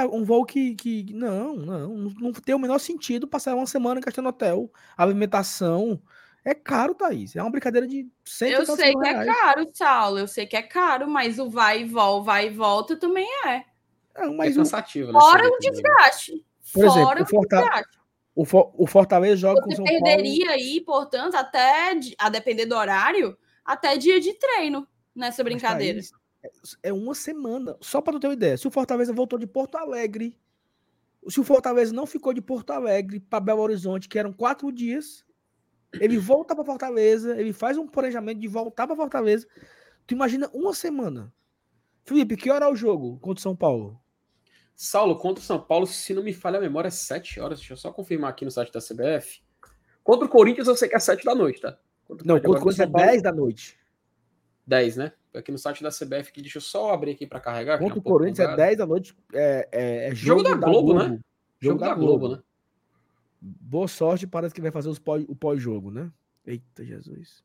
A: não tem o menor sentido passar uma semana gastando hotel, alimentação. É caro, Thaís. É uma brincadeira de 100
B: Eu sei que é caro, Saulo. Eu sei que é caro, mas o vai e volta também é.
A: Não, mas
C: é cansativo, né?
B: Fora o desgaste.
A: Por exemplo, o Fortaleza joga com o São Paulo.
B: Você perderia aí, portanto, a depender do horário, até dia de treino nessa brincadeira.
A: É uma semana. Só para tu ter uma ideia. Se o Fortaleza voltou de Porto Alegre, se o Fortaleza não ficou de Porto Alegre para Belo Horizonte, que eram 4 dias, ele volta para Fortaleza, ele faz um planejamento de voltar para Fortaleza. Tu imagina uma semana. Felipe, que hora é o jogo contra o São Paulo?
C: Saulo, contra o São Paulo, se não me falha a memória, é 7 horas. Deixa eu só confirmar aqui no site da CBF. Contra o Corinthians, eu sei que é 7 da noite, tá?
A: Contra o Corinthians é 10 da noite.
C: 10, né? Aqui no site da CBF, que deixa eu só abrir aqui para carregar.
A: Contra o Corinthians é 10 da noite. É
C: jogo da Globo, né?
A: Jogo da Globo, né? Boa sorte para os que vai fazer o pós-jogo, né? Eita, Jesus.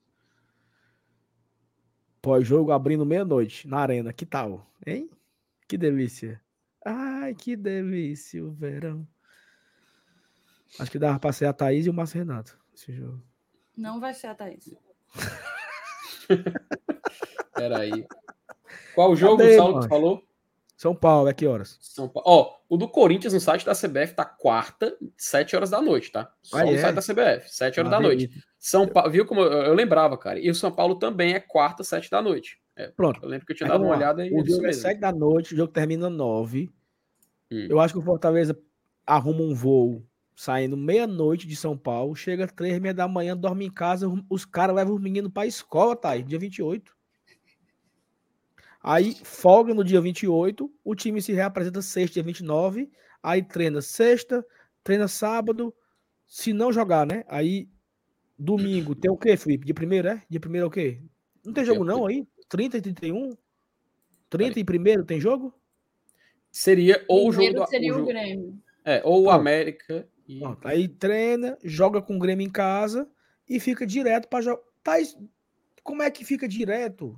A: Pós-jogo abrindo meia-noite na arena. Que tal? Hein? Que delícia. Ai, que delícia o verão. Acho que dava pra ser a Thaís e o Márcio Renato esse jogo.
B: Não vai ser a Thaís.
C: Peraí. Qual jogo o Saulo que falou?
A: São Paulo, é que horas?
C: São Paulo. O do Corinthians no site da CBF tá quarta, 7 horas da noite, tá? Só no site da CBF, 7 horas da noite. São Paulo, viu como eu lembrava, cara? E o São Paulo também é quarta, 7 da noite.
A: Pronto.
C: Eu lembro que eu tinha dado uma olhada e
A: o jogo é 7 da noite, o jogo termina 9. Eu acho que o Fortaleza arruma um voo saindo meia-noite de São Paulo, chega 3h30 da manhã, dorme em casa, os caras levam os meninos pra escola, tá aí, dia 28. Aí folga no dia 28, o time se reapresenta sexta, dia 29, aí treina sexta, treina sábado, se não jogar, né? Aí domingo tem o quê, Felipe? Dia 1º, é? Dia 1º é o quê? Não tem jogo não aí? 30 e 31? 30 e 1º tem jogo?
C: Seria ou o jogo
B: Primeiro
C: do
B: seria o
C: jogo,
B: Grêmio.
C: ou o
A: Pronto.
C: América. E...
A: Pronto. Aí treina, joga com o Grêmio em casa e fica direto para jogar. Como é que fica direto?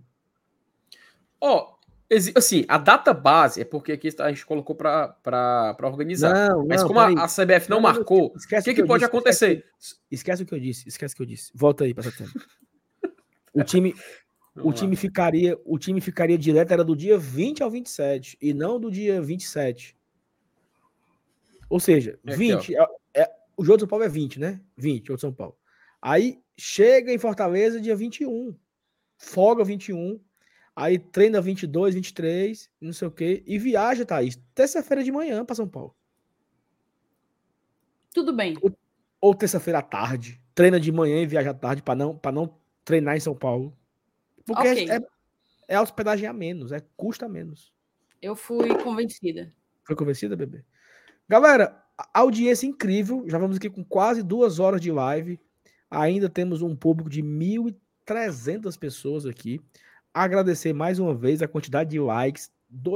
C: Assim, a data base é porque aqui a gente colocou para organizar. Mas como a CBF não marcou, o que pode acontecer?
A: Esquece o que eu disse. Volta aí para setembro. O time ficaria direto, era do dia 20 ao 27 e não do dia 27. Ou seja, 20 o jogo de São Paulo é 20, né? 20, o jogo de São Paulo. Aí chega em Fortaleza dia 21. Folga 21. Aí treina 22, 23, não sei o quê. E viaja, Thaís, terça-feira de manhã para São Paulo.
B: Tudo bem.
A: Ou terça-feira à tarde. Treina de manhã e viaja à tarde para não treinar em São Paulo. Porque é hospedagem a menos, custa menos.
B: Eu fui convencida.
A: Foi convencida, bebê? Galera, a audiência incrível. Já vamos aqui com quase 2 horas de live. Ainda temos um público de 1.300 pessoas aqui. Agradecer mais uma vez a quantidade de likes.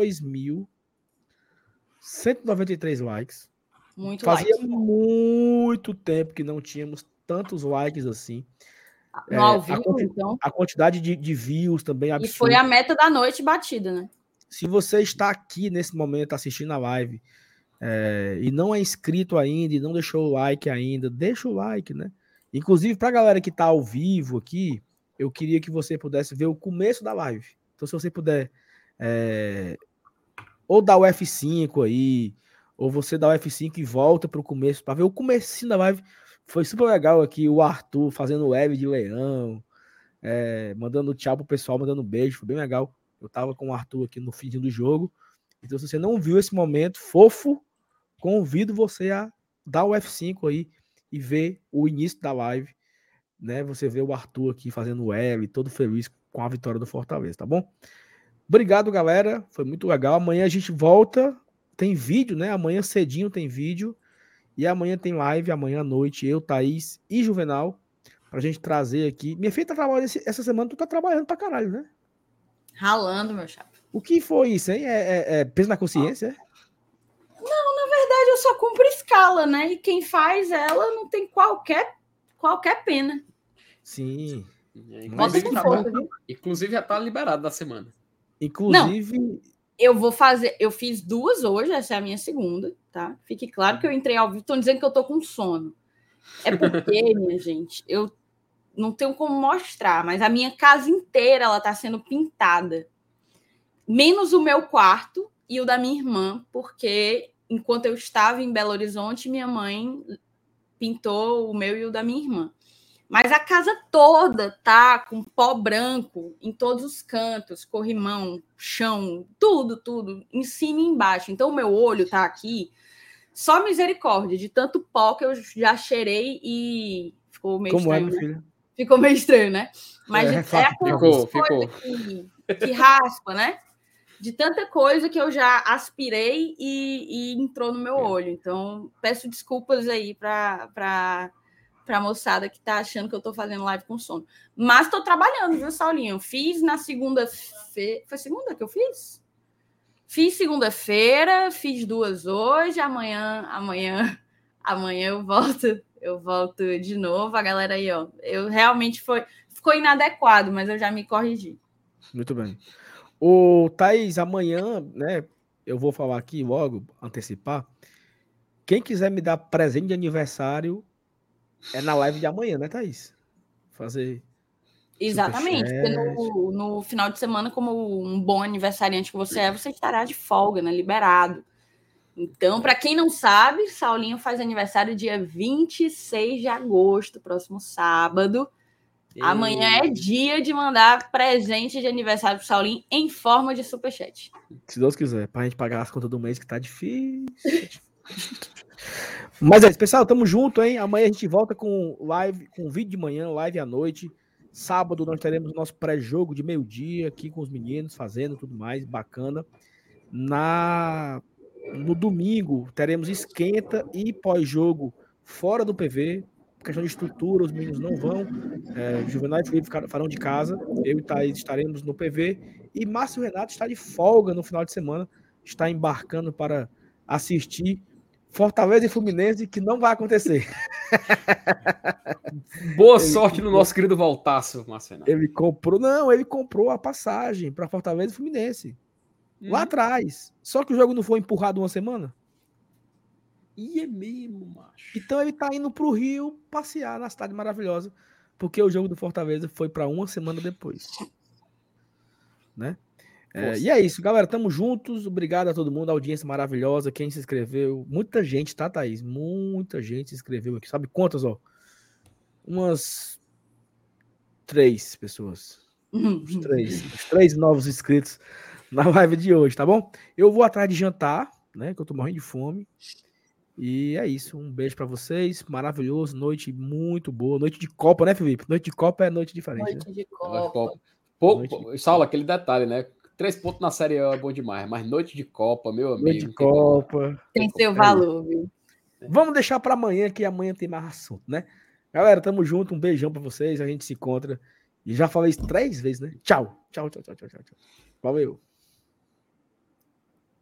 A: 2.193 likes. Fazia muito tempo que não tínhamos tantos likes assim.
B: No ao vivo, então.
A: A quantidade de views também absurda.
B: E foi a meta da noite batida, né?
A: Se você está aqui nesse momento assistindo a live e não é inscrito ainda e não deixou o like ainda, deixa o like, né? Inclusive, para a galera que está ao vivo aqui, eu queria que você pudesse ver o começo da live. Então, se você puder ou dar o F5 aí, ou você dá o F5 e volta para o começo, para ver o comecinho da live. Foi super legal aqui o Arthur fazendo web de leão, mandando tchau pro pessoal, mandando beijo, foi bem legal. Eu tava com o Arthur aqui no fim do jogo. Então, se você não viu esse momento fofo, convido você a dar o F5 aí e ver o início da live, né? Você vê o Arthur aqui fazendo web, todo feliz com a vitória do Fortaleza, tá bom? Obrigado, galera. Foi muito legal. Amanhã a gente volta. Tem vídeo, né? Amanhã cedinho tem vídeo. E amanhã tem live, amanhã à noite, eu, Thaís e Juvenal, pra gente trazer aqui. Minha filha tá trabalhando essa semana, tu tá trabalhando pra caralho, né?
B: Ralando, meu chapa.
A: O que foi isso, hein? Peso na consciência?
B: Não, na verdade eu só cumpro escala, né? E quem faz ela não tem qualquer pena.
A: Sim.
C: Inclusive já tá liberado da semana.
A: Inclusive...
B: Não, eu fiz 2 hoje, essa é a minha segunda, tá? Fique claro que eu entrei ao vivo, estão dizendo que eu tô com sono. É porque, minha gente, eu não tenho como mostrar, mas a minha casa inteira, ela tá sendo pintada. Menos o meu quarto e o da minha irmã, porque enquanto eu estava em Belo Horizonte, minha mãe pintou o meu e o da minha irmã. Mas a casa toda tá com pó branco em todos os cantos, corrimão, chão, tudo, em cima e embaixo. Então o meu olho tá aqui, só misericórdia, de tanto pó que eu já cheirei e ficou meio estranho, né? Filho? Ficou meio estranho, né? Mas
C: ficou.
B: Que raspa, né? De tanta coisa que eu já aspirei e entrou no meu olho. Então, peço desculpas aí para a moçada que tá achando que eu tô fazendo live com sono. Mas tô trabalhando, viu, Saulinho? Fiz na segunda-feira... Foi segunda que eu fiz? Fiz segunda-feira, fiz 2 hoje, amanhã eu volto de novo. A galera aí, ó, eu realmente ficou inadequado, mas eu já me corrigi.
A: Muito bem. Ô, Thaís, amanhã, né, eu vou falar aqui logo, antecipar. Quem quiser me dar presente de aniversário é na live de amanhã, né, Thaís? Fazer...
B: Exatamente, porque no final de semana, como um bom aniversariante que você estará de folga, né, liberado. Então, para quem não sabe, Saulinho faz aniversário dia 26 de agosto, próximo sábado. Amanhã é dia de mandar presente de aniversário pro Saulinho em forma de superchat.
A: Se Deus quiser, pra gente pagar as contas do mês, que tá difícil. Mas é isso, pessoal, tamo junto, hein? Amanhã a gente volta com live, com vídeo de manhã, live à noite. Sábado nós teremos o nosso pré-jogo de meio-dia aqui com os meninos, fazendo tudo mais, bacana. No domingo teremos esquenta e pós-jogo fora do PV. Questão de estrutura, os meninos não vão. Juvenal e Felipe farão de casa. Eu e Thaís estaremos no PV. E Márcio Renato está de folga no final de semana. Está embarcando para assistir Fortaleza e Fluminense, que não vai acontecer.
C: Boa sorte no nosso querido Voltaço, Márcio Renato.
A: Ele comprou a passagem para Fortaleza e Fluminense. Lá atrás. Só que o jogo não foi empurrado uma semana.
C: E é mesmo, macho.
A: Então ele tá indo pro Rio passear na cidade maravilhosa, porque o jogo do Fortaleza foi para uma semana depois. Né? E é isso, galera. Tamo juntos. Obrigado a todo mundo, a audiência maravilhosa, quem se inscreveu. Muita gente, tá, Thaís? Muita gente se inscreveu aqui. Sabe quantas, ó? Umas 3 pessoas. Os 3 novos inscritos na live de hoje, tá bom? Eu vou atrás de jantar, né? Que eu tô morrendo de fome. E é isso. Um beijo pra vocês. Maravilhoso. Noite muito boa. Noite de Copa, né, Felipe? Noite de Copa é noite diferente.
B: Noite de Copa.
C: Saulo, aquele detalhe, né? 3 pontos na Série A é bom demais, mas noite de Copa, meu amigo.
A: Noite de Copa.
B: Tem seu valor, viu?
A: Vamos deixar para amanhã, que amanhã tem mais assunto, né? Galera, tamo junto. Um beijão para vocês. A gente se encontra. E já falei isso 3 vezes, né? Tchau. Tchau. Valeu.